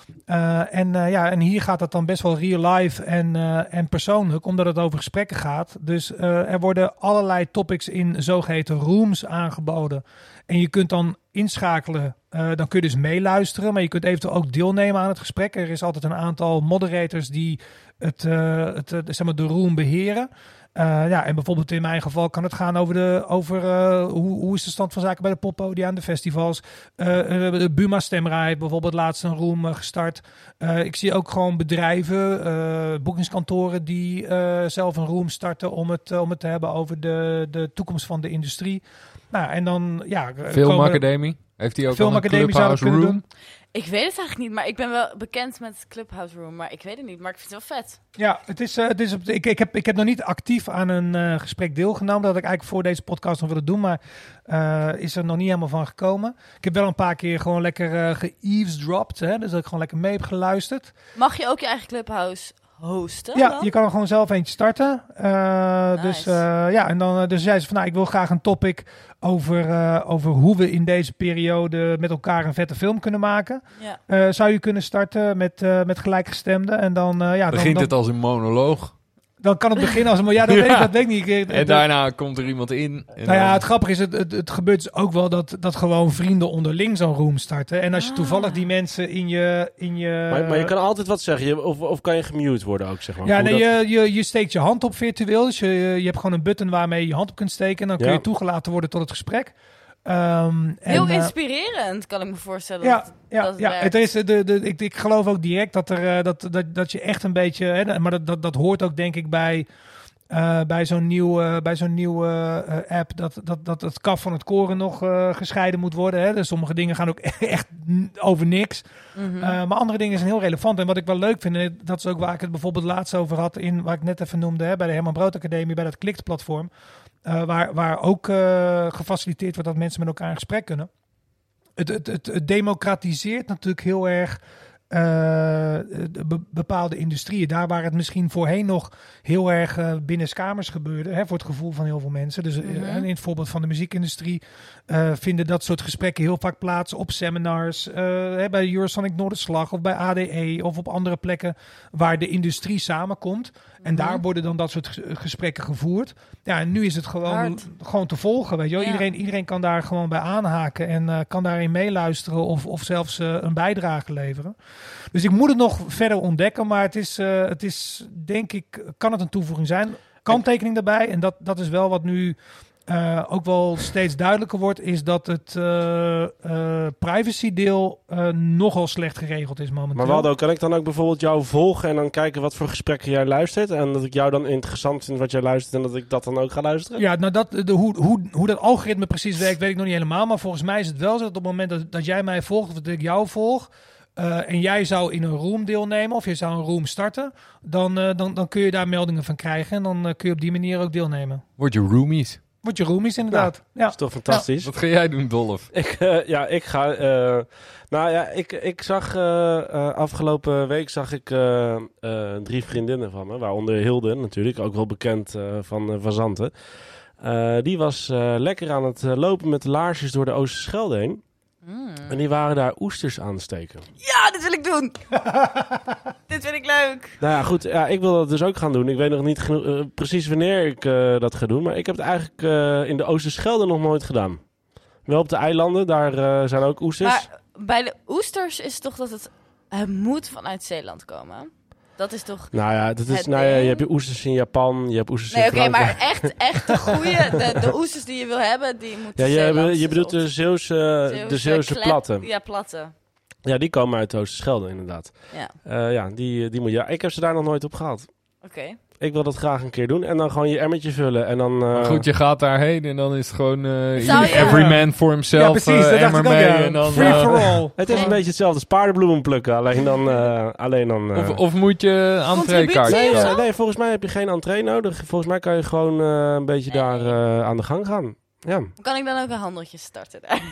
Uh, en, uh, ja, en hier gaat dat dan best wel real life en, uh, en persoonlijk, omdat het over gesprekken gaat. Dus uh, er worden allerlei topics in zogeheten rooms aangeboden. En je kunt dan inschakelen, uh, dan kun je dus meeluisteren, maar je kunt eventueel ook deelnemen aan het gesprek. Er is altijd een aantal moderators die het, uh, het, uh, zeg maar de room beheren. Uh, ja, en bijvoorbeeld in mijn geval kan het gaan over, de, over uh, hoe, hoe is de stand van zaken bij de poppodia en de festivals. Uh, de Buma Stemra heeft bijvoorbeeld laatst een room uh, gestart. Uh, ik zie ook gewoon bedrijven, uh, boekingskantoren die uh, zelf een room starten om het, uh, om het te hebben over de, de toekomst van de industrie. Nou, en dan, ja... Filmacademie. Heeft hij ook al een Filmacademie zou dat Clubhouse kunnen room? doen. Ik weet het eigenlijk niet, maar ik ben wel bekend met Clubhouse Room, maar ik weet het niet. Maar ik vind het wel vet. Ja, het is, uh, het is op, ik, ik, heb, ik heb nog niet actief aan een uh, gesprek deelgenomen. Dat had ik eigenlijk voor deze podcast nog willen doen, maar uh, is er nog niet helemaal van gekomen. Ik heb wel een paar keer gewoon lekker uh, ge-eavesdropped, hè, dus dat ik gewoon lekker mee heb geluisterd. Mag je ook je eigen Clubhouse hosten? Ja, dan? je kan er gewoon zelf eentje starten. Uh, Nice. Dus uh, ja, en dan uh, dus zei ze van, nou, ik wil graag een topic over, uh, over hoe we in deze periode met elkaar een vette film kunnen maken. Ja. Uh, zou je kunnen starten met, uh, met gelijkgestemden en dan, uh, ja, dan, Begint dan, het als een monoloog. dan kan het beginnen als een, ja, dat, Ja. Weet, ik, dat weet ik niet. Ik, En dat- daarna komt er iemand in. En Nou ja, dan- het grappige is, het, het, het gebeurt dus ook wel dat, dat gewoon vrienden onderling zo'n room starten. En als je Ah. toevallig die mensen in je... In je Maar, maar je kan altijd wat zeggen. Je, of, of kan je gemute worden ook, zeg maar. ja, Hoe nee, dat- je, je, je steekt je hand op virtueel. Dus je, je hebt gewoon een button waarmee je je hand op kunt steken. En dan kun Ja. je toegelaten worden tot het gesprek. Um, Heel en, uh, inspirerend, kan ik me voorstellen. ja, dat, ja, dat het ja. werkt. Het is, de, de, ik, ik geloof ook direct dat, er, uh, dat, dat, dat je echt een beetje... Hè, maar dat, dat, dat hoort ook denk ik bij... Uh, bij zo'n nieuwe, uh, bij zo'n nieuwe uh, app dat, dat, dat het kaf van het koren nog uh, gescheiden moet worden. Hè? Dus sommige dingen gaan ook echt over niks. Mhm. Uh, maar andere dingen zijn heel relevant. En wat ik wel leuk vind, en dat is ook waar ik het bijvoorbeeld laatst over had, in waar ik net even noemde, hè, bij de Herman Brood Academie, bij dat Klikt-platform, uh, waar, waar ook uh, gefaciliteerd wordt dat mensen met elkaar in gesprek kunnen. Het, het, het, het democratiseert natuurlijk heel erg uh, de be- bepaalde industrieën, daar waar het misschien voorheen nog heel erg uh, binnenskamers gebeurde, hè, voor het gevoel van heel veel mensen. Dus uh, Mm-hmm. in het voorbeeld van de muziekindustrie uh, vinden dat soort gesprekken heel vaak plaats op seminars, uh, hè, bij Eurosonic Noorderslag of bij A D E of op andere plekken waar de industrie samenkomt. En Mm-hmm. daar worden dan dat soort ges- gesprekken gevoerd. Ja, en nu is het gewoon, Hard. gewoon te volgen, weet je wel. Ja. Iedereen, iedereen kan daar gewoon bij aanhaken en uh, kan daarin meeluisteren of, of zelfs uh, een bijdrage leveren. Dus ik moet het nog verder ontdekken, maar het is, uh, het is denk ik, kan het een toevoeging zijn. Kanttekening daarbij, en dat, dat is wel wat nu uh, ook wel steeds duidelijker wordt, is dat het uh, uh, privacy-deel uh, nogal slecht geregeld is momenteel. Maar Waldo, kan ik dan ook bijvoorbeeld jou volgen en dan kijken wat voor gesprekken jij luistert? En dat ik jou dan interessant vind wat jij luistert en dat ik dat dan ook ga luisteren? Ja, nou dat, de, hoe, hoe, hoe dat algoritme precies werkt, weet ik nog niet helemaal. Maar volgens mij is het wel zo dat op het moment dat, dat jij mij volgt of dat ik jou volg, Uh, en jij zou in een room deelnemen of je zou een room starten, dan, uh, dan, dan kun je daar meldingen van krijgen en dan uh, kun je op die manier ook deelnemen. Word je roomies. Word je roomies inderdaad. Dat Ja. is toch fantastisch? Wat ga jij doen, Dolf? Ik, uh, ja, ik ga... Uh, nou ja, ik, ik zag... Uh, uh, afgelopen week zag ik uh, uh, drie vriendinnen van me, waaronder Hilde natuurlijk, ook wel bekend uh, van, uh, van Zanten. Uh, die was uh, lekker aan het uh, lopen met de laarsjes door de Oosterschelde heen. Mm. En die waren daar oesters aan het steken. Ja, dit wil ik doen. Dit vind ik leuk. Nou ja, goed. Ja, ik wil dat dus ook gaan doen. Ik weet nog niet geno- uh, precies wanneer ik uh, dat ga doen. Maar ik heb het eigenlijk uh, in de Oosterschelde nog nooit gedaan. Wel op de eilanden, daar uh, zijn ook oesters. Maar bij de oesters is het toch dat het, het moet vanuit Zeeland komen? Dat is toch... Nou ja, dat is, Het nou ja, je ding. hebt je oesters in Japan, je hebt oesters Nee, in oké, Frankrijk. maar echt, echt de goede, de, de oesters die je wil hebben, die moeten Ja, je, Zeeland. je bedoelt de Zeeuwse, de Zeeuwse klep- platte. Ja, platte. Ja, die komen uit de Oosterschelde inderdaad. Ja, Uh, ja, die, die moet je... Ja, ik heb ze daar nog nooit op gehad. oké. Ik wil dat graag een keer doen. En dan gewoon je emmertje vullen. En dan... Uh, Maar goed, je gaat daarheen en dan is het gewoon uh, Zou je- every man for himself. Ja, precies, uh, dat dacht emmer ik ook, mee ja. en dan, Free uh, for all. het is Nee. een beetje hetzelfde als paardenbloemen plukken. Alleen dan... Uh, alleen dan uh, of, of moet je entreekaart? Contributie Nee, of uh, zo? nee, volgens mij heb je geen entree nodig. Volgens mij kan je gewoon uh, een beetje Nee. daar uh, aan de gang gaan. Ja, Kan ik dan ook een handeltje starten daar?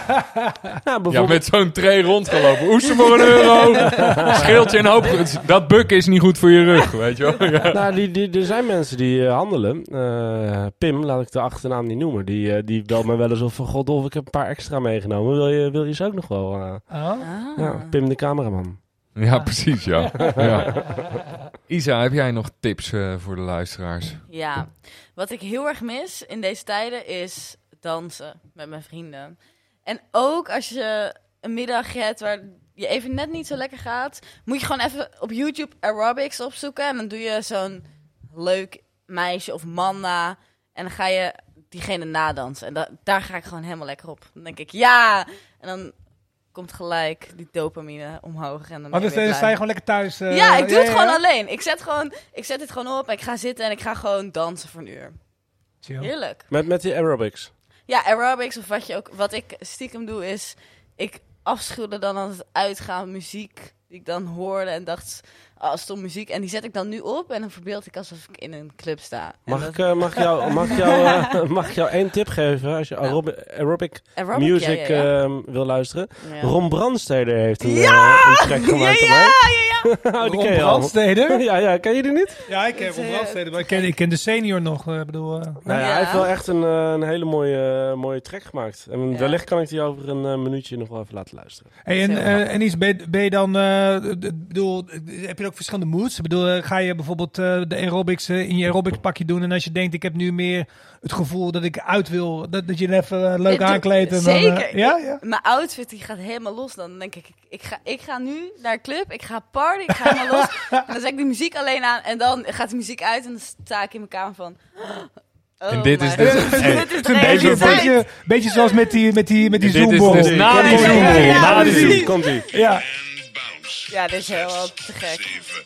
ja Ja, bijvoorbeeld... met zo'n tray rondgelopen. Oester voor een euro. Scheelt je een hoop. Dat bukken is niet goed voor je rug, weet je wel. Ja. Nou, die, die, er zijn mensen die uh, handelen. Uh, Pim, laat ik de achternaam niet noemen. Die, uh, die belt me wel eens op van... God, Dolf, ik heb een paar extra meegenomen. Wil je, wil je ze ook nog wel? Uh, Oh. Ah. ja, Pim de cameraman. Ja, precies, ja. ja. Isa, heb jij nog tips uh, voor de luisteraars? Ja, wat ik heel erg mis in deze tijden is dansen met mijn vrienden. En ook als je een middagje hebt waar je even net niet zo lekker gaat, moet je gewoon even op YouTube aerobics opzoeken. En dan doe je zo'n leuk meisje of man na. En dan ga je diegene nadansen. En da- daar ga ik gewoon helemaal lekker op. Dan denk ik, ja! En dan komt gelijk die dopamine omhoog. En dan Maar ben dus je weer uh, sta blij. je gewoon lekker thuis? Uh, Ja, ik doe ja, het gewoon ja. alleen. Ik zet, gewoon, ik zet dit gewoon op en ik ga zitten en ik ga gewoon dansen voor een uur. Chill. Heerlijk. Met, met die aerobics. Ja, aerobics of wat je ook... Wat ik stiekem doe is... Ik afschuwde dan aan het uitgaan muziek die ik dan hoorde en dacht... Oh, stom muziek. En die zet ik dan nu op en dan verbeeld ik alsof ik in een club sta. En Mag dat- ik, uh, mag, jou, mag, jou, uh, mag ik jou één tip geven als je aerobic, aerobic aerobic, music ja, ja, ja. uh, wil luisteren? Ja. Ron Brandsteder heeft een, Ja! uh, een track Ja, gemaakt ja, van mij. ja, ja. Oh, die Ron ken je al. Brandsteder? Ja, ja, ken je die niet? Ja, ik ken Het, Ron uh, Brandsteder, maar ik ken, ik ken de senior nog. Uh, bedoel, uh, Nou ja, Ja. hij heeft wel echt een, uh, een hele mooie, uh, mooie track gemaakt. En Ja. wellicht kan ik die over een uh, minuutje nog wel even laten luisteren. Hey, en, Heel uh, en iets, ben, je- ben je dan, uh, d- d- bedoel, heb je ook verschillende moods? Ik bedoel, uh, ga je bijvoorbeeld uh, de aerobics uh, in je aerobics pakje doen en als je denkt, ik heb nu meer het gevoel dat ik uit wil, dat, dat je er even uh, leuk Dit doe- aankleedt. En dan, uh, Zeker. ja, ja. Mijn outfit die gaat helemaal los. Dan denk ik, ik, ik, ga, ik ga nu naar de club, ik ga party, ik ga helemaal los. En dan zet ik de muziek alleen aan en dan gaat de muziek uit en dan sta ik in mijn kamer van... Oh En dit is my dus- God. hey, Dit is Het de is een beetje, Even realiteit. beetje, beetje zoals met die, met die, met die Dit is Zoom-borrel. dus na die Komt-ie. Zoom-borrel, Ja, na die precies. Zoom, komt-ie. Ja. Ja, dit is helemaal te gek.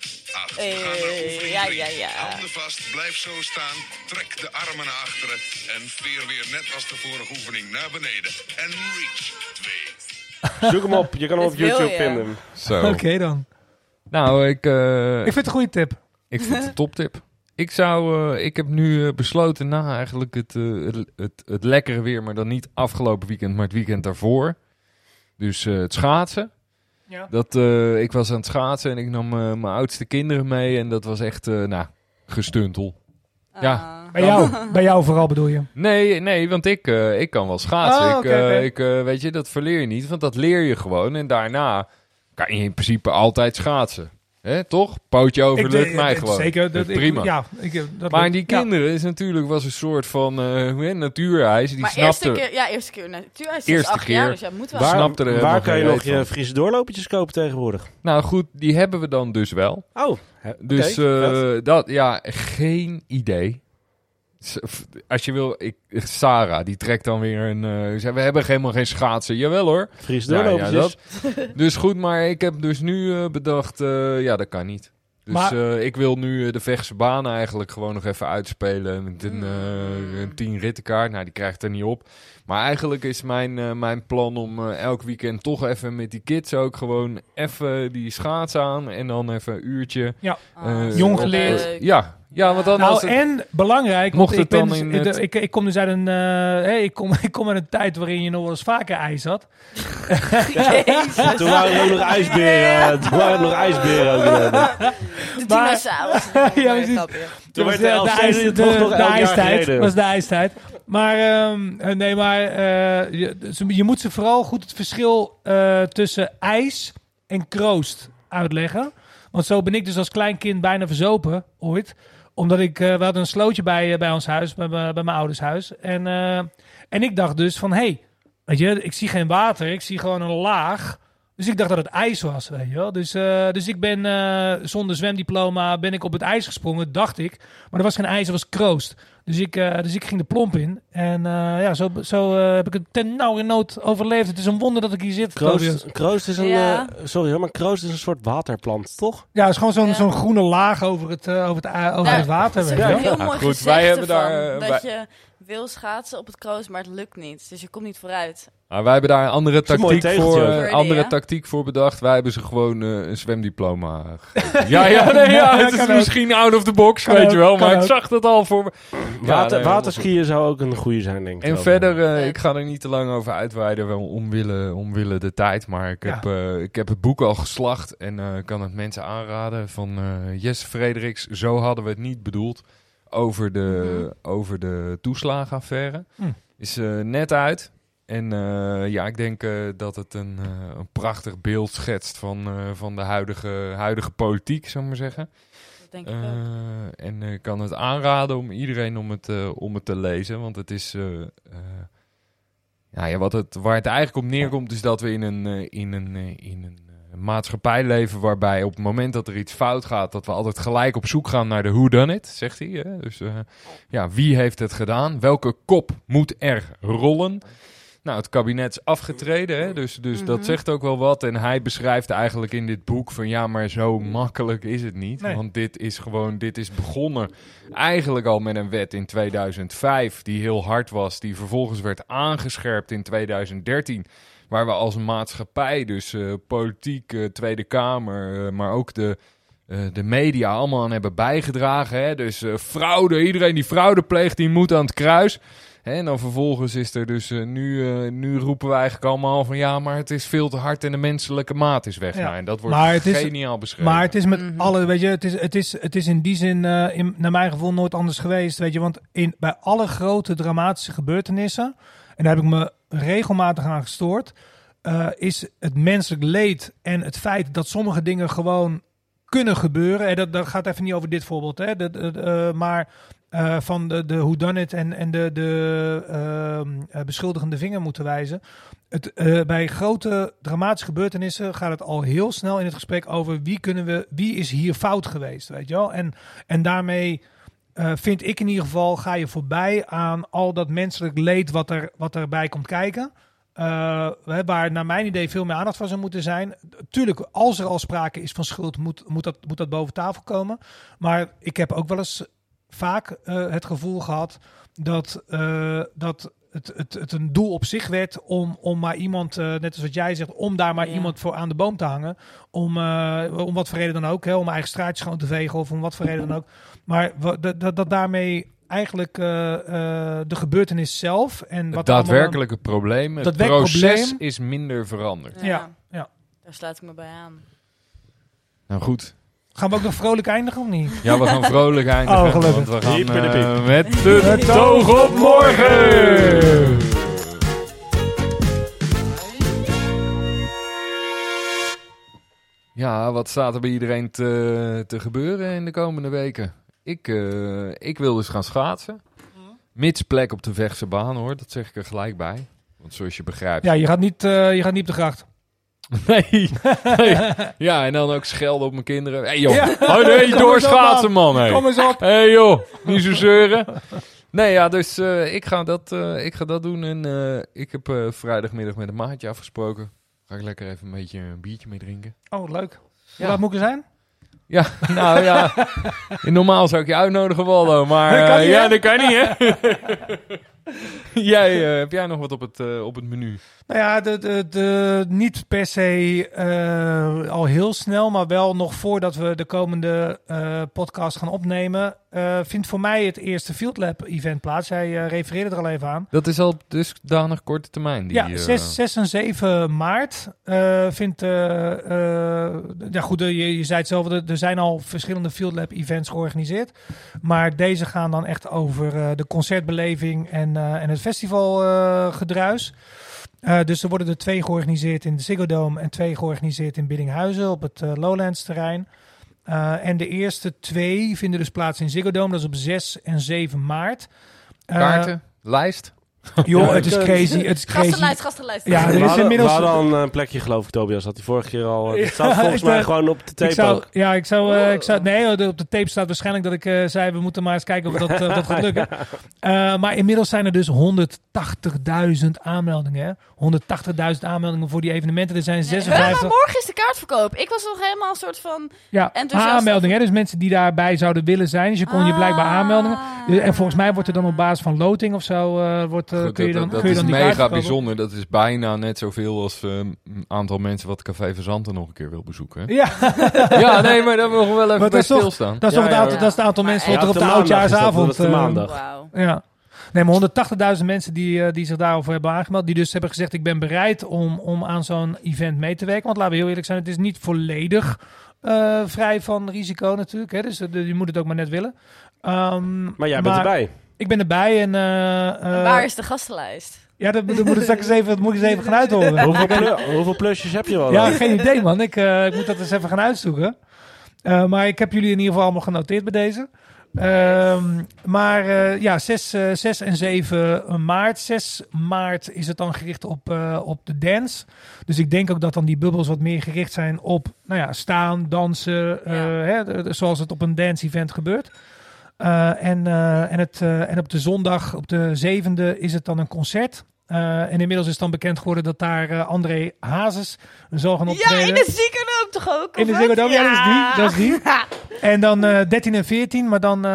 Eh, ja, ja, ja. Handen vast, blijf zo staan. Trek de armen naar achteren. En veer weer net als de vorige oefening naar beneden. En reach. Twee. Zoek hem op, je kan hem op Dit wil YouTube je. vinden. Zo. Oké dan. Nou, ik, uh, Ik vind het een goede tip. ik vind het een toptip. Ik zou, uh, ik heb nu uh, besloten na eigenlijk het, uh, het, het, het lekkere weer, maar dan niet afgelopen weekend, maar het weekend daarvoor. Dus uh, het schaatsen. Ja. Dat, uh, ik was aan het schaatsen en ik nam uh, mijn oudste kinderen mee. En dat was echt, uh, nou, gestuntel. Ah. Ja. Bij jou, bij jou vooral bedoel je? Nee, nee, want ik, uh, ik kan wel schaatsen. Oh, ik, okay, uh, okay. ik, uh, weet je, dat verleer je niet, want dat leer je gewoon. En daarna kan je in principe altijd schaatsen. Hè, toch? Pootje over, ik, lukt de, mij de, gewoon. Zeker. Dat, dat prima. Ik, ja, ik, dat maar lukt, die ja. kinderen is natuurlijk was een soort van uh, natuurijs. Die maar snapte, eerste keer, ja, eerste keer. Natuurijs is Eerste acht keer. jaar, dus ja, moet wel. Waar, snapte er waar kan je nog van. je Friese doorlopertjes kopen tegenwoordig? Nou goed, die hebben we dan dus wel. Oh, Dus okay, uh, dat, ja, geen idee. Als je wil, ik, Sarah, die trekt dan weer een... Uh, zei, we hebben helemaal geen schaatsen. Jawel hoor. Friese Nou, doorlopertjes. ja, dat. Dus goed, maar ik heb dus nu uh, bedacht, uh, ja, dat kan niet. Dus maar, uh, ik wil nu uh, de Vechtse baan eigenlijk gewoon nog even uitspelen met een, uh, een tien rittenkaart. Nou, die krijgt er niet op. Maar eigenlijk is mijn, uh, mijn plan om uh, elk weekend toch even met die kids ook gewoon even die schaats aan. En dan even een uurtje. Ja, uh, jong geleerd. Uh, ja. Ja, want dan nou, als het, en belangrijk, mocht want het ik, dan ben, in dus, het... ik, ik kom dus uit een, uh, hey, ik, kom, ik kom uit een tijd waarin je nog wel eens vaker ijs had. Toen waren er ook nog ijsberen. Toen waren er nog ijsberen. De dinosaurus. Ja, precies. Toen was werd de, de, de, ijs, de, de, nog de elk jaar ijstijd. gereden. Was de ijstijd. Maar um, nee, maar uh, je, je moet ze vooral goed het verschil uh, tussen ijs en kroost uitleggen. Want zo ben ik dus als klein kind bijna verzopen ooit. Omdat ik, uh, we hadden een slootje bij, uh, bij ons huis, bij, bij mijn ouders huis. En, uh, en ik dacht dus van, hé, hey, weet je, ik zie geen water, ik zie gewoon een laag. Dus ik dacht dat het ijs was, weet je wel. Dus, uh, dus ik ben uh, zonder zwemdiploma ben ik op het ijs gesprongen, dacht ik. Maar er was geen ijs, er was kroost. Dus ik, uh, dus ik ging de plomp in. En uh, ja, zo, zo uh, heb ik het ten nauwernood overleefd. Het is een wonder dat ik hier zit. Kroost, kroost is een... Ja. Uh, sorry hoor, maar kroost is een soort waterplant, toch? Ja, het is gewoon zo'n Ja. zo'n groene laag over het, uh, over het, uh, over Ja, het water. Dat Weet is je een wel. heel mooi goed, gezegde wij hebben van, daar, uh, dat wij- je wil schaatsen op het kroost, maar het lukt niet. Dus je komt niet vooruit. Maar wij hebben daar een andere is een mooi tactiek tegeltje voor, ook. uh, Ja. andere tactiek voor bedacht. Wij hebben ze gewoon uh, een zwemdiploma gegeven. ja, ja, nee, ja, het is Kan ook. misschien out of the box, Kan weet ook, je wel. kan Maar ik ook. zag dat al voor me. Water, nee, waterskiën zou ook een goede zijn, denk ik. En wel. verder, uh, Nee. ik ga er niet te lang over uitweiden, wel omwille, omwille de tijd. Maar ik heb, Ja. uh, ik heb het boek al geslacht en uh, kan het mensen aanraden van uh, Jesse Frederiks. Zo hadden we het niet bedoeld. Over de, Mhm. over de toeslagenaffaire. Hm. Is uh, net uit. En uh, ja, ik denk uh, dat het een, uh, een prachtig beeld schetst van, uh, van de huidige, huidige politiek, zou ik maar zeggen. Dat denk ik Uh, ook. en ik uh, kan het aanraden om iedereen om het, uh, om het te lezen. Want het is... Uh, uh, ja, ja, wat het, waar het eigenlijk op neerkomt is dat we in een, uh, in een, uh, in een uh, maatschappij leven waarbij op het moment dat er iets fout gaat, dat we altijd gelijk op zoek gaan naar de whodunit, zegt hij. Hè? Dus uh, ja, wie heeft het gedaan? Welke kop moet er rollen? Nou, het kabinet is afgetreden, hè? dus, dus Mhm. dat zegt ook wel wat. En hij beschrijft eigenlijk in dit boek van ja, maar zo makkelijk is het niet. Nee. Want dit is gewoon, dit is begonnen eigenlijk al met een wet in tweeduizend vijf die heel hard was. Die vervolgens werd aangescherpt in tweeduizend dertien. Waar we als maatschappij, dus uh, politiek, uh, Tweede Kamer, uh, maar ook de... Uh, de media allemaal aan hebben bijgedragen. Hè? Dus uh, fraude, iedereen die fraude pleegt, die moet aan het kruis. Hè? En dan vervolgens is er dus uh, nu, uh, nu roepen we eigenlijk allemaal van ja, maar het is veel te hard en de menselijke maat is weg. Ja. Nou, en dat wordt Maar het is- geniaal beschreven. Maar het is met Mhm. alle, weet je, het is, het is, het is in die zin, uh, in, naar mijn gevoel, nooit anders geweest. Weet je, want in, bij alle grote dramatische gebeurtenissen, en daar heb ik me regelmatig aan gestoord, uh, is het menselijk leed en het feit dat sommige dingen gewoon kunnen gebeuren. En dat, dat gaat even niet over dit voorbeeld, hè, de, de, de, uh, maar uh, van de, de whodunit en, en de, de uh, beschuldigende vinger moeten wijzen. Het, uh, bij grote dramatische gebeurtenissen gaat het al heel snel in het gesprek over wie kunnen we, wie is hier fout geweest, weet je wel? En, en daarmee uh, vind ik in ieder geval, ga je voorbij aan al dat menselijk leed wat, er, wat erbij komt kijken. Uh, waar naar mijn idee veel meer aandacht van zou moeten zijn. Tuurlijk, als er al sprake is van schuld, moet, moet, dat, moet dat boven tafel komen. Maar ik heb ook wel eens vaak uh, het gevoel gehad dat, uh, dat het, het, het een doel op zich werd om, om maar iemand, uh, net als wat jij zegt, om daar maar Ja. iemand voor aan de boom te hangen. Om, uh, om wat voor reden dan ook, hè, om eigen straatjes schoon te vegen of om wat voor reden dan ook. Maar dat, dat, dat daarmee eigenlijk uh, uh, de gebeurtenis zelf en het wat er allemaal- daadwerkelijke probleem, het Daadwerkelijk proces probleem. is minder veranderd. Ja, ja. Daar sluit ik me bij aan. Nou goed. Gaan we ook nog vrolijk eindigen of niet? Ja, we gaan vrolijk eindigen. Oh, gelukkig. Want we gaan Hyper de uh, piep. met de toog op morgen. Ja, wat staat er bij iedereen te, te gebeuren in de komende weken? Ik, uh, ik wil dus gaan schaatsen. Mits plek op de Vechtse baan, hoor. Dat zeg ik er gelijk bij. Want zoals je begrijpt... Ja, je gaat niet, uh, je gaat niet op de gracht. Nee. nee. Ja, en dan ook schelden op mijn kinderen. Hé hey, joh, Ja. hou er eentje Kom door eens op, schaatsen, man. Hey. Kom eens op. Hé hey, joh, niet zo zeuren. Nee, ja, dus uh, ik, ga dat, uh, ik ga dat doen. En uh, ik heb uh, vrijdagmiddag met een maatje afgesproken. Ga ik lekker even een beetje een biertje mee drinken. Oh, leuk. Hoe Ja. laat moet ik er zijn? Ja, nou ja. Normaal zou ik je uitnodigen, Waldo. Maar Dat kan niet, uh, ja, hè? dat kan niet, hè? jij, uh, heb jij nog wat op het, uh, op het menu? Nou ja, de, de, de, niet per se uh, al heel snel, maar wel nog voordat we de komende uh, podcast gaan opnemen, uh, vindt voor mij het eerste Field Lab event plaats. Jij uh, refereerde er al even aan. Dat is al dusdanig korte termijn. Die, Ja, uh, zes, zes en zeven maart uh, vindt... Uh, uh, ja goed, uh, je, je zei het zelf, er, er zijn al verschillende Field Lab events georganiseerd. Maar deze gaan dan echt over uh, de concertbeleving en, uh, en het festivalgedruis. Uh, dus er worden er twee georganiseerd in de Ziggo Dome en twee georganiseerd in Biddinghuizen op het uh, Lowlands terrein. Uh, en de eerste twee vinden dus plaats in Ziggo Dome, dat is op zes en zeven maart. Uh, Kaarten, lijst. Joh, Ja, het is ik, uh, crazy, het is crazy. Gastenlijst, gastenlijst. Ja, er We is hadden, inmiddels... we hadden al een plekje, geloof ik, Tobias. Had hij vorige keer al... Het staat Ja, volgens ik, mij uh, gewoon op de tape Ik zou, ook. ja, ik zou, uh, ik zou... Nee, op de tape staat waarschijnlijk dat ik uh, zei... we moeten maar eens kijken of dat, uh, dat gaat lukken. Uh, maar inmiddels zijn er dus honderdtachtigduizend aanmeldingen. Hè? honderdtachtigduizend aanmeldingen voor die evenementen. Er zijn Nee, zesenvijftig... maar morgen is de kaartverkoop. Ik was nog helemaal een soort van... Ja, enthousiast. aanmeldingen. Hè? Dus mensen die daarbij zouden willen zijn. Dus je kon je Ah. blijkbaar aanmeldingen. En volgens mij wordt er dan op basis van loting of zo... Uh, wordt, uh, Goed, kun je dat dan, dat kun je is dan die mega kaart verkopen. bijzonder. Dat is bijna net zoveel als een uh, aantal mensen wat Café Verzanten nog een keer wil bezoeken. Hè? Ja, Ja, nee, maar daar mogen we wel even Maar bij dat is toch- stilstaan. dat is Ja, toch het ja, aantal, ja. dat is het aantal Maar mensen wat echt, er op de de maandag is dat, oudjaarsavond... dat is de uh, maandag. Wauw. Ja. Nee, maar honderdtachtigduizend mensen die, uh, die zich daarover hebben aangemeld. Die dus hebben gezegd, ik ben bereid om, om aan zo'n event mee te werken. Want laten we heel eerlijk zijn, het is niet volledig uh, vrij van risico natuurlijk. Hè? Dus uh, je moet het ook maar net willen. Um, Maar jij bent erbij. Ik ben erbij en... Uh, uh, En waar is de gastenlijst? Ja, dat, dat moet ik straks eens even, dat moet ik eens even gaan uithoren. Hoeveel, plu- hoeveel plusjes heb je wel Ja, dan? geen idee man. Ik, uh, ik moet dat eens even gaan uitzoeken. Uh, maar ik heb jullie in ieder geval allemaal genoteerd bij deze. Um, maar uh, ja, zes, uh, zes en zeven maart. zes maart is het dan gericht op, uh, op de dance. Dus ik denk ook dat dan die bubbels wat meer gericht zijn op nou ja, staan, dansen. Uh, Ja. hè, de- de- zoals het op een dance-event gebeurt. Uh, en, uh, en, het, uh, en op de zondag, op de zevende, is het dan een concert. Uh, en inmiddels is dan bekend geworden dat daar uh, André Hazes zal gaan optreden. Ja, in de Ziggo toch ook? In de of Ziggo wat? Dome, ja, dat is die, dat is die. Ja. En dan uh, dertien en veertien, maar dan, uh,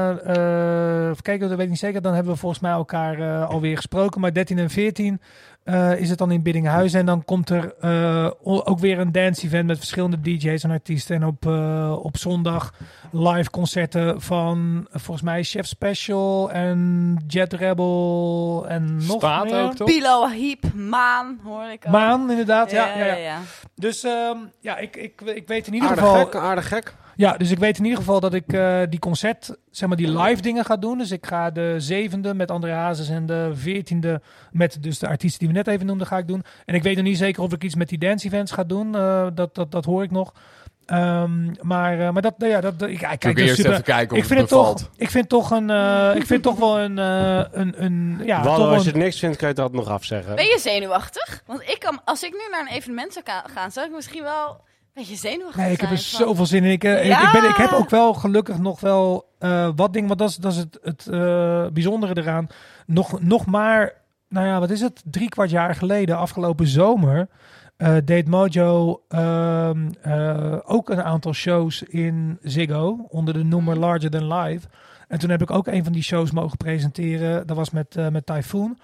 uh, even kijken, dat weet ik niet zeker, dan hebben we volgens mij elkaar uh, alweer gesproken. Maar dertien en veertien uh, is het dan in Biddinghuizen. En dan komt er uh, o- ook weer een dance-event met verschillende D J's en artiesten. En op, uh, op zondag live concerten van uh, volgens mij Chef Special en Jet Rebel en nog Staat meer. ook, toch? Pilo, Hiep, Maan, hoor ik ook. Maan, inderdaad. Ja, ja, ja. ja. Dus um, ja, ik, ik, ik weet in ieder Aardig geval... gek, aardig gek. Ja, dus ik weet in ieder geval dat ik uh, die concert, zeg maar die live dingen ga doen. Dus ik ga de zevende met André Hazes en de veertiende met dus de artiesten die we net even noemden ga ik doen. En ik weet nog niet zeker of ik iets met die dance events ga doen. Uh, dat, dat, dat hoor ik nog. Um, maar, uh, maar dat, ja, dat, ik, ja, kijk, Kijk, dat is eerst super- even kijken of ik vind het het bevalt. toch, ik vind toch een, uh, ik vind toch wel een, uh, een, een, ja, Waldo, toch wel als je een, het niks vindt, kan je dat nog afzeggen. Ben je zenuwachtig? Want ik kan, als ik nu naar een evenement zou ka- gaan, zou ik misschien wel een beetje zenuwachtig nee, ik heb er zijn. van- zoveel zin in. Ik, uh, Ja! ik, ben, ik heb ook wel gelukkig nog wel uh, wat dingen, want dat is, dat is het, het uh, bijzondere eraan. Nog, nog maar, nou ja, wat is het? Drie kwart jaar geleden, afgelopen zomer, uh, deed Mojo um, uh, ook een aantal shows in Ziggo onder de noemer Larger Than Life. En toen heb ik ook een van die shows mogen presenteren. Dat was met, uh, met Typhoon.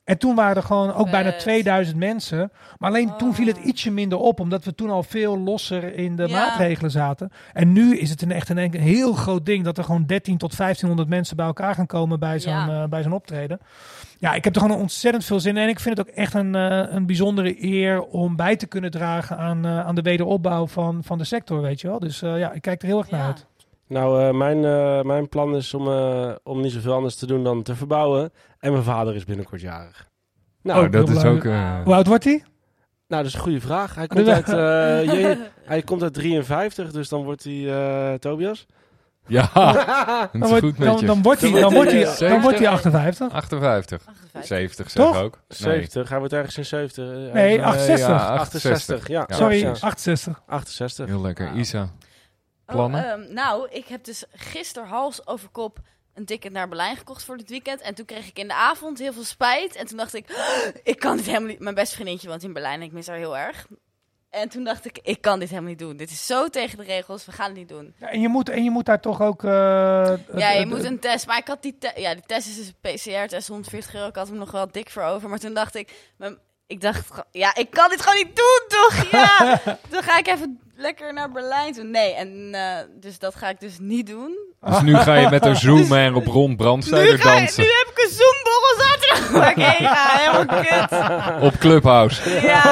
En toen waren er gewoon ook bijna Vet. tweeduizend mensen. Maar alleen toen viel het Oh. ietsje minder op. Omdat we toen al veel losser in de Ja. maatregelen zaten. En nu is het een echt een, een heel groot ding. Dat er gewoon dertien tot vijftienhonderd mensen bij elkaar gaan komen bij zo'n Ja. eh, bij zo'n optreden. Ja, ik heb er gewoon ontzettend veel zin in. En ik vind het ook echt een, eh, een bijzondere eer om bij te kunnen dragen aan, eh, aan de wederopbouw van, van de sector, weet je wel. Dus eh, ja, ik kijk er heel erg naar Ja. uit. Nou, eh, mijn, eh, mijn plan is om, eh, om niet zoveel anders te doen dan te verbouwen. En mijn vader is binnenkort jarig. Nou, Oh, dat heel is blij. ook... eh, Hoe oud wordt hij? nou, dat is een goede vraag. Hij komt uit, eh, je- hij komt uit drieënvijftig, dus dan wordt hij eh, Tobias. ja, Dan dat is wordt, goed met dan, je. dan wordt hij, Dan dan wordt wordt hij, hij, eh, dan wordt hij zeventig. achtenvijftig. achtenvijftig. achtenvijftig. zeventig Toch? zeg ook. Nee. zeventig, hij wordt ergens in zeventig. eh, Nee, ergens- achtenzestig. ja, achtenzestig, ja. Ja, Sorry, Ja, achtenzestig. achtenzestig. Heel lekker. Wauw. Isa, plannen? Oh, ehm, nou, ik heb dus gisteren hals over kop een ticket naar Berlijn gekocht voor dit weekend. En toen kreeg ik in de avond heel veel spijt. En toen dacht ik, ik kan dit helemaal niet. Mijn beste vriendinnetje woont in Berlijn en ik mis haar heel erg. En toen dacht ik, ik kan dit helemaal niet doen. Dit is zo tegen de regels, we gaan het niet doen. Ja, en, je moet, en je moet daar toch ook... eh, Ja, het- je het- moet een test. Maar ik had die, te- ja, die test is dus een P C R-test, honderdveertig euro. Ik had hem nog wel dik voor over. Maar toen dacht ik, mijn- ik dacht, gewoon, ja, ik kan dit gewoon niet doen, toch? Ja, dan ga ik even lekker naar Berlijn toe. Nee, en eh, dus dat ga ik dus niet doen. Dus nu ga je met een zoomen en op rond Nu, brandstijder ga, ik- dansen. nu heb ik een Zoomborrel zaterdag waar ik heen ga. Helemaal kut. Op Clubhouse.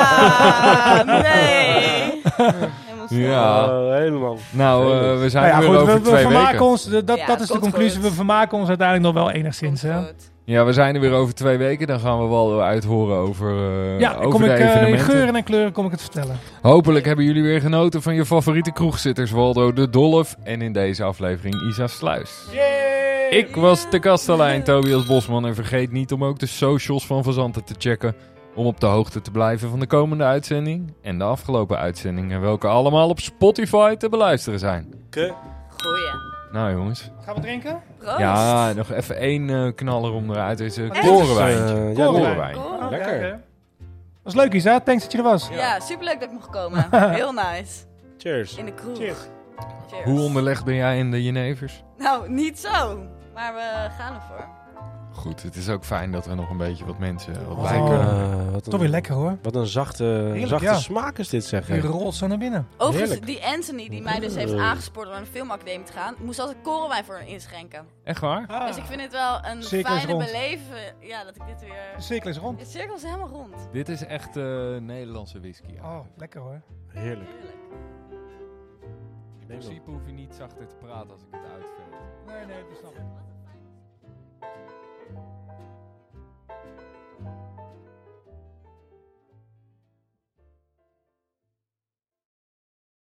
Ja, nee. Helemaal stom. Ja. Oh, helemaal. Nou, eh, we zijn Nou ja, weer goed, over we, we twee vermaken weken. ons, dat, dat Ja, dat is de komt conclusie. goed. We vermaken ons uiteindelijk nog wel enigszins. Komt Hè? goed. Ja, we zijn er weer over twee weken. Dan gaan we wel uithoren over, eh Ja, dan over kom de ik, eh, in evenementen. geuren en kleuren kom ik het vertellen. Hopelijk hebben jullie weer genoten van je favoriete kroegzitters. Waldo de Dolf en in deze aflevering Isa Sluis. Ik was de kastelein Tobias Bosman en vergeet niet om ook de socials van Fazanten te checken. Om op de hoogte te blijven van de komende uitzending en de afgelopen uitzendingen. Welke allemaal op Spotify te beluisteren zijn. Ke- Goeie. Nou jongens. Gaan we drinken? Proost. Ja, nog even één eh, knaller om eruit. Deze Echt? korenwijntje. Eh, ja, Korenwijn. Cool. Lekker. Oké. Was leuk Isa, thanks dat je er was. Ja, superleuk dat ik mocht komen. Heel nice. Cheers. In de kroeg. Cheers. Cheers. Hoe onderlegd ben jij in de Genevers? Nou, niet zo. Maar we gaan ervoor. Goed, het is ook fijn dat er nog een beetje wat mensen wat Oh. bij kunnen. Eh, wat Toch een, weer lekker hoor. wat een zachte, zachte ja. smaak is dit, zeg. Je hè. rolt zo naar binnen. Overigens, Heerlijk. die Anthony die mij dus heeft Mm. aangespoord om naar de filmacademie te gaan, moest altijd korenwijn voor hem inschenken. Echt waar? Dus ik vind het wel een Cirkel is fijne rond. beleven. Ja, dat ik dit weer... De cirkel is rond. De cirkel is helemaal rond. Dit is echt eh, Nederlandse whisky. Ja. Oh, lekker hoor. Heerlijk. Heerlijk. In principe hoef je niet zachter te praten als ik het uitveeg. Nee, nee, dat snap ik.